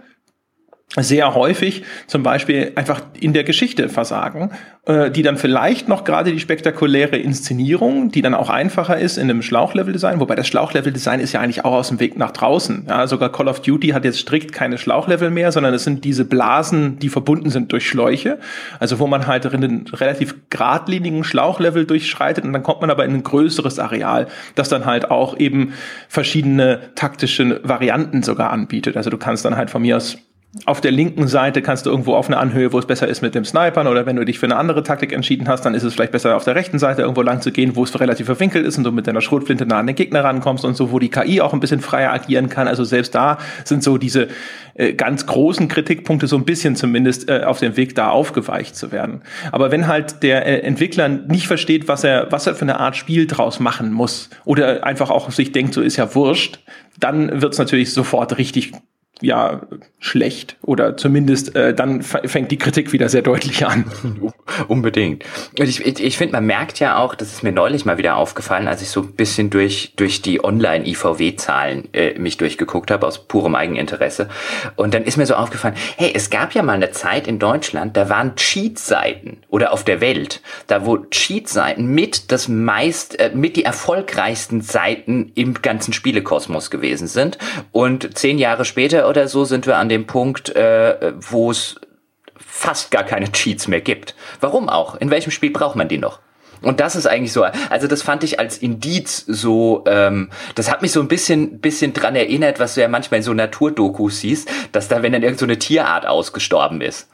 sehr häufig zum Beispiel einfach in der Geschichte versagen, äh, die dann vielleicht noch gerade die spektakuläre Inszenierung, die dann auch einfacher ist in einem Schlauchlevel-Design, wobei das Schlauchlevel-Design ist ja eigentlich auch aus dem Weg nach draußen. Ja, sogar Call of Duty hat jetzt strikt keine Schlauchlevel mehr, sondern es sind diese Blasen, die verbunden sind durch Schläuche, also wo man halt in einen relativ geradlinigen Schlauchlevel durchschreitet und dann kommt man aber in ein größeres Areal, das dann halt auch eben verschiedene taktische Varianten sogar anbietet. Also du kannst dann halt von mir aus auf der linken Seite kannst du irgendwo auf eine Anhöhe, wo es besser ist mit dem Snipern, oder wenn du dich für eine andere Taktik entschieden hast, dann ist es vielleicht besser auf der rechten Seite irgendwo lang zu gehen, wo es relativ verwinkelt ist und du mit deiner Schrotflinte nah an den Gegner rankommst und so, wo die K I auch ein bisschen freier agieren kann. Also selbst da sind so diese äh, ganz großen Kritikpunkte so ein bisschen zumindest äh, auf dem Weg da aufgeweicht zu werden. Aber wenn halt der äh, Entwickler nicht versteht, was er, was er für eine Art Spiel draus machen muss oder einfach auch sich denkt, so ist ja wurscht, dann wird's natürlich sofort richtig ja, schlecht oder zumindest äh, dann f- fängt die Kritik wieder sehr deutlich an. Unbedingt. Und ich, ich, ich finde, man merkt ja auch, das ist mir neulich mal wieder aufgefallen, als ich so ein bisschen durch durch die Online-I V W-Zahlen äh, mich durchgeguckt habe, aus purem Eigeninteresse. Und dann ist mir so aufgefallen, hey, es gab ja mal eine Zeit in Deutschland, da waren Cheat-Seiten oder auf der Welt, da wo Cheat-Seiten mit das meist, äh, mit die erfolgreichsten Seiten im ganzen Spielekosmos gewesen sind. Und zehn Jahre später oder so sind wir an dem Punkt, äh, wo es fast gar keine Cheats mehr gibt. Warum auch? In welchem Spiel braucht man die noch? Und das ist eigentlich so, also das fand ich als Indiz so, ähm, das hat mich so ein bisschen bisschen dran erinnert, was du ja manchmal in so Naturdokus siehst, dass da, wenn dann irgend so eine Tierart ausgestorben ist.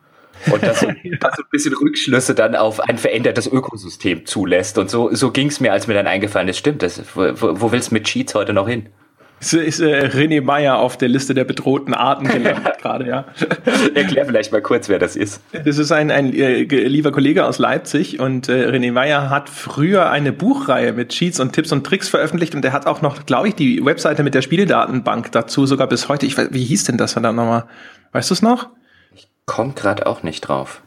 Und das so, das so ein bisschen Rückschlüsse dann auf ein verändertes Ökosystem zulässt. Und so, so ging es mir, als mir dann eingefallen ist, stimmt, das, wo, wo willst du mit Cheats heute noch hin? Ist, ist äh, René Meyer auf der Liste der bedrohten Arten gelandet gerade, ja. Erklär vielleicht mal kurz, wer das ist. Das ist ein, ein äh, lieber Kollege aus Leipzig und äh, René Meyer hat früher eine Buchreihe mit Cheats und Tipps und Tricks veröffentlicht und er hat auch noch, glaube ich, die Webseite mit der Spieledatenbank dazu, sogar bis heute. Ich weiß, wie hieß denn das dann nochmal? Weißt du es noch? Ich komme gerade auch nicht drauf.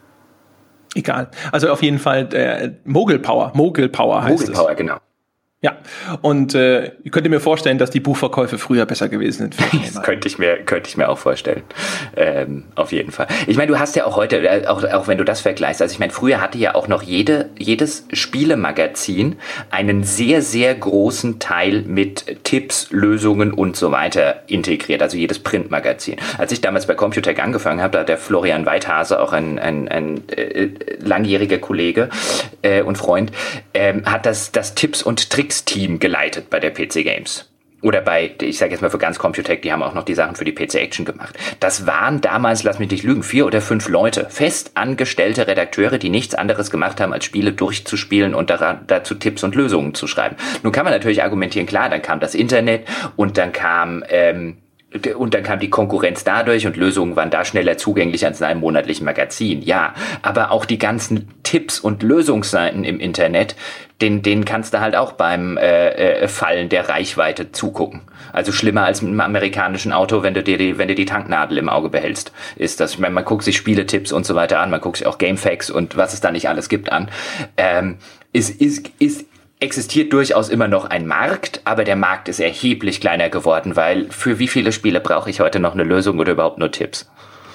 Egal. Also auf jeden Fall äh, Mogul Power. Mogul Power heißt es. Mogul Power, genau. Ja, und äh, ihr könnt mir vorstellen, dass die Buchverkäufe früher besser gewesen sind. Das könnte ich mir, könnte ich mir auch vorstellen. Ähm, auf jeden Fall. Ich meine, du hast ja auch heute, auch, auch wenn du das vergleichst, also ich meine, früher hatte ja auch noch jede, jedes Spielemagazin einen sehr, sehr großen Teil mit Tipps, Lösungen und so weiter integriert, also jedes Printmagazin. Als ich damals bei Computec angefangen habe, da hat der Florian Weithase, auch ein, ein, ein äh, langjähriger Kollege äh, und Freund, äh, hat das, das Tipps- und Tricks Team geleitet bei der P C Games. Oder bei, ich sage jetzt mal für ganz Computec, die haben auch noch die Sachen für die P C Action gemacht. Das waren damals, lass mich nicht lügen, vier oder fünf Leute, fest angestellte Redakteure, die nichts anderes gemacht haben, als Spiele durchzuspielen und daran, dazu Tipps und Lösungen zu schreiben. Nun kann man natürlich argumentieren, klar, dann kam das Internet und dann kam... Ähm, Und dann kam die Konkurrenz dadurch und Lösungen waren da schneller zugänglich als in einem monatlichen Magazin. Ja, aber auch die ganzen Tipps und Lösungsseiten im Internet, denen, denen kannst du halt auch beim äh, äh, Fallen der Reichweite zugucken. Also schlimmer als mit einem amerikanischen Auto, wenn du dir die, wenn du die Tanknadel im Auge behältst, ist das. Ich meine, man guckt sich Spieletipps und so weiter an, man guckt sich auch Gamefacts und was es da nicht alles gibt an. Ähm, ist, ist, ist existiert durchaus immer noch ein Markt, aber der Markt ist erheblich kleiner geworden, weil für wie viele Spiele brauche ich heute noch eine Lösung oder überhaupt nur Tipps?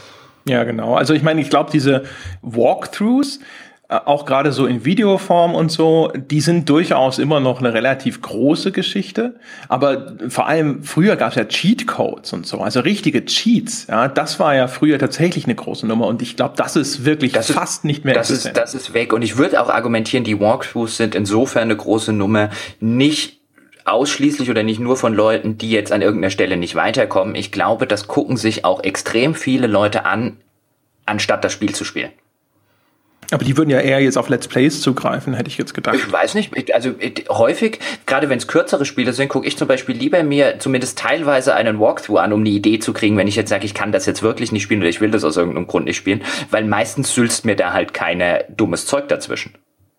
Ja, genau. Also ich meine, ich glaube, diese Walkthroughs, auch gerade so in Videoform und so, die sind durchaus immer noch eine relativ große Geschichte. Aber vor allem früher gab es ja Cheatcodes und so, also richtige Cheats. Ja, das war ja früher tatsächlich eine große Nummer. Und ich glaube, das ist wirklich das fast ist, nicht mehr das existent. Ist, das ist weg. Und ich würde auch argumentieren, die Walkthroughs sind insofern eine große Nummer, nicht ausschließlich oder nicht nur von Leuten, die jetzt an irgendeiner Stelle nicht weiterkommen. Ich glaube, das gucken sich auch extrem viele Leute an, anstatt das Spiel zu spielen. Aber die würden ja eher jetzt auf Let's Plays zugreifen, hätte ich jetzt gedacht. Ich weiß nicht, also häufig, gerade wenn es kürzere Spiele sind, gucke ich zum Beispiel lieber mir zumindest teilweise einen Walkthrough an, um eine Idee zu kriegen, wenn ich jetzt sage, ich kann das jetzt wirklich nicht spielen oder ich will das aus irgendeinem Grund nicht spielen, weil meistens sülzt mir da halt keiner dummes Zeug dazwischen.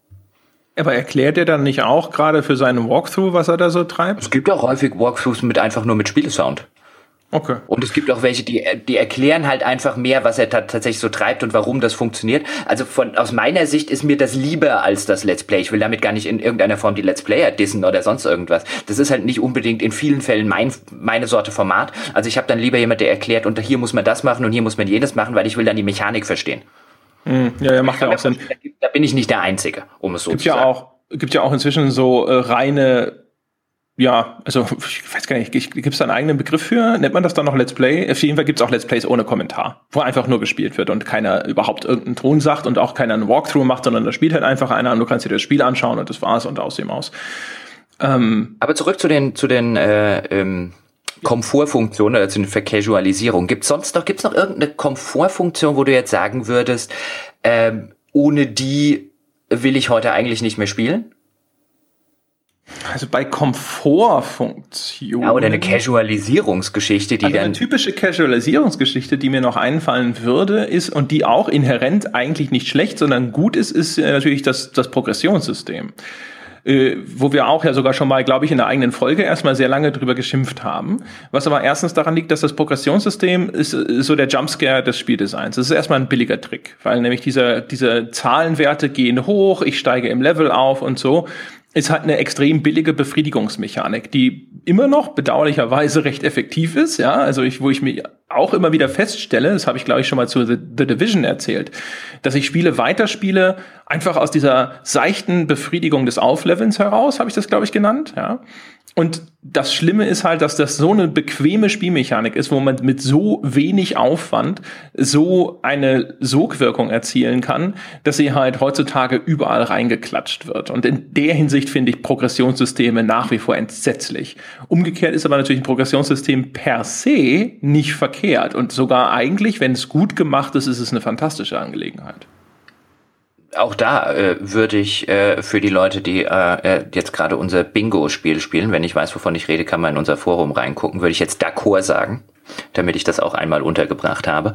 Aber erklärt er dann nicht auch gerade für seinen Walkthrough, was er da so treibt? Es gibt auch häufig Walkthroughs mit einfach nur mit Spielesound. Okay. Und es gibt auch welche, die, die erklären halt einfach mehr, was er ta- tatsächlich so treibt und warum das funktioniert. Also von, aus meiner Sicht ist mir das lieber als das Let's Play. Ich will damit gar nicht in irgendeiner Form die Let's Player dissen oder sonst irgendwas. Das ist halt nicht unbedingt in vielen Fällen mein, meine Sorte Format. Also ich habe dann lieber jemand, der erklärt, und hier muss man das machen und hier muss man jenes machen, weil ich will dann die Mechanik verstehen. Mm, ja, ja, macht ja auch Sinn. Da bin ich nicht der Einzige, um es so gibt zu ja sagen. Auch, gibt ja auch inzwischen so äh, reine... Ja, also ich weiß gar nicht, gibt es da einen eigenen Begriff für? Nennt man das dann noch Let's Play? Auf jeden Fall gibt es auch Let's Plays ohne Kommentar, wo einfach nur gespielt wird und keiner überhaupt irgendeinen Ton sagt und auch keiner einen Walkthrough macht, sondern da spielt halt einfach einer und du kannst dir das Spiel anschauen und das war's und aus dem aus. Ähm, Aber zurück zu den zu den äh, ähm, Komfortfunktionen oder zu den Vercasualisierungen. Gibt es sonst noch, gibt's noch irgendeine Komfortfunktion, wo du jetzt sagen würdest, ähm, ohne die will ich heute eigentlich nicht mehr spielen? Also bei Komfortfunktionen. Ja, oder eine Casualisierungsgeschichte, die also dann... Eine typische Casualisierungsgeschichte, die mir noch einfallen würde, ist, und die auch inhärent eigentlich nicht schlecht, sondern gut ist, ist natürlich das, das Progressionssystem. Äh, wo wir auch ja sogar schon mal, glaube ich, in der eigenen Folge erstmal sehr lange drüber geschimpft haben. Was aber erstens daran liegt, dass das Progressionssystem ist, ist so der Jumpscare des Spieldesigns. Das ist erstmal ein billiger Trick, weil nämlich diese, diese Zahlenwerte gehen hoch, ich steige im Level auf und so. Ist halt eine extrem billige Befriedigungsmechanik, die immer noch bedauerlicherweise recht effektiv ist, ja, also ich, wo ich mich auch immer wieder feststelle, das habe ich glaube ich schon mal zu The, The Division erzählt, dass ich Spiele weiterspiele, einfach aus dieser seichten Befriedigung des Auflevelns heraus, habe ich das glaube ich genannt, ja. Und das Schlimme ist halt, dass das so eine bequeme Spielmechanik ist, wo man mit so wenig Aufwand so eine Sogwirkung erzielen kann, dass sie halt heutzutage überall reingeklatscht wird. Und in der Hinsicht finde ich Progressionssysteme nach wie vor entsetzlich. Umgekehrt ist aber natürlich ein Progressionssystem per se nicht verkehrt. Und sogar eigentlich, wenn es gut gemacht ist, ist es eine fantastische Angelegenheit. Auch da äh, würde ich äh, für die Leute, die äh, jetzt gerade unser Bingo-Spiel spielen, wenn ich weiß, wovon ich rede, kann man in unser Forum reingucken, würde ich jetzt d'accord sagen, damit ich das auch einmal untergebracht habe.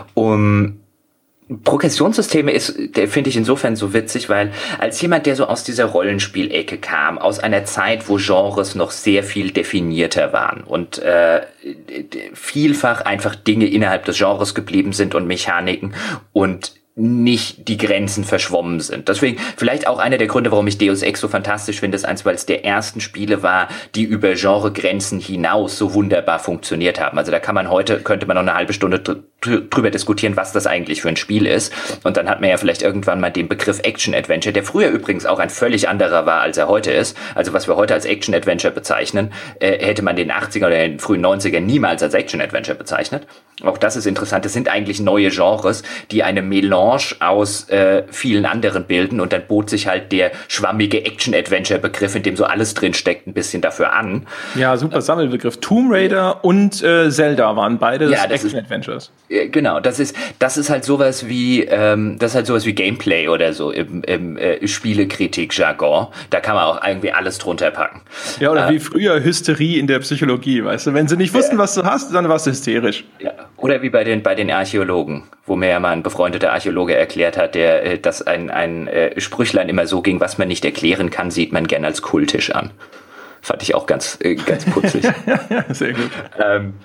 Um Progressionssysteme ist, der finde ich insofern so witzig, weil als jemand, der so aus dieser Rollenspielecke kam, aus einer Zeit, wo Genres noch sehr viel definierter waren und äh, vielfach einfach Dinge innerhalb des Genres geblieben sind und Mechaniken und nicht die Grenzen verschwommen sind. Deswegen vielleicht auch einer der Gründe, warum ich Deus Ex so fantastisch finde, ist eins, weil es der ersten Spiele war, die über Genregrenzen hinaus so wunderbar funktioniert haben. Also da kann man heute, könnte man noch eine halbe Stunde dr- drüber diskutieren, was das eigentlich für ein Spiel ist. Und dann hat man ja vielleicht irgendwann mal den Begriff Action-Adventure, der früher übrigens auch ein völlig anderer war, als er heute ist. Also was wir heute als Action-Adventure bezeichnen, äh, hätte man in den achtzigern oder in den frühen neunzigern niemals als Action-Adventure bezeichnet. Auch das ist interessant. Das sind eigentlich neue Genres, die eine Melange aus äh, vielen anderen bilden und dann bot sich halt der schwammige Action-Adventure-Begriff, in dem so alles drin steckt, ein bisschen dafür an. Ja, super Sammelbegriff. Tomb Raider und äh, Zelda waren beide ja, Action-Adventures. Äh, genau, das ist das ist halt sowas wie ähm, das ist halt sowas wie Gameplay oder so im, im äh, Spielekritik-Jargon. Da kann man auch irgendwie alles drunter packen. Ja, oder äh, wie früher Hysterie in der Psychologie, weißt du? Wenn sie nicht wussten, äh, was du hast, dann warst du hysterisch. Ja. Oder wie bei den bei den Archäologen, wo mir ja mal ein befreundeter Archäologe erklärt hat, der dass ein ein äh, Sprüchlein immer so ging: Was man nicht erklären kann, sieht man gern als kultisch an. Fand ich auch ganz äh, ganz putzig. Sehr gut. Ähm,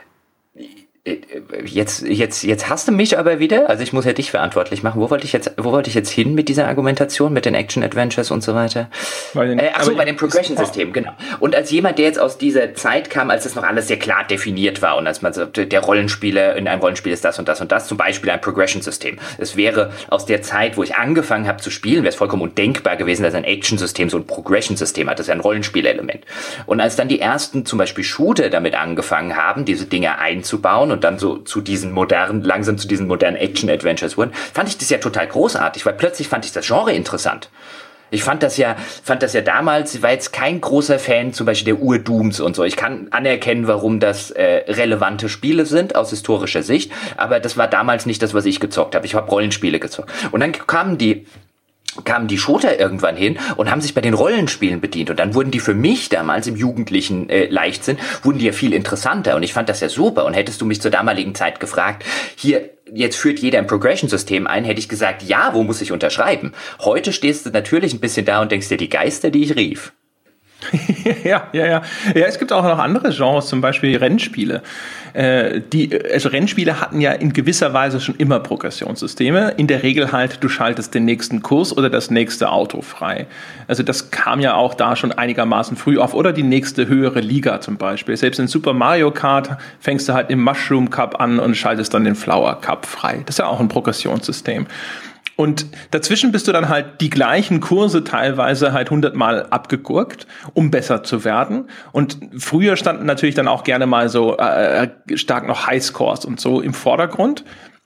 Jetzt, jetzt, jetzt hast du mich aber wieder, also ich muss ja dich verantwortlich machen. Wo wollte ich jetzt, wo wollte ich jetzt hin mit dieser Argumentation, mit den Action-Adventures und so weiter? Bei den, äh, achso, bei dem Progression-System, genau. Und als jemand, der jetzt aus dieser Zeit kam, als das noch alles sehr klar definiert war und als man so, der Rollenspieler in einem Rollenspiel ist das und das und das, zum Beispiel ein Progression-System. Es wäre aus der Zeit, wo ich angefangen habe zu spielen, wäre es vollkommen undenkbar gewesen, dass ein Action-System so ein Progression-System hat. Das ist ja ein Rollenspielelement. Und als dann die ersten, zum Beispiel Shooter, damit angefangen haben, diese Dinge einzubauen und dann so zu diesen modernen, langsam zu diesen modernen Action-Adventures wurden, fand ich das ja total großartig, weil plötzlich fand ich das Genre interessant. Ich fand das ja, fand das ja damals, ich war jetzt kein großer Fan zum Beispiel der Ur-Dooms und so. Ich kann anerkennen, warum das äh, relevante Spiele sind aus historischer Sicht, aber das war damals nicht das, was ich gezockt habe. Ich habe Rollenspiele gezockt. Und dann kamen die kamen die Shooter irgendwann hin und haben sich bei den Rollenspielen bedient. Und dann wurden die für mich damals im jugendlichen äh, Leichtsinn, wurden die ja viel interessanter. Und ich fand das ja super. Und hättest du mich zur damaligen Zeit gefragt, hier, jetzt führt jeder ein Progression-System ein, hätte ich gesagt, ja, wo muss ich unterschreiben? Heute stehst du natürlich ein bisschen da und denkst dir, die Geister, die ich rief. ja, ja, ja. Ja, es gibt auch noch andere Genres, zum Beispiel Rennspiele. Äh, die, also Rennspiele hatten ja in gewisser Weise schon immer Progressionssysteme. In der Regel halt, du schaltest den nächsten Kurs oder das nächste Auto frei. Also das kam ja auch da schon einigermaßen früh auf. Oder die nächste höhere Liga zum Beispiel. Selbst in Super Mario Kart fängst du halt im Mushroom Cup an und schaltest dann den Flower Cup frei. Das ist ja auch ein Progressionssystem. Und dazwischen bist du dann halt die gleichen Kurse teilweise halt hundertmal abgegurkt, um besser zu werden. Und früher standen natürlich dann auch gerne mal so äh, stark noch Highscores und so im Vordergrund,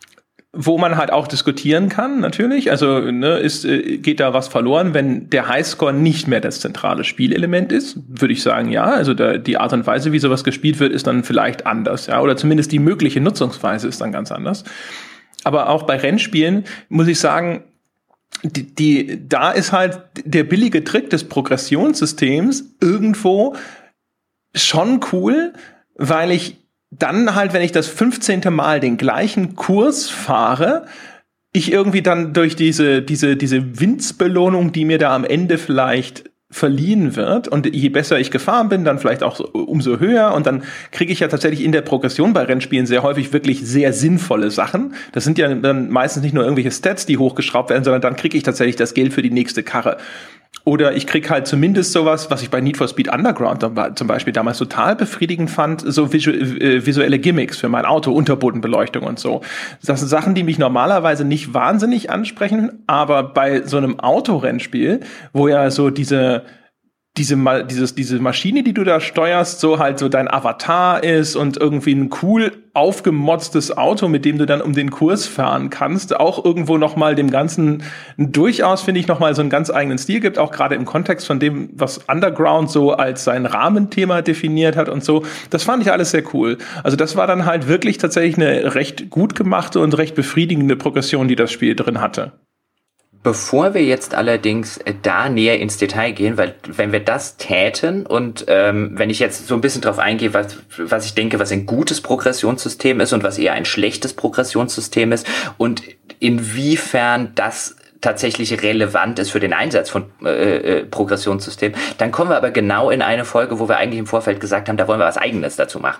wo man halt auch diskutieren kann, natürlich. Also ne, ist, äh, geht da was verloren, wenn der Highscore nicht mehr das zentrale Spielelement ist? Würde ich sagen, ja. Also da, die Art und Weise, wie sowas gespielt wird, ist dann vielleicht anders, ja. Oder zumindest die mögliche Nutzungsweise ist dann ganz anders. Aber auch bei Rennspielen muss ich sagen, die, die, da ist halt der billige Trick des Progressionssystems irgendwo schon cool, weil ich dann halt, wenn ich das fünfzehnte Mal den gleichen Kurs fahre, ich irgendwie dann durch diese, diese, diese Winzbelohnung, die mir da am Ende vielleicht verliehen wird, und je besser ich gefahren bin, dann vielleicht auch so, umso höher, und dann kriege ich ja tatsächlich in der Progression bei Rennspielen sehr häufig wirklich sehr sinnvolle Sachen. Das sind ja dann meistens nicht nur irgendwelche Stats, die hochgeschraubt werden, sondern dann kriege ich tatsächlich das Geld für die nächste Karre. Oder ich krieg halt zumindest sowas, was ich bei Need for Speed Underground zum Beispiel damals total befriedigend fand, so visu- äh, visuelle Gimmicks für mein Auto, Unterbodenbeleuchtung und so. Das sind Sachen, die mich normalerweise nicht wahnsinnig ansprechen, aber bei so einem Autorennspiel, wo ja so diese diese mal dieses diese Maschine, die du da steuerst, so halt so dein Avatar ist und irgendwie ein cool aufgemotztes Auto, mit dem du dann um den Kurs fahren kannst, auch irgendwo noch mal dem Ganzen durchaus, finde ich, noch mal so einen ganz eigenen Stil gibt, auch gerade im Kontext von dem, was Underground so als sein Rahmenthema definiert hat und so. Das fand ich alles sehr cool. Also das war dann halt wirklich tatsächlich eine recht gut gemachte und recht befriedigende Progression, die das Spiel drin hatte. Bevor wir jetzt allerdings da näher ins Detail gehen, weil wenn wir das täten und ähm, wenn ich jetzt so ein bisschen drauf eingehe, was, was ich denke, was ein gutes Progressionssystem ist und was eher ein schlechtes Progressionssystem ist und inwiefern das tatsächlich relevant ist für den Einsatz von äh, äh, Progressionssystemen, dann kommen wir aber genau in eine Folge, wo wir eigentlich im Vorfeld gesagt haben, da wollen wir was Eigenes dazu machen.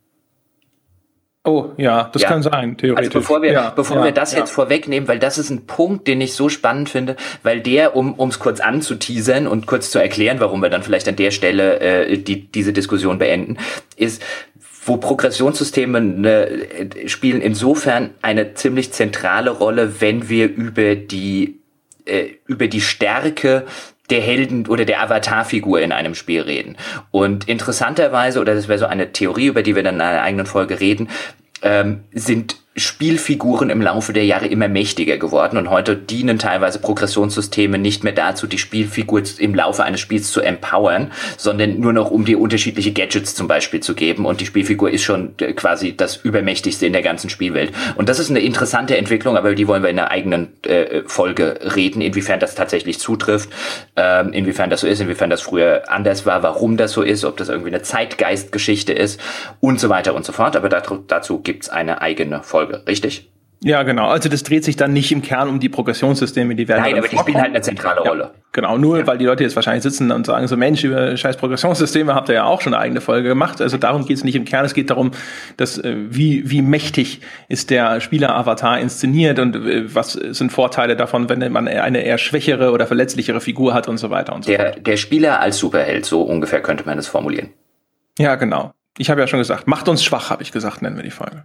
Oh, ja, das ja. kann sein, theoretisch. Also bevor wir, ja, bevor ja, wir das ja. jetzt vorwegnehmen, weil das ist ein Punkt, den ich so spannend finde, weil der, um ums kurz anzuteasern und kurz zu erklären, warum wir dann vielleicht an der Stelle äh, die, diese Diskussion beenden, ist, wo Progressionssysteme ne, spielen insofern eine ziemlich zentrale Rolle, wenn wir über die äh, über die Stärke der Helden oder der Avatarfigur in einem Spiel reden. Und interessanterweise, oder das wäre so eine Theorie, über die wir dann in einer eigenen Folge reden, ähm, sind Spielfiguren im Laufe der Jahre immer mächtiger geworden und heute dienen teilweise Progressionssysteme nicht mehr dazu, die Spielfigur im Laufe eines Spiels zu empowern, sondern nur noch um dir unterschiedliche Gadgets zum Beispiel zu geben und die Spielfigur ist schon quasi das Übermächtigste in der ganzen Spielwelt. Und das ist eine interessante Entwicklung, aber die wollen wir in einer eigenen äh, Folge reden, inwiefern das tatsächlich zutrifft, ähm, inwiefern das so ist, inwiefern das früher anders war, warum das so ist, ob das irgendwie eine Zeitgeistgeschichte ist und so weiter und so fort. Aber dazu, dazu gibt's eine eigene Folge. Richtig? Ja, genau. Also das dreht sich dann nicht im Kern um die Progressionssysteme, die werden Nein, aber die spielen halt eine zentrale Rolle. Ja, genau, nur ja. weil die Leute jetzt wahrscheinlich sitzen und sagen so, Mensch, über scheiß Progressionssysteme habt ihr ja auch schon eine eigene Folge gemacht. Also darum geht es nicht im Kern. Es geht darum, dass wie wie mächtig ist der Spieler-Avatar inszeniert und was sind Vorteile davon, wenn man eine eher schwächere oder verletzlichere Figur hat und so weiter und so der, fort. Der Spieler als Superheld, so ungefähr könnte man es formulieren. Ja, genau. Ich habe ja schon gesagt, macht uns schwach, habe ich gesagt, nennen wir die Folge.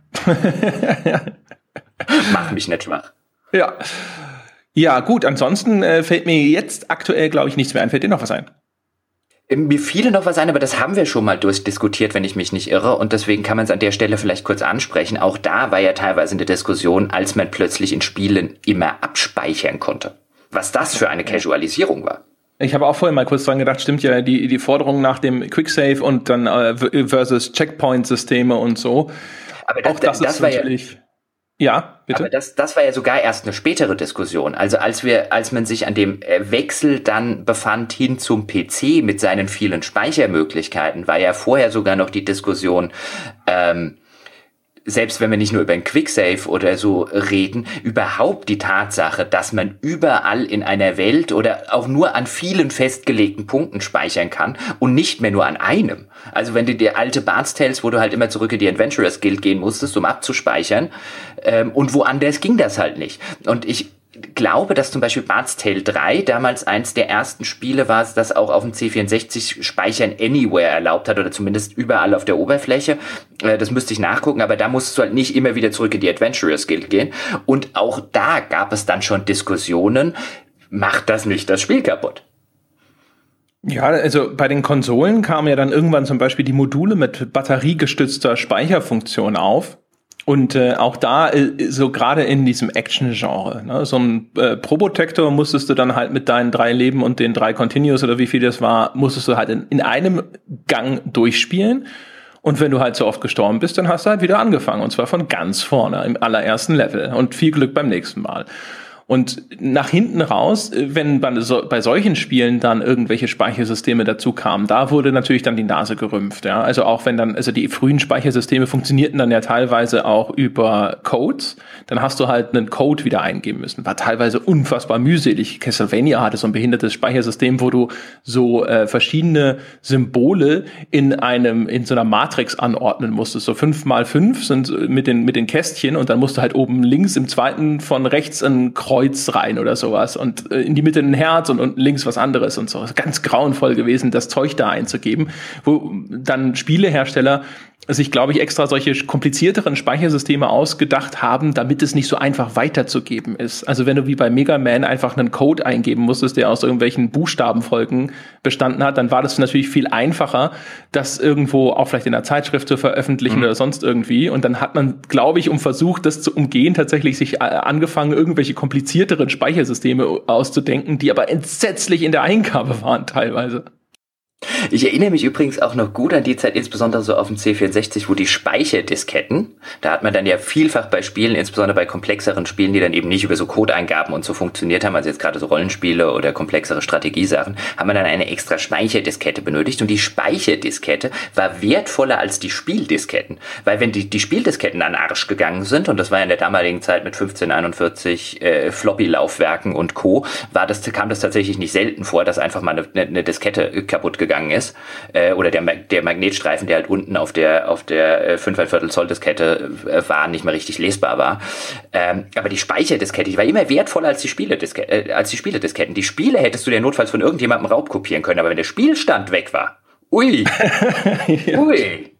Mach mich nicht schwach. Ja. Ja, gut, ansonsten äh, fällt mir jetzt aktuell, glaube ich, nichts mehr ein. Fällt dir noch was ein? Mir fiel noch was ein, aber das haben wir schon mal durchdiskutiert, wenn ich mich nicht irre. Und deswegen kann man es an der Stelle vielleicht kurz ansprechen. Auch da war ja teilweise eine Diskussion, als man plötzlich in Spielen immer abspeichern konnte. Was das für eine Casualisierung war. Ich habe auch vorhin mal kurz dran gedacht, stimmt ja, die die Forderung nach dem Quicksave und dann äh, versus Checkpoint-Systeme und so. Aber das, auch das, das ist war natürlich... Ja, ja, bitte. Aber das, das war ja sogar erst eine spätere Diskussion. Also als wir, als man sich an dem Wechsel dann befand hin zum P C mit seinen vielen Speichermöglichkeiten, war ja vorher sogar noch die Diskussion, ähm, selbst wenn wir nicht nur über ein Quicksave oder so reden, überhaupt die Tatsache, dass man überall in einer Welt oder auch nur an vielen festgelegten Punkten speichern kann und nicht mehr nur an einem. Also wenn du die alte Bard's Tales, wo du halt immer zurück in die Adventurers Guild gehen musstest, um abzuspeichern, ähm, und woanders ging das halt nicht. Und ich glaube, dass zum Beispiel Bard's Tale drei damals eins der ersten Spiele war, das auch auf dem C vierundsechzig Speichern Anywhere erlaubt hat oder zumindest überall auf der Oberfläche. Das müsste ich nachgucken, aber da musst du halt nicht immer wieder zurück in die Adventurers Guild gehen. Und auch da gab es dann schon Diskussionen, macht das nicht das Spiel kaputt? Ja, also bei den Konsolen kamen ja dann irgendwann zum Beispiel die Module mit batteriegestützter Speicherfunktion auf. Und äh, auch da, äh, so gerade in diesem Action-Genre, ne, so ein äh, Probotector musstest du dann halt mit deinen drei Leben und den drei Continues oder wie viel das war, musstest du halt in, in einem Gang durchspielen. Und wenn du halt so oft gestorben bist, dann hast du halt wieder angefangen. Und zwar von ganz vorne im allerersten Level. Und viel Glück beim nächsten Mal. Und nach hinten raus, wenn bei solchen Spielen dann irgendwelche Speichersysteme dazu kamen, da wurde natürlich dann die Nase gerümpft, ja. Also auch wenn dann, also die frühen Speichersysteme funktionierten dann ja teilweise auch über Codes, dann hast du halt einen Code wieder eingeben müssen. War teilweise unfassbar mühselig. Castlevania hatte so ein behindertes Speichersystem, wo du so äh, verschiedene Symbole in einem, in so einer Matrix anordnen musstest. So fünf mal fünf sind mit den, mit den Kästchen und dann musst du halt oben links im zweiten von rechts ein Kreuz Kreuz rein oder sowas und äh, in die Mitte ein Herz und unten links was anderes und so. Ganz grauenvoll gewesen, das Zeug da einzugeben, wo dann Spielehersteller sich, glaube ich, extra solche komplizierteren Speichersysteme ausgedacht haben, damit es nicht so einfach weiterzugeben ist. Also wenn du wie bei Mega Man einfach einen Code eingeben musstest, der aus irgendwelchen Buchstabenfolgen bestanden hat, dann war das natürlich viel einfacher, das irgendwo auch vielleicht in einer Zeitschrift zu veröffentlichen mhm. oder sonst irgendwie. Und dann hat man, glaube ich, um versucht, das zu umgehen, tatsächlich sich angefangen, irgendwelche komplizierteren Speichersysteme auszudenken, die aber entsetzlich in der Eingabe waren teilweise. Ich erinnere mich übrigens auch noch gut an die Zeit, insbesondere so auf dem C vierundsechzig, wo die Speicherdisketten, da hat man dann ja vielfach bei Spielen, insbesondere bei komplexeren Spielen, die dann eben nicht über so Codeingaben und so funktioniert haben, also jetzt gerade so Rollenspiele oder komplexere Strategiesachen, hat man dann eine extra Speicherdiskette benötigt und die Speicherdiskette war wertvoller als die Spieldisketten, weil wenn die, die Spieldisketten an den Arsch gegangen sind, und das war ja in der damaligen Zeit mit fünfzehn einundvierzig äh, Floppy-Laufwerken und Co., war das, kam das tatsächlich nicht selten vor, dass einfach mal eine, eine Diskette kaputt gegangen ist, äh, oder der, der Magnetstreifen, der halt unten auf der auf der äh, fünf Viertel Zoll Diskette äh, war, nicht mehr richtig lesbar war. Ähm, aber die Speicherdiskette, die war immer wertvoller als die Spielediskette, äh, als die Spieledisketten. Die Spiele hättest du dir notfalls von irgendjemandem raubkopieren können, aber wenn der Spielstand weg war, ui, ja. ui,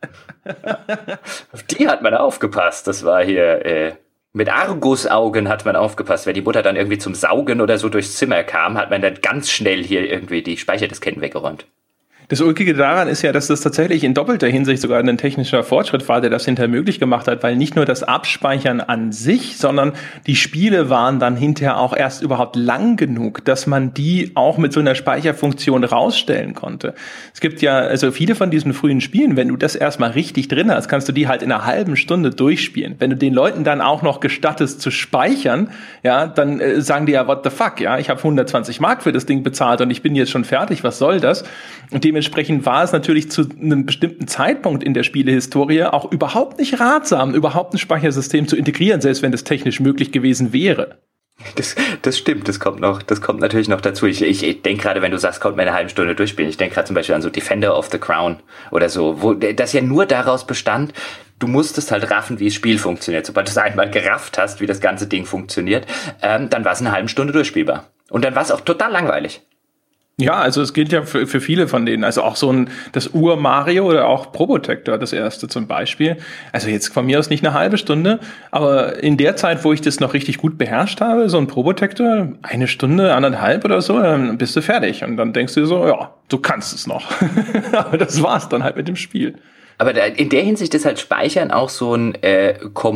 auf die hat man aufgepasst. Das war hier äh, mit Argusaugen hat man aufgepasst. Wenn die Mutter dann irgendwie zum Saugen oder so durchs Zimmer kam, hat man dann ganz schnell hier irgendwie die Speicherdisketten weggeräumt. Das Ulkige daran ist ja, dass das tatsächlich in doppelter Hinsicht sogar ein technischer Fortschritt war, der das hinterher möglich gemacht hat, weil nicht nur das Abspeichern an sich, sondern die Spiele waren dann hinterher auch erst überhaupt lang genug, dass man die auch mit so einer Speicherfunktion rausstellen konnte. Es gibt ja also viele von diesen frühen Spielen, wenn du das erstmal richtig drin hast, kannst du die halt in einer halben Stunde durchspielen. Wenn du den Leuten dann auch noch gestattest zu speichern, ja, dann äh, sagen die ja, what the fuck, ja, ich habe hundertzwanzig Mark für das Ding bezahlt und ich bin jetzt schon fertig, was soll das? Und dementsprechend war es natürlich zu einem bestimmten Zeitpunkt in der Spielehistorie auch überhaupt nicht ratsam, überhaupt ein Speichersystem zu integrieren, selbst wenn das technisch möglich gewesen wäre. Das, das stimmt, das kommt noch, das kommt natürlich noch dazu. Ich, ich, ich denke gerade, wenn du sagst, kommt mir eine halbe Stunde durchspielen, ich denke gerade zum Beispiel an so Defender of the Crown oder so, wo das ja nur daraus bestand, du musstest halt raffen, wie das Spiel funktioniert. Sobald du es einmal gerafft hast, wie das ganze Ding funktioniert, ähm, dann war es eine halbe Stunde durchspielbar. Und dann war es auch total langweilig. Ja, also es gilt ja für, für viele von denen. Also auch so ein, das Ur-Mario oder auch Probotector, das erste zum Beispiel. Also jetzt von mir aus nicht eine halbe Stunde, aber in der Zeit, wo ich das noch richtig gut beherrscht habe, so ein Probotector, eine Stunde, anderthalb oder so, dann bist du fertig. Und dann denkst du dir so, ja, du kannst es noch. Aber das war's dann halt mit dem Spiel. Aber da, in der Hinsicht ist halt Speichern auch so ein äh,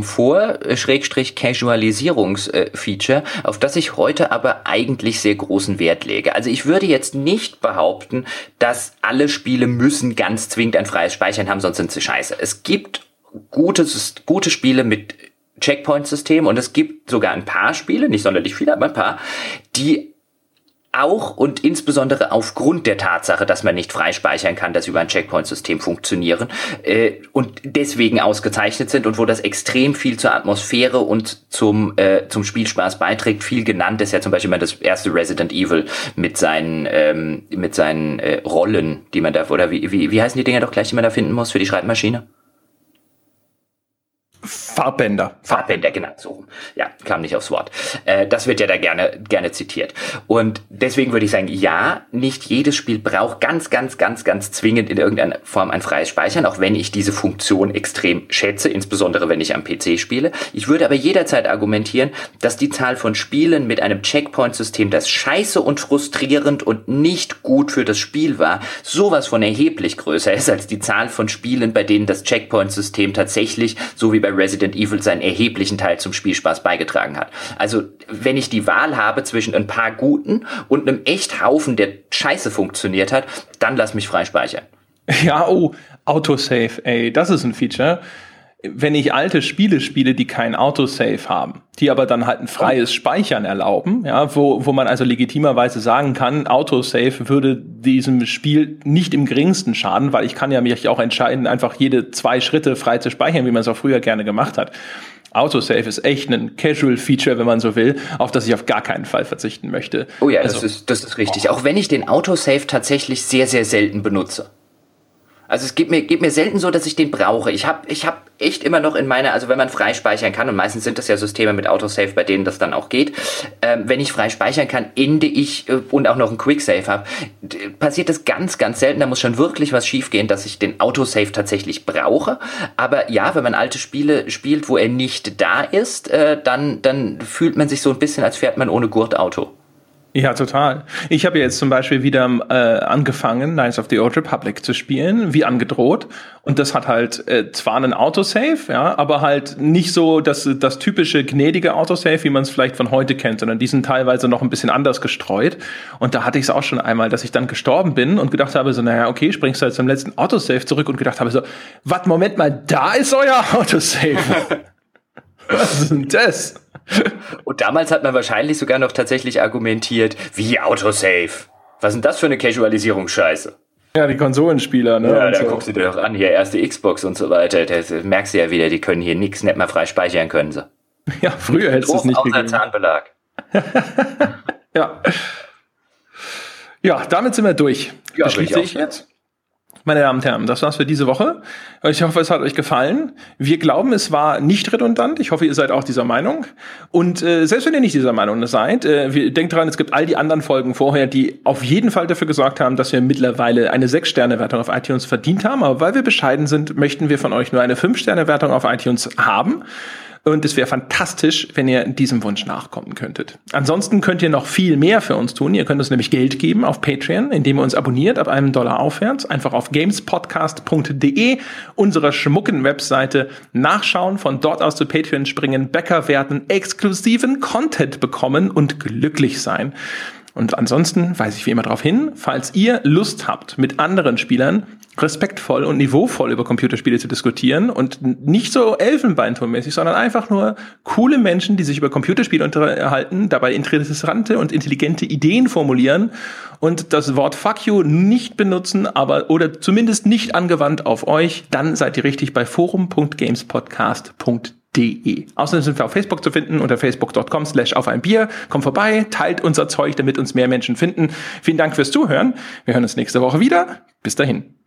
Komfort-Casualisierungs-Feature, äh, auf das ich heute aber eigentlich sehr großen Wert lege. Also ich würde jetzt nicht behaupten, dass alle Spiele müssen ganz zwingend ein freies Speichern haben, sonst sind sie scheiße. Es gibt gute, gute Spiele mit Checkpoint-System und es gibt sogar ein paar Spiele, nicht sonderlich viele, aber ein paar, die auch und insbesondere aufgrund der Tatsache, dass man nicht frei speichern kann, dass über ein Checkpoint-System funktionieren äh, und deswegen ausgezeichnet sind und wo das extrem viel zur Atmosphäre und zum äh, zum Spielspaß beiträgt. Viel genannt ist ja zum Beispiel mal das erste Resident Evil mit seinen ähm, mit seinen äh, Rollen, die man da, oder wie, wie wie heißen die Dinger doch gleich, die man da finden muss für die Schreibmaschine? Farbbänder. Farbbänder, genau, so rum. Ja, kam nicht aufs Wort. Äh, das wird ja da gerne, gerne zitiert. Und deswegen würde ich sagen, ja, nicht jedes Spiel braucht ganz, ganz, ganz, ganz zwingend in irgendeiner Form ein freies Speichern, auch wenn ich diese Funktion extrem schätze, insbesondere wenn ich am P C spiele. Ich würde aber jederzeit argumentieren, dass die Zahl von Spielen mit einem Checkpoint-System, das scheiße und frustrierend und nicht gut für das Spiel war, sowas von erheblich größer ist als die Zahl von Spielen, bei denen das Checkpoint-System tatsächlich, so wie bei Resident Evil, seinen erheblichen Teil zum Spielspaß beigetragen hat. Also, wenn ich die Wahl habe zwischen ein paar guten und einem echt Haufen, der scheiße funktioniert hat, dann lass mich frei speichern. Ja, oh, Autosave, ey, das ist ein Feature. Wenn ich alte Spiele spiele, die kein Autosave haben, die aber dann halt ein freies Speichern erlauben, ja, wo, wo man also legitimerweise sagen kann, Autosave würde diesem Spiel nicht im geringsten schaden, weil ich kann ja mich auch entscheiden, einfach jede zwei Schritte frei zu speichern, wie man es auch früher gerne gemacht hat. Autosave ist echt ein Casual-Feature, wenn man so will, auf das ich auf gar keinen Fall verzichten möchte. Oh ja, also, das ist, das ist richtig. Oh. Auch wenn ich den Autosave tatsächlich sehr, sehr selten benutze. Also es geht mir, geht mir selten so, dass ich den brauche. Ich habe ich hab echt immer noch in meiner, also wenn man frei speichern kann, und meistens sind das ja Systeme mit Autosave, bei denen das dann auch geht, ähm, wenn ich frei speichern kann, ende ich äh, und auch noch einen Quicksave habe, d- passiert das ganz, ganz selten. Da muss schon wirklich was schiefgehen, dass ich den Autosave tatsächlich brauche. Aber ja, wenn man alte Spiele spielt, wo er nicht da ist, äh, dann, dann fühlt man sich so ein bisschen, als fährt man ohne Gurt Auto. Ja, total. Ich habe jetzt zum Beispiel wieder äh, angefangen, Knights of the Old Republic zu spielen, wie angedroht. Und das hat halt äh, zwar einen Autosave, ja, aber halt nicht so das, das typische gnädige Autosave, wie man es vielleicht von heute kennt, sondern die sind teilweise noch ein bisschen anders gestreut. Und da hatte ich es auch schon einmal, dass ich dann gestorben bin und gedacht habe, so, naja, okay, springst du halt zum letzten Autosave zurück und gedacht habe so, was, Moment mal, da ist euer Autosave. Was ist denn das? Und damals hat man wahrscheinlich sogar noch tatsächlich argumentiert, wie Autosave. Was ist denn das für eine Casualisierungsscheiße? Ja, die Konsolenspieler, ne? Ja, da so. guckst du dir doch an, hier erste Xbox und so weiter. Das merkst du ja wieder, die können hier nichts, nicht mal frei speichern können sie. Ja, früher hättest du es nicht außer gegeben. Zahnbelag. Ja. Ja, damit sind wir durch. Ja, Das schließe bin ich ich auch. jetzt. Meine Damen und Herren, das war's für diese Woche. Ich hoffe, es hat euch gefallen. Wir glauben, es war nicht redundant. Ich hoffe, ihr seid auch dieser Meinung. Und äh, selbst wenn ihr nicht dieser Meinung seid, äh, wir, denkt dran, es gibt all die anderen Folgen vorher, die auf jeden Fall dafür gesorgt haben, dass wir mittlerweile eine sechs Sterne Wertung auf iTunes verdient haben. Aber weil wir bescheiden sind, möchten wir von euch nur eine fünf Sterne Wertung auf iTunes haben. Und es wäre fantastisch, wenn ihr diesem Wunsch nachkommen könntet. Ansonsten könnt ihr noch viel mehr für uns tun. Ihr könnt uns nämlich Geld geben auf Patreon, indem ihr uns abonniert ab einem Dollar aufwärts. Einfach auf gamespodcast punkt de, unserer schmucken Webseite, nachschauen, von dort aus zu Patreon springen, Bäcker werden, exklusiven Content bekommen und glücklich sein. Und ansonsten weise ich wie immer darauf hin, falls ihr Lust habt, mit anderen Spielern respektvoll und niveauvoll über Computerspiele zu diskutieren und nicht so Elfenbeinturmmäßig, sondern einfach nur coole Menschen, die sich über Computerspiele unterhalten, dabei interessante und intelligente Ideen formulieren und das Wort Fuck you nicht benutzen, aber oder zumindest nicht angewandt auf euch, dann seid ihr richtig bei forum punkt gamespodcast punkt de. Außerdem sind wir auf Facebook zu finden unter facebook punkt com slash auf ein Bier. Kommt vorbei, teilt unser Zeug, damit uns mehr Menschen finden. Vielen Dank fürs Zuhören. Wir hören uns nächste Woche wieder. Bis dahin.